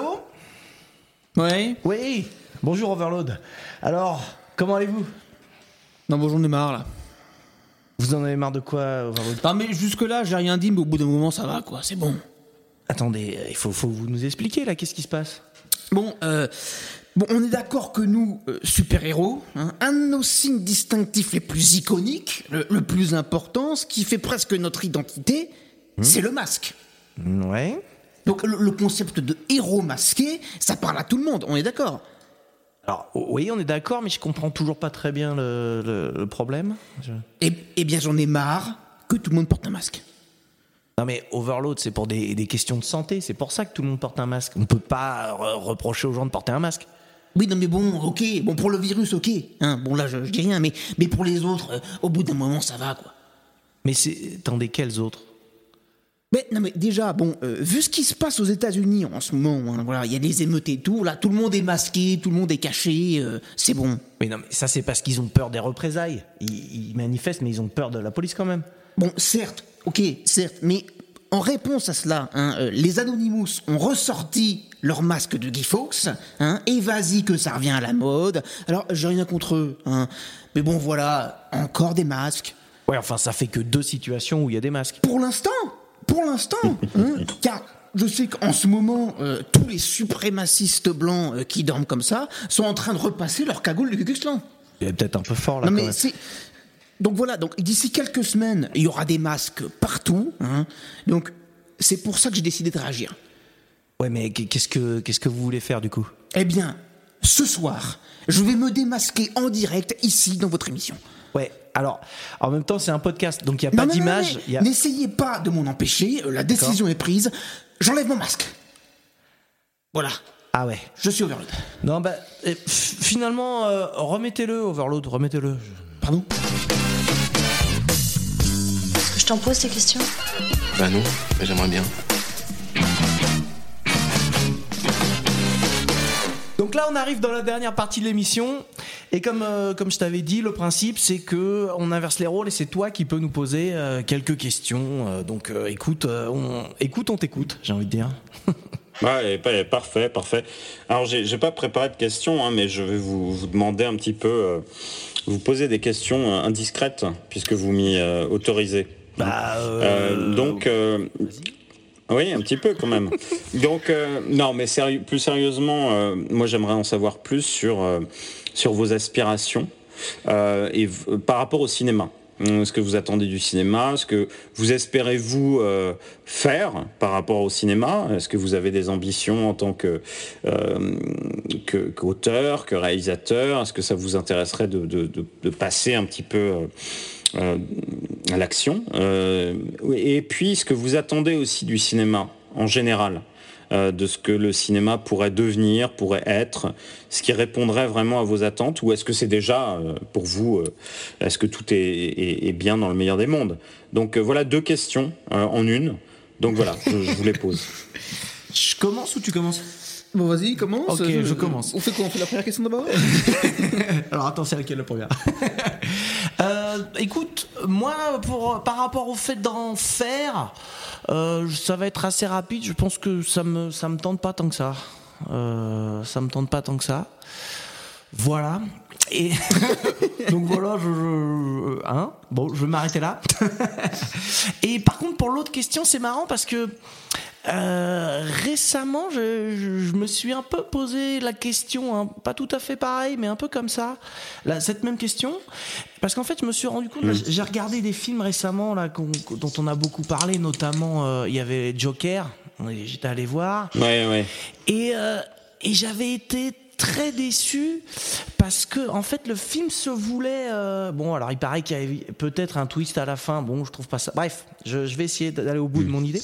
Oui. Oui. Bonjour Overload. Alors, comment allez-vous ? Non, bon, j'en ai marre là. Vous en avez marre de quoi, Overload ? Non, mais jusque-là, j'ai rien dit, mais au bout d'un moment, ça va, quoi. C'est bon. Attendez, il faut, faut vous nous expliquer là, qu'est-ce qui se passe ? Bon, euh, bon, on est d'accord que nous, euh, super-héros, hein, un de nos signes distinctifs les plus iconiques, le, le plus important, ce qui fait presque notre identité, mmh. c'est le masque. Ouais. Donc le, le concept de héros masqué, ça parle à tout le monde, on est d'accord ? Alors oui, on est d'accord, mais je comprends toujours pas très bien le, le, le problème. Je... Eh, eh bien, j'en ai marre que tout le monde porte un masque. Non mais Overload, c'est pour des, des questions de santé, c'est pour ça que tout le monde porte un masque. On peut pas re- reprocher aux gens de porter un masque. Oui, non mais bon, ok, bon pour le virus, ok. Hein, bon là, je, je dis rien, mais, mais pour les autres, euh, au bout d'un moment, ça va, quoi. Mais c'est... Attendez, quels autres ? Mais non mais déjà bon euh, vu ce qui se passe aux États-Unis en ce moment, hein, voilà, il y a des émeutes et tout, là tout le monde est masqué, tout le monde est caché, euh, c'est bon. Mais non mais ça c'est parce qu'ils ont peur des représailles. Ils, ils manifestent mais ils ont peur de la police quand même. Bon certes, ok, certes, mais en réponse à cela, hein, euh, les Anonymous ont ressorti leur masque de Guy Fawkes, hein, et vas-y que ça revient à la mode. Alors j'ai rien contre eux, hein, mais bon voilà, encore des masques. Ouais enfin ça fait que deux situations où il y a des masques. Pour l'instant. Pour l'instant, hein, car je sais qu'en ce moment, euh, tous les suprémacistes blancs euh, qui dorment comme ça sont en train de repasser leur cagoule du Ku Klux Klan. Il est peut-être un peu fort là. Non quand mais même. c'est donc voilà, donc d'ici quelques semaines, il y aura des masques partout. Hein, donc c'est pour ça que j'ai décidé de réagir. Ouais, mais qu'est-ce que qu'est-ce que vous voulez faire du coup ? Eh bien, ce soir, je vais me démasquer en direct ici dans votre émission. Ouais. Alors, en même temps, c'est un podcast, donc il n'y a non, pas non, d'image. non, y a... N'essayez pas de m'en empêcher, la décision est prise. J'enlève mon masque. Voilà. Ah ouais. Je suis Overload. Non, bah, f- finalement, euh, remettez-le, Overload, remettez-le. Pardon ? Est-ce que je t'en pose ces questions ? Bah non, mais j'aimerais bien. Donc là, on arrive dans la dernière partie de l'émission. Et comme, euh, comme je t'avais dit, le principe, c'est que on inverse les rôles et c'est toi qui peux nous poser euh, quelques questions. Euh, donc euh, écoute, euh, on, écoute, on t'écoute, j'ai envie de dire. Ouais, parfait, parfait. Alors, j'ai, j'ai pas préparé de questions, hein, mais je vais vous, vous demander un petit peu, euh, vous poser des questions euh, indiscrètes, puisque vous m'y euh, autorisez. Bah, euh... Euh, donc, euh, oui, un petit peu quand même. Donc, euh, non, mais sérieux, plus sérieusement, euh, moi, j'aimerais en savoir plus sur euh, sur vos aspirations euh, et v- par rapport au cinéma. Ce que vous attendez du cinéma, ce que vous espérez vous euh, faire par rapport au cinéma. Est-ce que vous avez des ambitions en tant que, euh, que qu'auteur, que réalisateur? Est-ce que ça vous intéresserait de, de, de, de passer un petit peu euh, euh, à l'action euh, et puis ce que vous attendez aussi du cinéma en général, euh, de ce que le cinéma pourrait devenir, pourrait être, ce qui répondrait vraiment à vos attentes, ou est-ce que c'est déjà, euh, pour vous, euh, est-ce que tout est, est, est bien dans le meilleur des mondes? Donc euh, voilà deux questions euh, en une. Donc voilà, je, je vous les pose. Je commence ou tu commences? Bon, vas-y, commence. Ok, je, je commence. On fait quoi? On fait la première question d'abord? Alors attends, c'est laquelle la première? euh, Écoute, moi, pour, par rapport au fait d'en faire, euh, ça va être assez rapide. Je pense que ça me, ça me tente pas tant que ça. Euh, ça me tente pas tant que ça. Voilà. Et donc voilà, je, je hein bon, je vais m'arrêter là. Et par contre, pour l'autre question, c'est marrant parce que euh, récemment, je, je, je me suis un peu posé la question, hein, pas tout à fait pareil, mais un peu comme ça, là, cette même question, parce qu'en fait, je me suis rendu compte, mmh. là, j'ai regardé des films récemment là, qu'on, dont on a beaucoup parlé, notamment euh, il y avait Joker, j'étais allé voir, ouais, ouais. et euh, et j'avais été très déçu parce que en fait le film se voulait euh, bon, alors il paraît qu'il y avait peut-être un twist à la fin, bon je trouve pas ça, bref je, je vais essayer d'aller au bout mmh. de mon idée.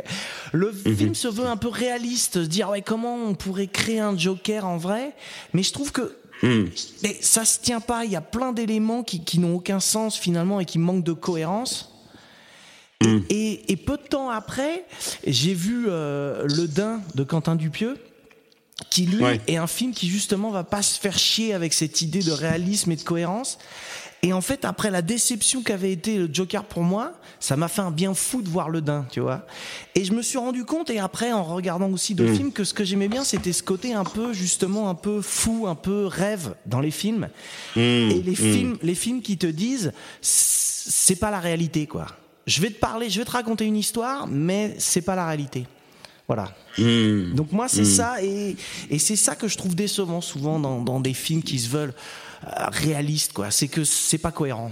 Le mmh. film se veut un peu réaliste, se dire ouais, comment on pourrait créer un Joker en vrai, mais je trouve que mmh. mais ça se tient pas, il y a plein d'éléments qui, qui n'ont aucun sens finalement et qui manquent de cohérence. Mmh. et, et peu de temps après j'ai vu euh, Le Dain de Quentin Dupieux, qui lui ouais. est un film qui justement va pas se faire chier avec cette idée de réalisme et de cohérence. Et en fait, après la déception qu'avait été le Joker pour moi, ça m'a fait un bien fou de voir Le Dain, tu vois. Et je me suis rendu compte, et après en regardant aussi d'autres mmh. films, que ce que j'aimais bien, c'était ce côté un peu justement un peu fou, un peu rêve dans les films. Mmh. Et les mmh. films, les films qui te disent, c'est pas la réalité, quoi. Je vais te parler, je vais te raconter une histoire, mais c'est pas la réalité. Voilà. Mmh. Donc moi c'est mmh. ça et, et c'est ça que je trouve décevant souvent dans, dans des films qui se veulent euh, réalistes, quoi. C'est que c'est pas cohérent.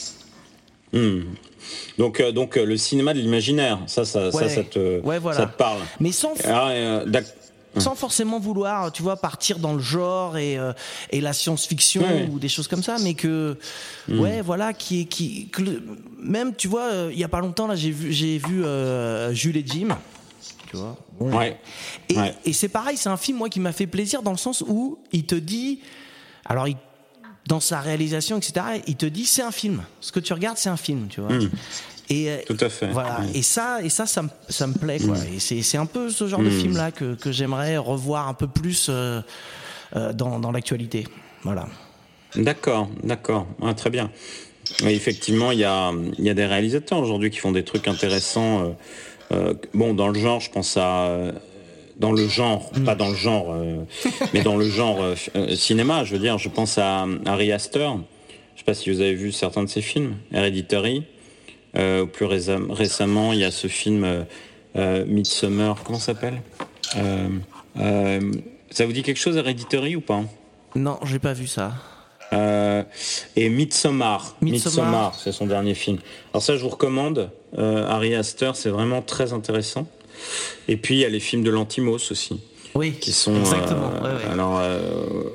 Mmh. Donc euh, donc euh, le cinéma de l'imaginaire, ça ça, ouais. ça, ça, te, ouais, voilà. ça te parle. Mais sans ah, euh, sans forcément vouloir, tu vois, partir dans le genre et euh, et la science-fiction ouais. ou des choses comme ça, mais que mmh. ouais voilà qui qui que le, même tu vois il euh, y a pas longtemps là j'ai vu j'ai vu euh, Jules et Jim. Tu vois, bon. ouais. Et, ouais. et c'est pareil, c'est un film moi qui m'a fait plaisir dans le sens où il te dit, alors il, dans sa réalisation et cetera, il te dit c'est un film. Ce que tu regardes c'est un film, tu vois. Mmh. Et tout à fait. Voilà. Mmh. Et ça, et ça, ça me, ça me plaît quoi. Mmh. Et c'est, c'est un peu ce genre mmh. de film là que que j'aimerais revoir un peu plus euh, euh, dans dans l'actualité. Voilà. D'accord, d'accord, ouais, très bien. Mais effectivement, il y a il y a des réalisateurs aujourd'hui qui font des trucs intéressants. Euh, Euh, bon, dans le genre, je pense à euh, dans le genre, mmh. pas dans le genre, euh, mais dans le genre euh, cinéma. Je veux dire, je pense à Ari Aster. Je sais pas si vous avez vu certains de ses films, Hereditary. Euh, plus récem- récemment, il y a ce film euh, euh, Midsommar. Comment ça s'appelle euh, euh, Ça vous dit quelque chose, Hereditary, ou pas? Non, j'ai pas vu ça. Euh, et Midsommar. Midsommar, Midsommar, c'est son dernier film. Alors ça, je vous recommande. Euh, Ari Aster, c'est vraiment très intéressant. Et puis il y a les films de Lanthimos aussi. Oui. Qui sont. Exactement. Euh, ouais, ouais. Alors, euh,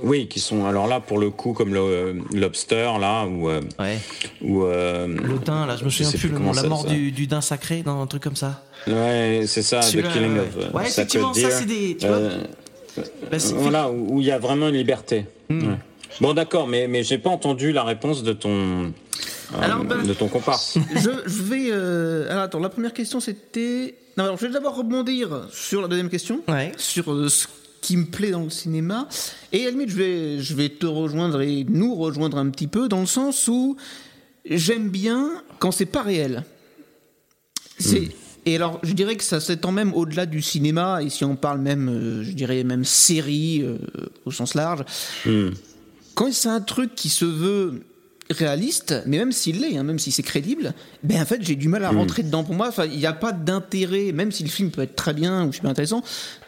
oui, qui sont alors là pour le coup comme le euh, Lobster là ou euh, ouais. ou euh, le daim là, je me souviens plus le nom, la mort ça. du, du daim sacré, dans un truc comme ça. Ouais, c'est ça, Celui-là, The Killing ouais. of. Ouais, effectivement, ça c'est des. Tu euh, vois, bah, voilà où il y a vraiment une liberté. Mm. Ouais. Bon d'accord, mais mais j'ai pas entendu la réponse de ton. Alors, ben, de ton comparse. Je, je vais. Euh, alors attends, la première question c'était. Non, alors je vais d'abord rebondir sur la deuxième question, ouais. sur euh, ce qui me plaît dans le cinéma. Et à la limite, je vais, je vais te rejoindre et nous rejoindre un petit peu dans le sens où j'aime bien quand c'est pas réel. C'est. Mmh. Et alors, je dirais que ça s'étend même au-delà du cinéma, et si on parle même, euh, je dirais même série euh, au sens large. Mmh. Quand c'est un truc qui se veut réaliste, mais même s'il l'est, hein, même si c'est crédible, ben en fait j'ai du mal à rentrer mmh. dedans. Pour moi, il n'y a pas d'intérêt, même si le film peut être très bien ou super intéressant,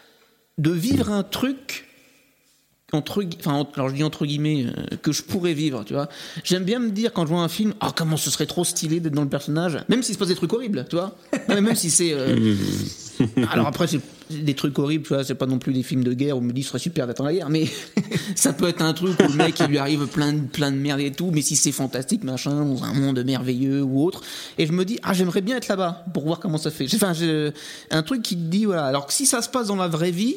de vivre un truc entre, enfin, alors je dis entre guillemets euh, que je pourrais vivre, tu vois. J'aime bien me dire quand je vois un film, ah oh, comment ce serait trop stylé d'être dans le personnage, même s'il se passe des trucs horribles, tu vois. Non, même si c'est. Euh... Alors après c'est des trucs horribles, tu vois. C'est pas non plus des films de guerre où on me dit ce serait super d'être dans la guerre, mais ça peut être un truc où le mec il lui arrive plein de plein de merde et tout, mais si c'est fantastique machin, dans un monde merveilleux ou autre, et je me dis ah j'aimerais bien être là-bas pour voir comment ça fait. Enfin j'ai un truc qui te dit voilà. Alors que si ça se passe dans la vraie vie,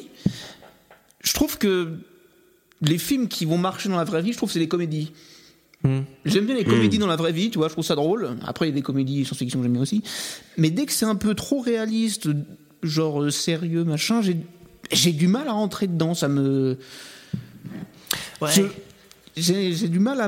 je trouve que les films qui vont marcher dans la vraie vie, je trouve que c'est des comédies. Mmh. J'aime bien les comédies mmh. dans la vraie vie, tu vois, je trouve ça drôle. Après, il y a des comédies science-fiction que j'aime bien aussi. Mais dès que c'est un peu trop réaliste, genre euh, sérieux, machin, j'ai, j'ai du mal à rentrer dedans. Ça me. Ouais. Je, j'ai, j'ai du mal à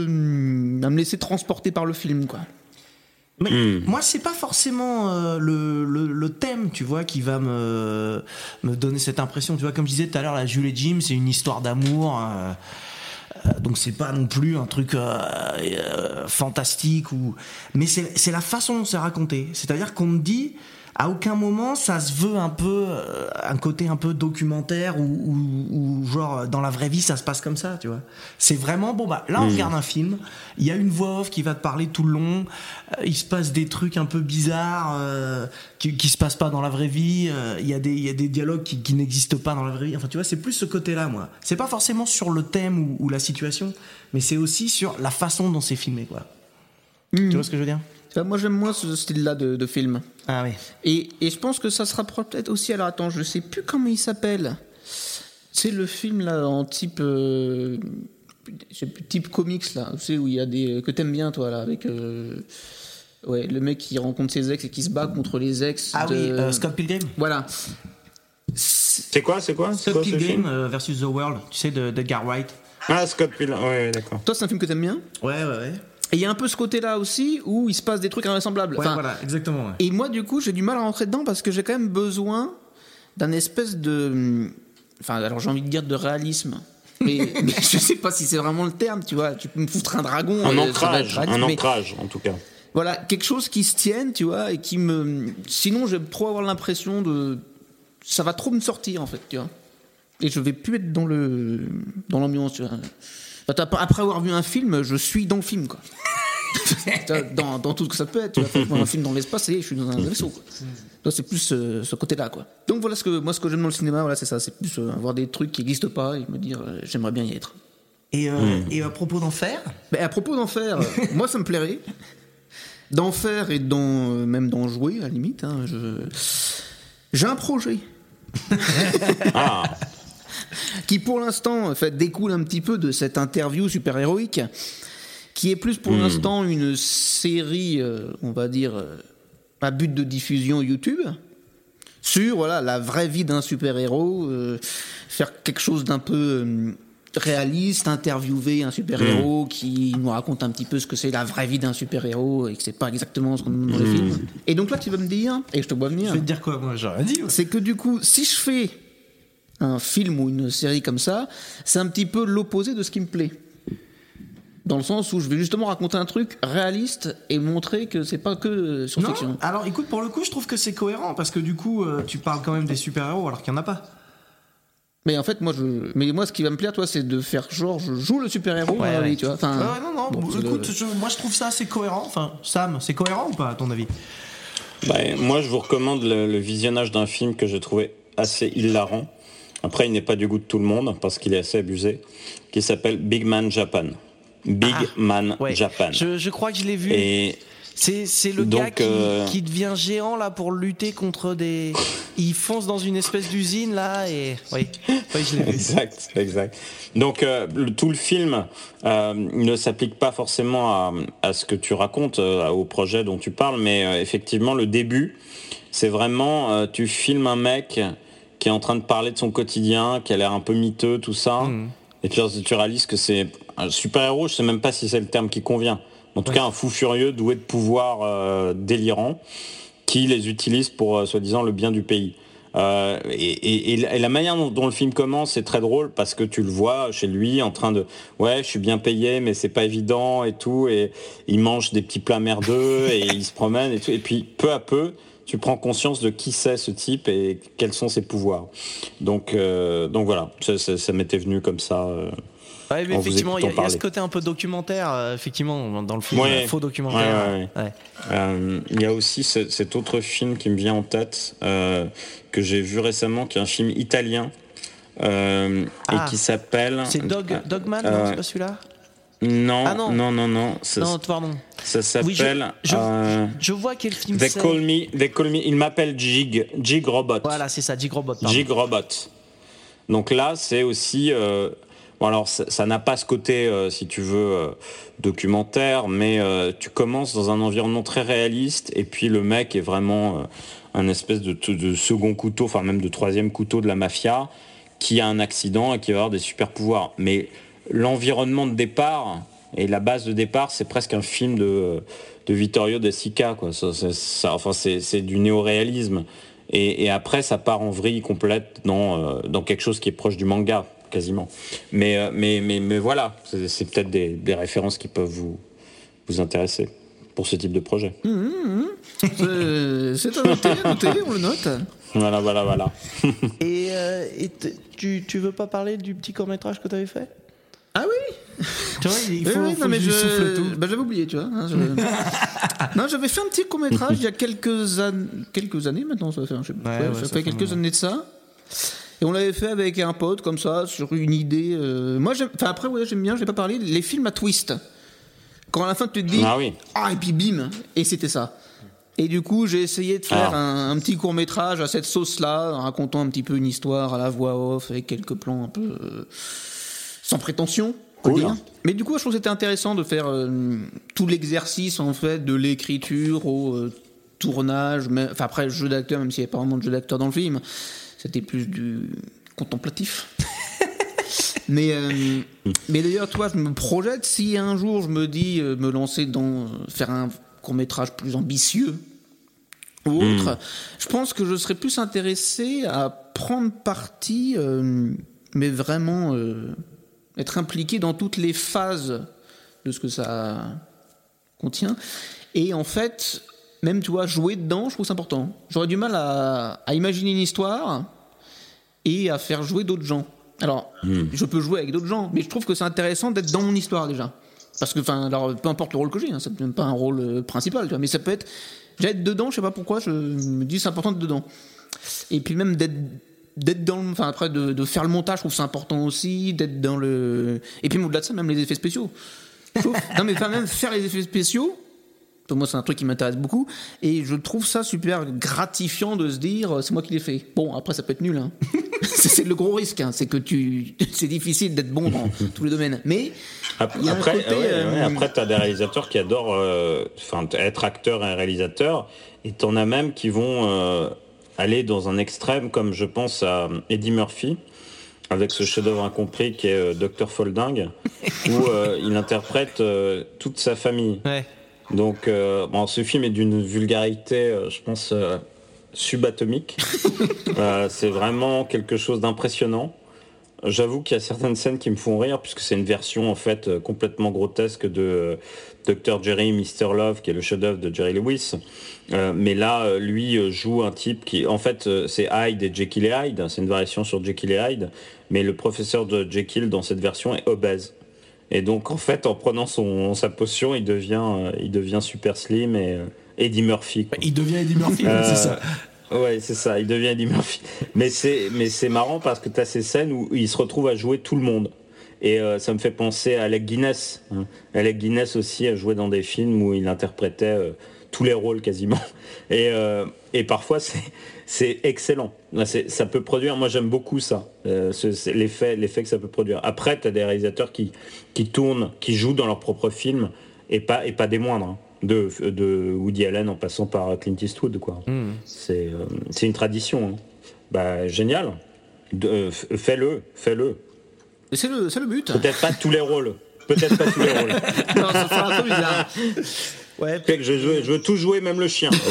me, à me laisser transporter par le film, quoi. Mais mmh. moi, c'est pas forcément euh, le, le, le thème, tu vois, qui va me, me donner cette impression. Tu vois, comme je disais tout à l'heure, la Jules et Jim, c'est une histoire d'amour. Euh, euh, donc, c'est pas non plus un truc euh, euh, fantastique. Ou... Mais c'est, c'est la façon dont c'est raconté. C'est-à-dire qu'on me dit, à aucun moment, ça se veut un peu, euh, un côté un peu documentaire ou, ou, ou genre, dans la vraie vie, ça se passe comme ça, tu vois. C'est vraiment, bon, bah, là, on mmh. regarde un film, il y a une voix off qui va te parler tout le long, euh, il se passe des trucs un peu bizarres euh, qui, qui se passent pas dans la vraie vie, euh, il y a des, il y a des dialogues qui, qui n'existent pas dans la vraie vie. Enfin, tu vois, c'est plus ce côté-là, moi. C'est pas forcément sur le thème ou, ou la situation, mais c'est aussi sur la façon dont c'est filmé, quoi. Mmh. Tu vois ce que je veux dire ? Moi j'aime moins ce style-là de, de film. Ah oui. Et, et je pense que ça se rapproche peut-être aussi. Alors attends, je sais plus comment il s'appelle. C'est le film là en type, euh, je sais plus, type comics là. Tu sais où il y a des que t'aimes bien toi là avec. Euh, ouais, le mec qui rencontre ses ex et qui se bat contre les ex. Ah de... oui, euh, Scott Pilgrim. Voilà. C'est quoi, c'est quoi Scott Pilgrim euh, versus The World. Tu sais de d'Edgar Wright. Ah Scott Pilgrim. Ouais, ouais, d'accord. Toi c'est un film que t'aimes bien ? Ouais, ouais, ouais. Et il y a un peu ce côté-là aussi où il se passe des trucs invraisemblables. Ouais, enfin, voilà, exactement. Ouais. Et moi, du coup, j'ai du mal à rentrer dedans parce que j'ai quand même besoin d'un espèce de. Enfin, alors j'ai envie de dire de réalisme. Mais, mais je sais pas si c'est vraiment le terme, tu vois. Tu peux me foutre un dragon. Un ancrage, un ancrage, en tout cas. Voilà, quelque chose qui se tienne, tu vois, et qui me. Sinon, je vais trop avoir l'impression de. Ça va trop me sortir, en fait, tu vois. Et je vais plus être dans le dans l'ambiance, tu vois. Après avoir vu un film, je suis dans le film, quoi. dans, dans tout ce que ça peut être. Tu vois, un film dans l'espace, et je suis dans un vaisseau, quoi. Donc c'est plus euh, ce côté-là, quoi. Donc voilà ce que moi ce que j'aime dans le cinéma, voilà, c'est ça, c'est plus euh, avoir des trucs qui n'existent pas et me dire euh, j'aimerais bien y être. Et, euh, mmh. et à propos d'Enfer, ben, à propos d'Enfer, moi ça me plairait d'Enfer et dans euh, même d'en jouer à la limite. Hein, je... J'ai un projet. Ah. Qui pour l'instant en fait, découle un petit peu de cette interview super-héroïque, qui est plus pour mmh. l'instant une série, euh, on va dire, euh, à but de diffusion YouTube, sur voilà, la vraie vie d'un super-héros, euh, faire quelque chose d'un peu euh, réaliste, interviewer un super-héros mmh. qui nous raconte un petit peu ce que c'est la vraie vie d'un super-héros et que c'est pas exactement ce qu'on nous montre dans les films. Et donc là tu vas me dire, et je te vois venir... Je vais te dire quoi, moi j'ai rien dit. Ouais. C'est que du coup, si je fais un film ou une série comme ça, c'est un petit peu l'opposé de ce qui me plaît. Dans le sens où je vais justement raconter un truc réaliste et montrer que c'est pas que science-fiction. Non, alors écoute, pour le coup, je trouve que c'est cohérent parce que du coup, euh, tu parles quand même des super-héros alors qu'il y en a pas. Mais en fait, moi, je... mais moi, ce qui va me plaire, toi, c'est de faire genre, je joue le super-héros. Ouais, ouais. Vie, tu vois. Enfin, ouais, non, non. Bon, écoute, le... je, moi, je trouve ça assez cohérent. Enfin, Sam, c'est cohérent ou pas, à ton avis ? Bah, moi, je vous recommande le, le visionnage d'un film que j'ai trouvé assez hilarant. Après, il n'est pas du goût de tout le monde parce qu'il est assez abusé, qui s'appelle Big Man Japan. Big ah, Man ouais. Japan. Je, je crois que je l'ai vu. Et c'est, c'est le donc, gars qui, euh... qui devient géant là pour lutter contre des. Il fonce dans une espèce d'usine là et. Oui, oui je l'ai vu. Exact, exact. Donc euh, le, tout le film euh, ne s'applique pas forcément à, à ce que tu racontes, euh, au projet dont tu parles, mais euh, effectivement le début, c'est vraiment euh, tu filmes un mec qui est en train de parler de son quotidien, qui a l'air un peu miteux, tout ça. Mmh. Et puis tu réalises que c'est un super-héros, je sais même pas si c'est le terme qui convient. En tout ouais. cas, un fou furieux doué de pouvoirs euh, délirants qui les utilise pour, euh, soi-disant, le bien du pays. Euh, et, et, et la manière dont, dont le film commence, c'est très drôle parce que tu le vois chez lui en train de « Ouais, je suis bien payé, mais c'est pas évident et tout. » Et il mange des petits plats merdeux et il se promène et tout. Et puis, peu à peu, tu prends conscience de qui c'est ce type et quels sont ses pouvoirs. Donc, euh, donc voilà, ça, ça, ça m'était venu comme ça. Euh, ouais, mais effectivement, il y, y a ce côté un peu documentaire, euh, effectivement, dans le film, ouais, un faux documentaire. Ouais, ouais, ouais. Euh, il y a aussi ce, cet autre film qui me vient en tête, euh, que j'ai vu récemment, qui est un film italien, euh, ah, et qui s'appelle... C'est Dog, Dogman, euh, non, c'est pas celui-là ? Non, ah non, non, non, non. Ça, non, pardon. Ça s'appelle. Oui, je, je, euh, je vois quel film they c'est. Call me, they call me. Il m'appelle Jig, Jig Robot. Voilà, c'est ça, Jig Robot. Pardon. Jig Robot. Donc là, c'est aussi. Euh, bon, alors, ça, ça n'a pas ce côté, euh, si tu veux, euh, documentaire, mais euh, tu commences dans un environnement très réaliste, et puis le mec est vraiment euh, un espèce de, de second couteau, enfin même de troisième couteau de la mafia, qui a un accident et qui va avoir des super pouvoirs. Mais l'environnement de départ et la base de départ, c'est presque un film de, de Vittorio De Sica, quoi. Ça, c'est, ça, enfin, c'est, c'est du néo-réalisme. Et, et après, ça part en vrille complète dans, euh, dans quelque chose qui est proche du manga, quasiment. Mais, mais, mais, mais voilà, c'est, c'est peut-être des, des références qui peuvent vous, vous intéresser pour ce type de projet. Mmh, mmh. C'est, c'est à noter, à noter, on le note. Voilà, voilà, voilà. et euh, et tu, tu veux pas parler du petit court-métrage que tu avais fait ? Ah oui. Tu vois, il faut, oui, oui, faut non, mais que je souffle tout. Bah, j'avais oublié, tu vois. Hein, je... non, j'avais fait un petit court-métrage il y a quelques, an... quelques années maintenant, ça fait, je sais pas, ouais, ouais, ça, ça fait, fait quelques années de ça. Et on l'avait fait avec un pote, comme ça, sur une idée. Euh... Moi, j'aime... Enfin, après, ouais, j'aime bien, je n'ai pas parlé, les films à twist. Quand à la fin, tu te dis, ah, oui. ah, et puis bim, et c'était ça. Et du coup, j'ai essayé de faire ah. un, un petit court-métrage à cette sauce-là, racontant un petit peu une histoire à la voix off, avec quelques plans un peu euh, sans prétention. Cool. Mais du coup, je trouve que c'était intéressant de faire euh, tout l'exercice, en fait, de l'écriture au euh, tournage, mais, enfin après, le jeu d'acteur, même s'il n'y avait pas vraiment de jeu d'acteur dans le film, c'était plus du contemplatif. mais, euh, mais d'ailleurs, toi, je me projette, si un jour je me dis euh, me lancer dans euh, faire un court-métrage plus ambitieux ou autre, mmh. je pense que je serais plus intéressé à prendre parti, euh, mais vraiment euh, être impliqué dans toutes les phases de ce que ça contient. Et en fait, même, tu vois, jouer dedans, je trouve c'est important. J'aurais du mal à, à imaginer une histoire et à faire jouer d'autres gens. Alors, mmh. je peux jouer avec d'autres gens, mais je trouve que c'est intéressant d'être dans mon histoire déjà. Parce que, enfin, alors, peu importe le rôle que j'ai, hein, ça peut même pas un rôle euh, principal, tu vois, mais ça peut être, déjà être dedans, je sais pas pourquoi, je me dis c'est important d'être dedans. Et puis même d'être, d'être dans le, enfin après de, de faire le montage, je trouve c'est important aussi, d'être dans le, et puis au-delà de ça, même les effets spéciaux. Je trouve, non mais enfin, même faire les effets spéciaux, pour moi c'est un truc qui m'intéresse beaucoup, et je trouve ça super gratifiant de se dire c'est moi qui l'ai fait. Bon, après ça peut être nul, hein. c'est, c'est le gros risque, hein. C'est que tu, c'est difficile d'être bon dans tous les domaines. Mais après, après, côté, ouais, euh... ouais, après t'as des réalisateurs qui adorent, enfin, euh, être acteur et réalisateur, et t'en as même qui vont euh, aller dans un extrême, comme je pense à Eddie Murphy, avec ce chef-d'œuvre incompris qui est euh, Docteur Folding, où euh, il interprète euh, toute sa famille. Ouais. Donc, euh, bon, ce film est d'une vulgarité, euh, je pense, euh, subatomique. euh, c'est vraiment quelque chose d'impressionnant. J'avoue qu'il y a certaines scènes qui me font rire, puisque c'est une version en fait euh, complètement grotesque de euh, docteur Jerry mister Love, qui est le chef-d'œuvre de Jerry Lewis. Euh, mais là, euh, lui euh, joue un type qui, en fait, euh, c'est Hyde et Jekyll et Hyde. C'est une variation sur Jekyll et Hyde. Mais le professeur de Jekyll dans cette version est obèse. Et donc, en fait, en prenant son, sa potion, il devient, euh, il devient super slim et euh, Eddie Murphy, quoi. Il devient Eddie Murphy, euh, c'est ça. Ouais, c'est ça, il devient Eddie Murphy. Mais c'est, mais c'est marrant parce que tu as ces scènes où il se retrouve à jouer tout le monde. Et euh, ça me fait penser à Alec Guinness. Hein. Alec Guinness aussi a joué dans des films où il interprétait euh, tous les rôles quasiment. Et, euh, et parfois, c'est, c'est excellent. C'est, ça peut produire, moi j'aime beaucoup ça, euh, c'est, c'est l'effet, l'effet que ça peut produire. Après, tu as des réalisateurs qui, qui tournent, qui jouent dans leurs propres films, et pas, et pas des moindres. Hein. De, de Woody Allen en passant par Clint Eastwood, quoi. Mmh. C'est, euh, c'est une tradition. Hein. Bah, génial. De, euh, fais-le, fais-le. Et c'est le, c'est le but. Peut-être pas tous les rôles. Peut-être pas tous les rôles. Non, ça sera un peu bizarre. Ouais. Que je, je, je veux tout jouer, même le chien.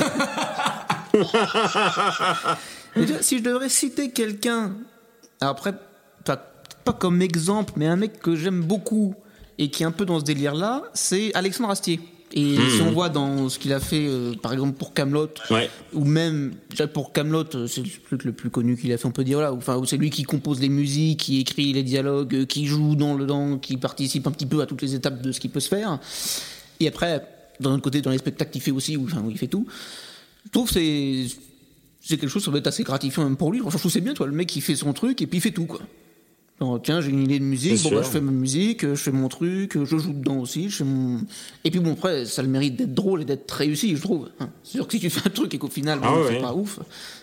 Déjà, si je devrais citer quelqu'un, alors après, pas, pas comme exemple, mais un mec que j'aime beaucoup et qui est un peu dans ce délire-là, c'est Alexandre Astier. Et mmh. si on voit dans ce qu'il a fait, euh, par exemple pour Kaamelott, ouais. ou même déjà pour Kaamelott, c'est le truc le plus connu qu'il a fait, on peut dire là, enfin c'est lui qui compose les musiques, qui écrit les dialogues, qui joue dans le dans, qui participe un petit peu à toutes les étapes de ce qui peut se faire. Et après, d'un autre côté, dans les spectacles qu'il fait aussi, où, enfin, où il fait tout, je trouve que c'est c'est quelque chose qui doit être assez gratifiant même pour lui. Franchement, je trouve que c'est bien, toi, le mec qui fait son truc et puis il fait tout, quoi. Alors, tiens, j'ai une idée de musique, bon, bah, je fais ma musique, je fais mon truc, je joue dedans aussi, je fais mon... et puis bon, après, ça a le mérite d'être drôle et d'être réussi, je trouve. C'est sûr que si tu fais un truc et qu'au final, bon, ah ouais, c'est pas ouf,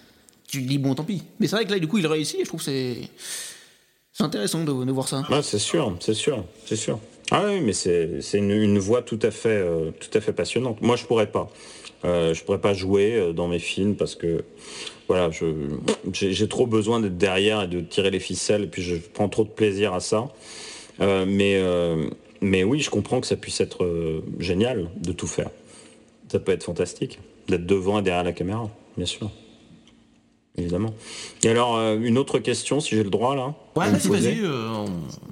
tu te dis, bon, tant pis. Mais c'est vrai que là, du coup, il réussit et je trouve que c'est, c'est intéressant de, de voir ça. Ah, c'est sûr, c'est sûr, c'est sûr. Ah oui, mais c'est, c'est une, une voix tout à fait, euh, tout à fait passionnante. Moi, je pourrais pas. Euh, je pourrais pas jouer dans mes films parce que voilà, je, j'ai, j'ai trop besoin d'être derrière et de tirer les ficelles et puis je prends trop de plaisir à ça. Euh, mais, euh, mais oui, je comprends que ça puisse être euh, génial de tout faire. Ça peut être fantastique d'être devant et derrière la caméra, bien sûr. Évidemment. Et alors, euh, une autre question, si j'ai le droit là. Ouais, vas-y, vas-y. Euh, on...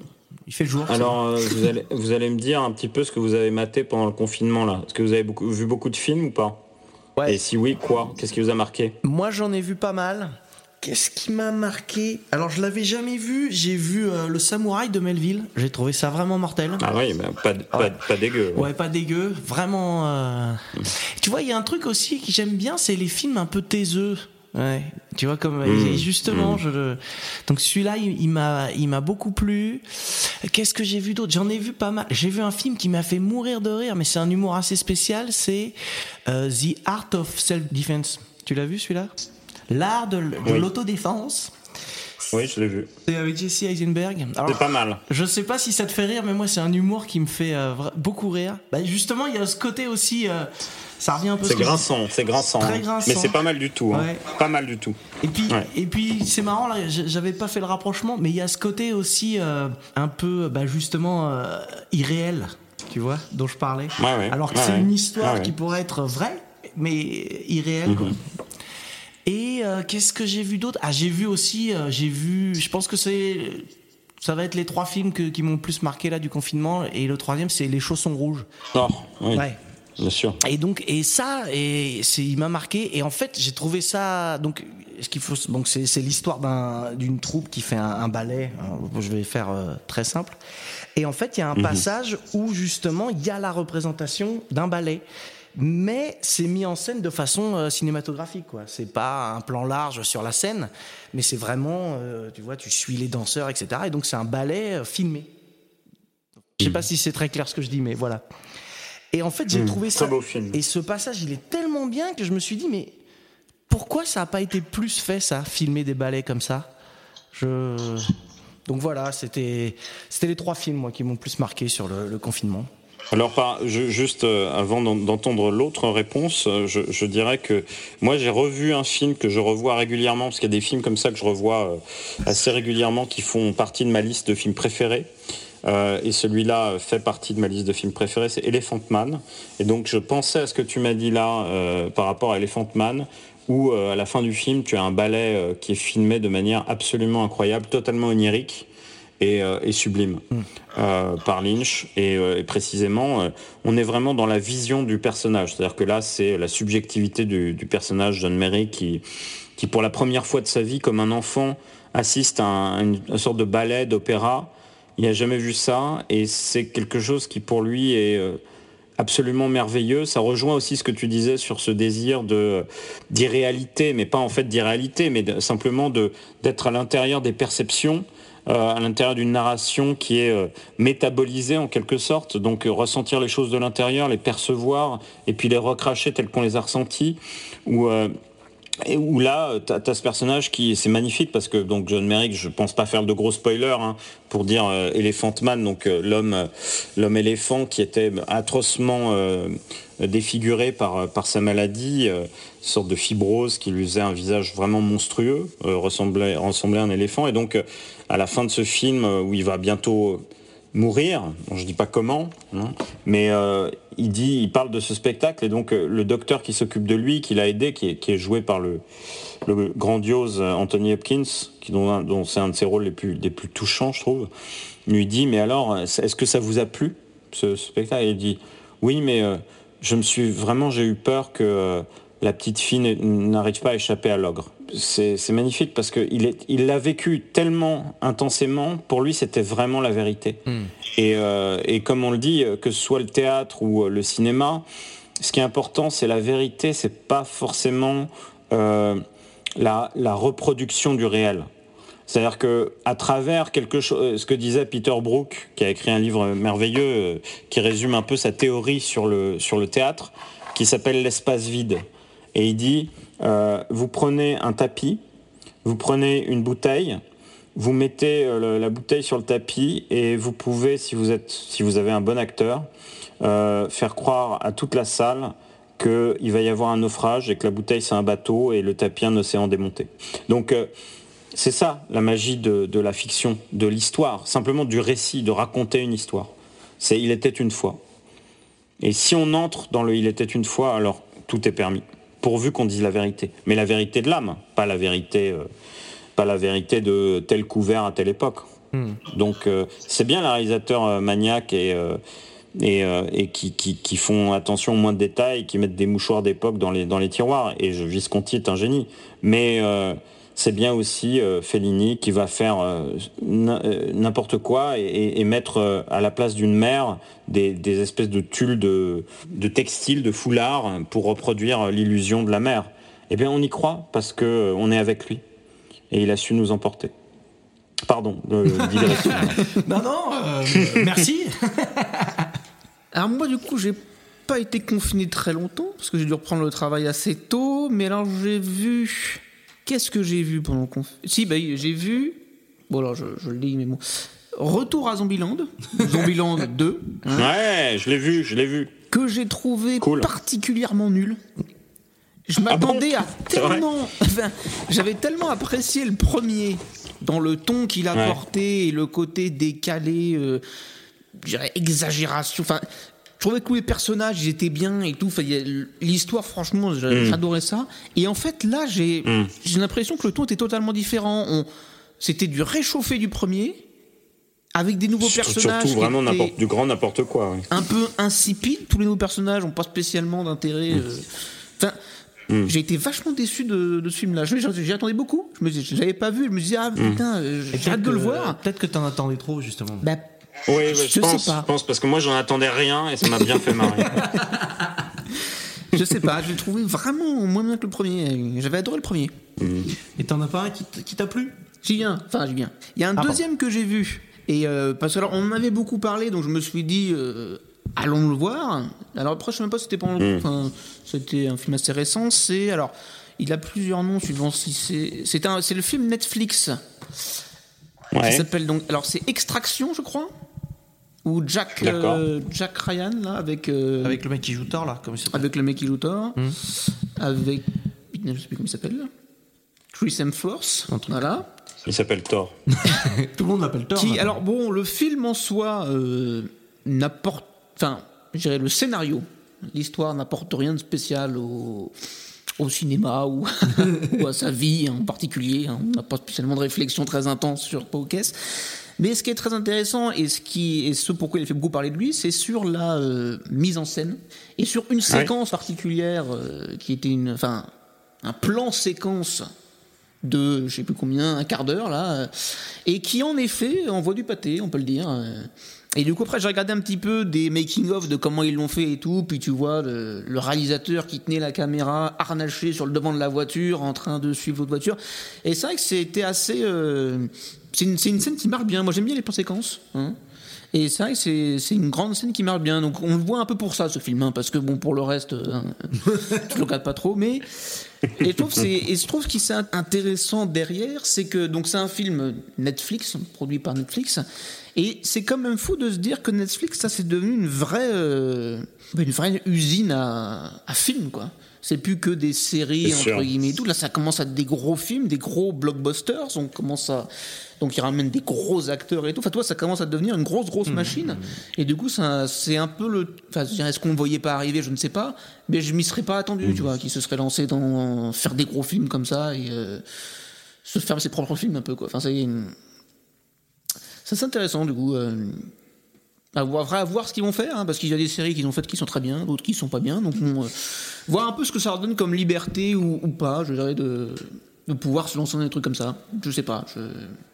Il fait le jour. Alors, euh, vous, allez, vous allez me dire un petit peu ce que vous avez maté pendant le confinement là. Est-ce que vous avez beaucoup, vu beaucoup de films ou pas ? Ouais. Et si oui, quoi ? Qu'est-ce qui vous a marqué ? Moi, j'en ai vu pas mal. Qu'est-ce qui m'a marqué ? Alors, je l'avais jamais vu. J'ai vu euh, Le Samouraï de Melville. J'ai trouvé ça vraiment mortel. Ah oui, bah, pas, pas, ouais. pas dégueu. Ouais, pas dégueu. Vraiment. Euh... Mmh. Tu vois, il y a un truc aussi que j'aime bien, c'est les films un peu taiseux. Ouais, tu vois comme mmh, justement, mmh. je donc celui-là, il, il m'a, il m'a beaucoup plu. Qu'est-ce que j'ai vu d'autre ? J'en ai vu pas mal. J'ai vu un film qui m'a fait mourir de rire, mais c'est un humour assez spécial. C'est euh, The Art of Self-Defense. Tu l'as vu celui-là ? L'art de, de oui. l'autodéfense. Oui, je l'ai vu. C'est avec Jesse Eisenberg. Alors, c'est pas mal. Je sais pas si ça te fait rire, mais moi, c'est un humour qui me fait euh, beaucoup rire. Bah, justement, il y a ce côté aussi. Euh, Ça revient un peu. C'est grinçant, c'est grinçant. Très grinçant. Mais c'est pas mal du tout. Hein. Ouais. Pas mal du tout. Et puis, ouais. et puis c'est marrant là, j'avais pas fait le rapprochement, mais il y a ce côté aussi euh, un peu, bah, justement euh, irréel, tu vois, dont je parlais. Ouais, ouais. Alors que ouais, c'est ouais. une histoire ouais, qui ouais. pourrait être vraie, mais irréelle. Mm-hmm. Quoi. Et euh, qu'est-ce que j'ai vu d'autre ? Ah, j'ai vu aussi, euh, j'ai vu, je pense que c'est, ça va être les trois films que, qui m'ont le plus marqué là du confinement, et le troisième c'est Les Chaussons Rouges. Oh, oui. Ouais. Bien sûr. Et donc, et ça, et c'est, il m'a marqué. Et en fait, j'ai trouvé ça. Donc, ce qu'il faut, donc c'est, c'est l'histoire d'un, d'une troupe qui fait un, un ballet. Je vais faire euh, très simple. Et en fait, il y a un mmh. passage où justement, il y a la représentation d'un ballet, mais c'est mis en scène de façon euh, cinématographique, quoi. C'est pas un plan large sur la scène, mais c'est vraiment, euh, tu vois, tu suis les danseurs, et cetera. Et donc, c'est un ballet euh, filmé. Je sais pas si c'est très clair ce que je dis, mais voilà. Et en fait, j'ai mmh, trouvé ça. Beau film. Et ce passage, il est tellement bien que je me suis dit, mais pourquoi ça n'a pas été plus fait, ça, filmer des ballets comme ça ? Je... Donc voilà, c'était, c'était les trois films, moi, qui m'ont plus marqué sur le, le confinement. Alors, par, je, juste euh, avant d'entendre l'autre réponse, je, je dirais que moi, j'ai revu un film que je revois régulièrement, parce qu'il y a des films comme ça que je revois euh, assez régulièrement, qui font partie de ma liste de films préférés. Euh, et celui-là fait partie de ma liste de films préférés, c'est Elephant Man. Et donc je pensais à ce que tu m'as dit là euh, par rapport à Elephant Man, où euh, à la fin du film, tu as un ballet euh, qui est filmé de manière absolument incroyable, totalement onirique et, euh, et sublime mm. euh, par Lynch. Et, euh, et précisément, euh, on est vraiment dans la vision du personnage. C'est-à-dire que là, c'est la subjectivité du, du personnage John Merrick qui, qui, pour la première fois de sa vie, comme un enfant, assiste à, un, à une, une sorte de ballet, d'opéra. Il n'a jamais vu ça, et c'est quelque chose qui pour lui est, euh, absolument merveilleux. Ça rejoint aussi ce que tu disais sur ce désir de d'irréalité, mais pas en fait d'irréalité, mais de, simplement de d'être à l'intérieur des perceptions, euh, à l'intérieur d'une narration qui est euh, métabolisée en quelque sorte, donc euh, ressentir les choses de l'intérieur, les percevoir, et puis les recracher telles qu'on les a ressenties, ou euh, Et où là, t'as, t'as ce personnage qui, c'est magnifique parce que donc John Merrick, je pense pas faire de gros spoilers hein, pour dire euh, Elephant Man, donc euh, l'homme, euh, l'homme éléphant qui était atrocement euh, défiguré par par sa maladie, euh, une sorte de fibrose qui lui faisait un visage vraiment monstrueux, euh, ressemblait ressemblait à un éléphant. Et donc euh, à la fin de ce film euh, où il va bientôt mourir, bon, je dis pas comment, hein, mais euh, il dit, il parle de ce spectacle et donc euh, le docteur qui s'occupe de lui, qui l'a aidé, qui est, qui est joué par le, le grandiose Anthony Hopkins, qui dont, dont c'est un de ses rôles les plus les plus touchants, je trouve. Il lui dit, mais alors, est-ce que ça vous a plu ce, ce spectacle? Et il dit, oui, mais euh, je me suis vraiment, j'ai eu peur que euh, la petite fille n'arrive pas à échapper à l'ogre. C'est, c'est magnifique parce qu'il est, il l'a vécu tellement intensément, pour lui c'était vraiment la vérité. Mmh. Et, euh, et comme on le dit, que ce soit le théâtre ou le cinéma, ce qui est important c'est la vérité, c'est pas forcément euh, la, la reproduction du réel. C'est-à-dire que à travers quelque chose, ce que disait Peter Brook, qui a écrit un livre merveilleux qui résume un peu sa théorie sur le, sur le théâtre, qui s'appelle L'espace vide. Et il dit, euh, vous prenez un tapis, vous prenez une bouteille, vous mettez euh, le, la bouteille sur le tapis et vous pouvez, si vous êtes, si vous avez un bon acteur, euh, faire croire à toute la salle qu'il va y avoir un naufrage et que la bouteille c'est un bateau et le tapis un océan démonté. Donc euh, c'est ça la magie de, de la fiction, de l'histoire, simplement du récit, de raconter une histoire. C'est il était une fois. Et si on entre dans le il était une fois, alors tout est permis. Pourvu qu'on dise la vérité, mais la vérité de l'âme, pas la vérité, euh, pas la vérité de tel couvert à telle époque. Mmh. Donc euh, c'est bien les réalisateurs euh, maniaques et euh, et, euh, et qui, qui qui font attention aux moindres détails, qui mettent des mouchoirs d'époque dans les dans les tiroirs. Et je Visconti est un génie, mais euh, c'est bien aussi euh, Fellini qui va faire euh, n'importe quoi et, et, et mettre euh, à la place d'une mère des, des espèces de tulles de, de textiles, de foulards pour reproduire l'illusion de la mer. Eh bien, on y croit parce que euh, on est avec lui et il a su nous emporter. Pardon, de digression. non, non, euh, merci. Alors moi, du coup, j'ai pas été confiné très longtemps parce que j'ai dû reprendre le travail assez tôt. Mais alors, j'ai vu. Qu'est-ce que j'ai vu pendant le confinement ? Si, bah, j'ai vu. Bon, alors, je, je le lis, mais bon. Retour à Zombieland. Zombieland deux. Hein, ouais, je l'ai vu, je l'ai vu. Que j'ai trouvé cool. particulièrement nul. Je m'attendais ah bon à tellement. Enfin, j'avais tellement apprécié le premier dans le ton qu'il a ouais. porté et le côté décalé, euh, je dirais exagération. Enfin. Je trouvais que tous les personnages, ils étaient bien et tout. Enfin, l'histoire, franchement, j'adorais mmh. ça. Et en fait, là, j'ai, mmh. j'ai l'impression que le ton était totalement différent. On, c'était du réchauffé du premier, avec des nouveaux personnages. Surtout vraiment n'importe, du grand n'importe quoi. Oui. Un peu insipide. Tous les nouveaux personnages n'ont pas spécialement d'intérêt. Mmh. Euh, enfin, mmh. j'ai été vachement déçu de, de ce film-là. Je, j'y attendais beaucoup. Je me disais, je l'avais pas vu. Je me disais, ah putain, mmh. j'ai hâte de le voir. Peut-être que t'en attendais trop, justement. Bah, Oui, ouais, je, je pense, sais pas. Je pense parce que moi j'en attendais rien et ça m'a bien fait marrer. Je sais pas, je l'ai trouvé vraiment moins bien que le premier. J'avais adoré le premier. Mmh. Et t'en as pas un qui, qui t'a plu ? J'y viens, enfin j'y viens. Il y a un ah, deuxième bon. que j'ai vu et euh, parce que alors on en avait beaucoup parlé, donc je me suis dit euh, allons le voir. Alors après je sais même pas si c'était pendant le, mmh. enfin c'était un film assez récent. C'est alors il a plusieurs noms suivant si c'est c'est un c'est le film Netflix. Ouais. Qui s'appelle donc alors c'est Extraction je crois ou Jack euh, Jack Ryan là avec euh, avec le mec qui joue Thor là comme il s'appelle avec le mec qui joue Thor mmh. avec je sais plus comment il s'appelle là Chris Hemsworth voilà il s'appelle Thor tout le monde l'appelle Thor qui, alors bon le film en soi euh, n'apporte enfin je dirais le scénario l'histoire n'apporte rien de spécial au au cinéma ou, ou à sa vie en particulier. On n'a pas spécialement de réflexion très intense sur Pauwels. Mais ce qui est très intéressant et ce, qui, et ce pourquoi il a fait beaucoup parler de lui, c'est sur la euh, mise en scène et sur une séquence ouais. particulière euh, qui était une, enfin, un plan séquence de je sais plus combien, un quart d'heure là, et qui en effet envoie du pâté, on peut le dire. Et du coup après j'ai regardé un petit peu des making-of de comment ils l'ont fait et tout, puis tu vois le, le réalisateur qui tenait la caméra harnaché sur le devant de la voiture en train de suivre l'autre voiture, et c'est vrai que c'était assez euh, c'est, une, c'est une scène qui marche bien, moi j'aime bien les plans séquences, hein. Et c'est vrai que c'est, c'est une grande scène qui marche bien, donc on le voit un peu pour ça ce film, hein, parce que bon pour le reste hein, je le regarde pas trop, mais et je trouve c'est et je trouve ce qui est intéressant derrière, c'est que donc c'est un film Netflix produit par Netflix, et c'est quand même fou de se dire que Netflix ça c'est devenu une vraie euh, une vraie usine à, à films quoi. C'est plus que des séries c'est entre sûr. guillemets et tout. Là ça commence à être des gros films, des gros blockbusters. On commence à donc ils ramènent des gros acteurs et tout. Enfin toi ça commence à devenir une grosse grosse machine. Mmh. Et du coup ça, c'est un peu le. Enfin est-ce qu'on ne voyait pas arriver, je ne sais pas. Mais je m'y serais pas attendu, mmh. tu vois, qu'ils se seraient lancés dans faire des gros films comme ça et euh, se faire ses propres films un peu quoi. Enfin c'est une... ça c'est intéressant du coup. Euh... À voir, à voir ce qu'ils vont faire, hein, parce qu'il y a des séries qu'ils ont faites qui sont très bien, d'autres qui sont pas bien, donc on, euh, voir un peu ce que ça leur donne comme liberté ou, ou pas, je dirais, de, de pouvoir se lancer dans des trucs comme ça. Je sais pas, je...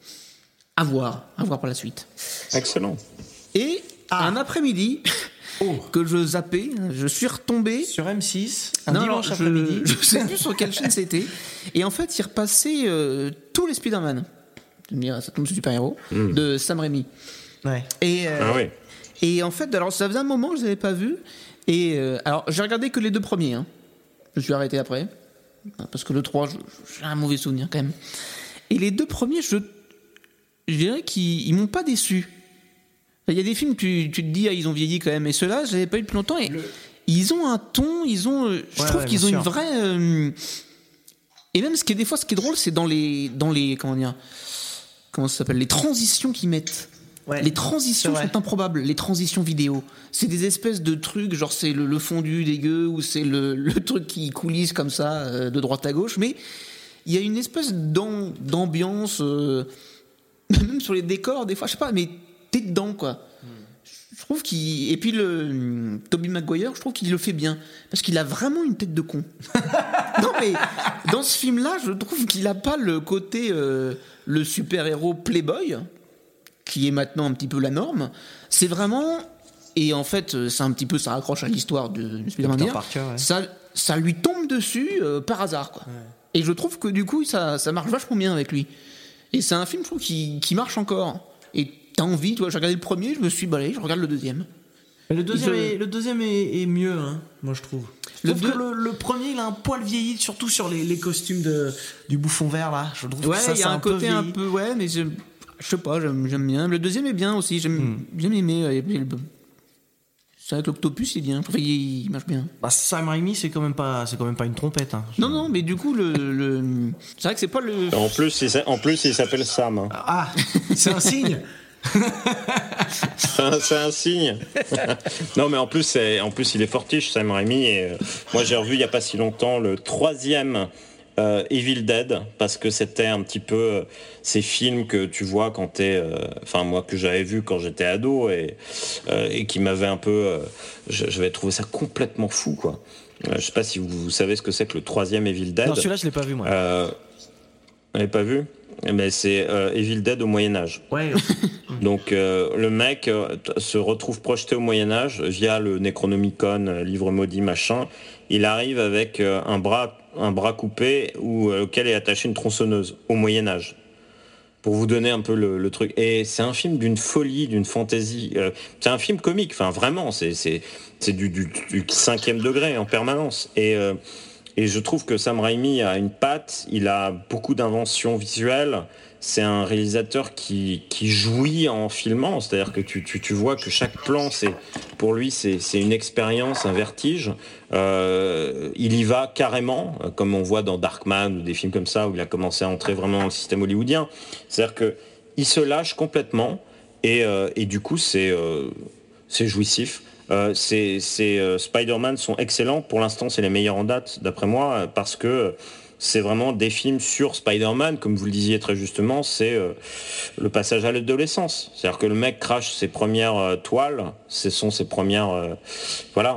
à voir, à voir par la suite. Excellent. Et ah. un après-midi oh. que je zappais, je suis retombé sur M six, un non, dimanche alors, après-midi. Je, je sais plus sur quelle chaîne c'était, et en fait, il repassait euh, tous les Spider-Man, ça tombe sur super-héros, mmh. de Sam Raimi. Ouais. Et euh, ah oui. Et en fait, alors ça faisait un moment que je les avais pas vus. Et euh, alors j'ai regardé que les deux premiers. Hein. Je me suis arrêté après parce que le trois, je, j'ai un mauvais souvenir quand même. Et les deux premiers, je, je dirais qu'ils ils m'ont pas déçu. Il y a des films, tu, tu te dis, ah, ils ont vieilli quand même. Et ceux-là, je l'avais pas eu depuis longtemps. Et le... ils ont un ton, ils ont. Je ouais, trouve ouais, qu'ils ont sûr. une vraie. Euh, et même ce qui est des fois, ce qui est drôle, c'est dans les, dans les, comment dire, comment ça s'appelle, les transitions qu'ils mettent. Ouais, les transitions sont improbables, les transitions vidéo. C'est des espèces de trucs, genre c'est le, le fondu dégueu ou c'est le, le truc qui coulisse comme ça euh, de droite à gauche, mais il y a une espèce d'am, d'ambiance, euh, même sur les décors, des fois, je sais pas, mais t'es dedans quoi. Mm. Je trouve qu'il. Et puis le Tobey Maguire, je trouve qu'il le fait bien, parce qu'il a vraiment une tête de con. Non mais dans ce film-là, je trouve qu'il a pas le côté euh, le super-héros playboy, qui est maintenant un petit peu la norme. C'est vraiment, et en fait c'est un petit peu, ça raccroche à l'histoire de, de Spider-Man, Parker, ouais. ça, ça lui tombe dessus euh, par hasard quoi. Ouais. Et je trouve que du coup ça, ça marche vachement bien avec lui, et c'est un film je trouve qui, qui marche encore, et t'as envie, tu vois, j'ai regardé le premier, je me suis balayé, je regarde le deuxième. Mais le deuxième, je... est, le deuxième est, est mieux, hein, moi je trouve. Je trouve le, que le, le premier il a un poil vieilli, surtout sur les, les costumes de, du bouffon vert là. Je trouve ouais, que ça, il y a un, un côté un peu, ouais, mais je... Je sais pas, j'aime, j'aime bien. Le deuxième est bien aussi, j'aime, mm. j'aime aimé. C'est vrai que l'Octopus il est bien, enfin, il, il marche bien. Bah, Sam Raimi c'est quand même pas, c'est quand même pas une trompette. Hein. Non non, mais du coup le, le... c'est vrai que c'est pas le. En plus, il, en plus il s'appelle Sam. Hein. Ah, c'est un signe. c'est, un, c'est un signe. Non mais en plus, c'est, en plus il est fortiche Sam Raimi, et euh, moi j'ai revu il y a pas si longtemps le troisième. Euh, Evil Dead, parce que c'était un petit peu euh, ces films que tu vois quand t'es, enfin euh, moi que j'avais vu quand j'étais ado, et, euh, et qui m'avait un peu, euh, j'avais trouvé ça complètement fou quoi. Euh, je sais pas si vous, vous savez ce que c'est que le troisième Evil Dead. Non, celui-là je l'ai pas vu moi. Euh, vous l'avez pas vu ? Mais c'est euh, Evil Dead au Moyen-Âge. Ouais. Donc euh, le mec euh, se retrouve projeté au Moyen-Âge via le Necronomicon, euh, livre maudit machin. Il arrive avec euh, un bras un bras coupé où, euh, auquel est attachée une tronçonneuse au Moyen-Âge. Pour vous donner un peu le, le truc. Et c'est un film d'une folie, d'une fantaisie. Euh, c'est un film comique, enfin vraiment, c'est, c'est, c'est du, du, du cinquième degré en permanence. Et, euh, et je trouve que Sam Raimi a une patte, il a beaucoup d'inventions visuelles. C'est un réalisateur qui, qui jouit en filmant, c'est-à-dire que tu, tu, tu vois que chaque plan, c'est, pour lui, c'est, c'est une expérience, un vertige. Euh, il y va carrément, comme on voit dans Darkman ou des films comme ça, où il a commencé à entrer vraiment dans le système hollywoodien. C'est-à-dire qu'il se lâche complètement, et, euh, et du coup, c'est, euh, c'est jouissif. Euh, ces ces euh, Spider-Man sont excellents. Pour l'instant, c'est les meilleurs en date, d'après moi, parce que c'est vraiment des films sur Spider-Man, comme vous le disiez très justement, c'est euh, le passage à l'adolescence. C'est-à-dire que le mec crache ses premières euh, toiles, ce sont ses premières... Euh, voilà.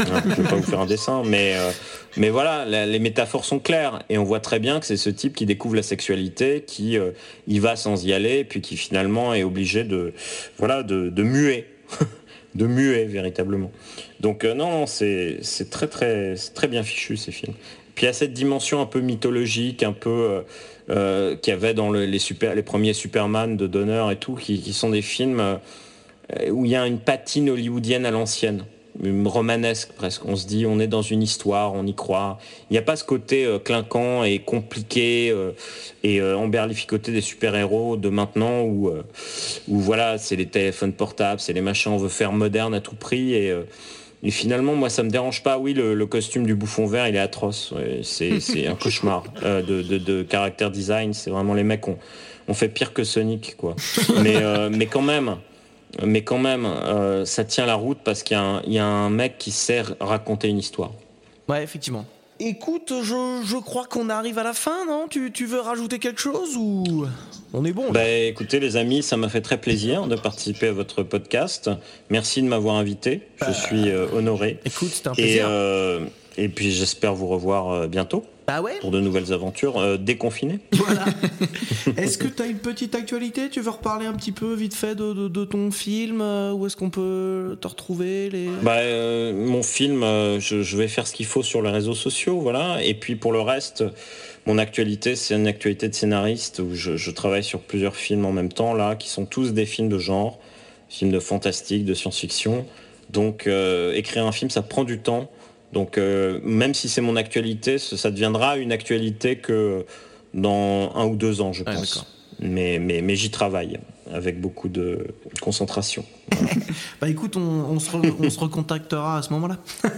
je vais pas vous faire un dessin, mais euh, mais voilà, la, les métaphores sont claires et on voit très bien que c'est ce type qui découvre la sexualité, qui euh, y va sans y aller, et puis qui finalement est obligé de voilà de, de muer, de muer véritablement. Donc euh, non, c'est c'est très très c'est très bien fichu ces films. Puis il y a cette dimension un peu mythologique, un peu euh, euh, qu'il y avait dans le, les super les premiers Superman de Donner et tout, qui, qui sont des films euh, où il y a une patine hollywoodienne à l'ancienne, romanesque presque. On se dit, on est dans une histoire, on y croit. Il n'y a pas ce côté euh, clinquant et compliqué euh, et euh, emberlificoté des super-héros de maintenant où, euh, où voilà, c'est les téléphones portables, c'est les machins, on veut faire moderne à tout prix. Et, euh, et finalement, moi, ça me dérange pas. Oui, le, le costume du bouffon vert, il est atroce. Ouais, c'est, c'est un cauchemar euh, de, de, de caractère design. C'est vraiment les mecs, on, on fait pire que Sonic, quoi. Mais, euh, mais quand même... Mais quand même, euh, ça tient la route parce qu'il y a, un, il y a un mec qui sait raconter une histoire. Ouais, effectivement. Écoute, je, je crois qu'on arrive à la fin, non ? tu, tu veux rajouter quelque chose ou on est bon là ? Bah, écoutez les amis, ça m'a fait très plaisir de participer à votre podcast. Merci de m'avoir invité, je euh... suis euh, honoré. Écoute, c'était un plaisir. Et, euh, et puis j'espère vous revoir euh, bientôt. Bah ouais. Pour de nouvelles aventures euh, déconfinées. Voilà. Est-ce que tu as une petite actualité ? Tu veux reparler un petit peu vite fait de, de, de ton film ? Où est-ce qu'on peut te retrouver les... bah, euh, Mon film, euh, je, je vais faire ce qu'il faut sur les réseaux sociaux, voilà. Et puis pour le reste, mon actualité, c'est une actualité de scénariste où je, je travaille sur plusieurs films en même temps, là, qui sont tous des films de genre, films de fantastique, de science-fiction. Donc euh, écrire un film, ça prend du temps. Donc euh, même si c'est mon actualité, ça deviendra une actualité que dans un ou deux ans, je pense. Ah, mais, mais, mais j'y travaille avec beaucoup de concentration. Voilà. Bah écoute, on, on, se re, on se recontactera à ce moment-là.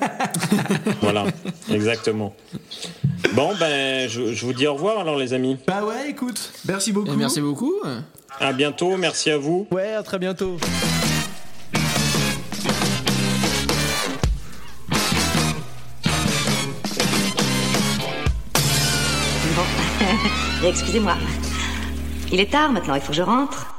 Voilà, exactement. Bon, ben je, je vous dis au revoir alors les amis. Bah ouais, écoute, merci beaucoup. Et merci beaucoup. À bientôt, merci à vous. Ouais, à très bientôt. Excusez-moi. Il est tard maintenant, il faut que je rentre.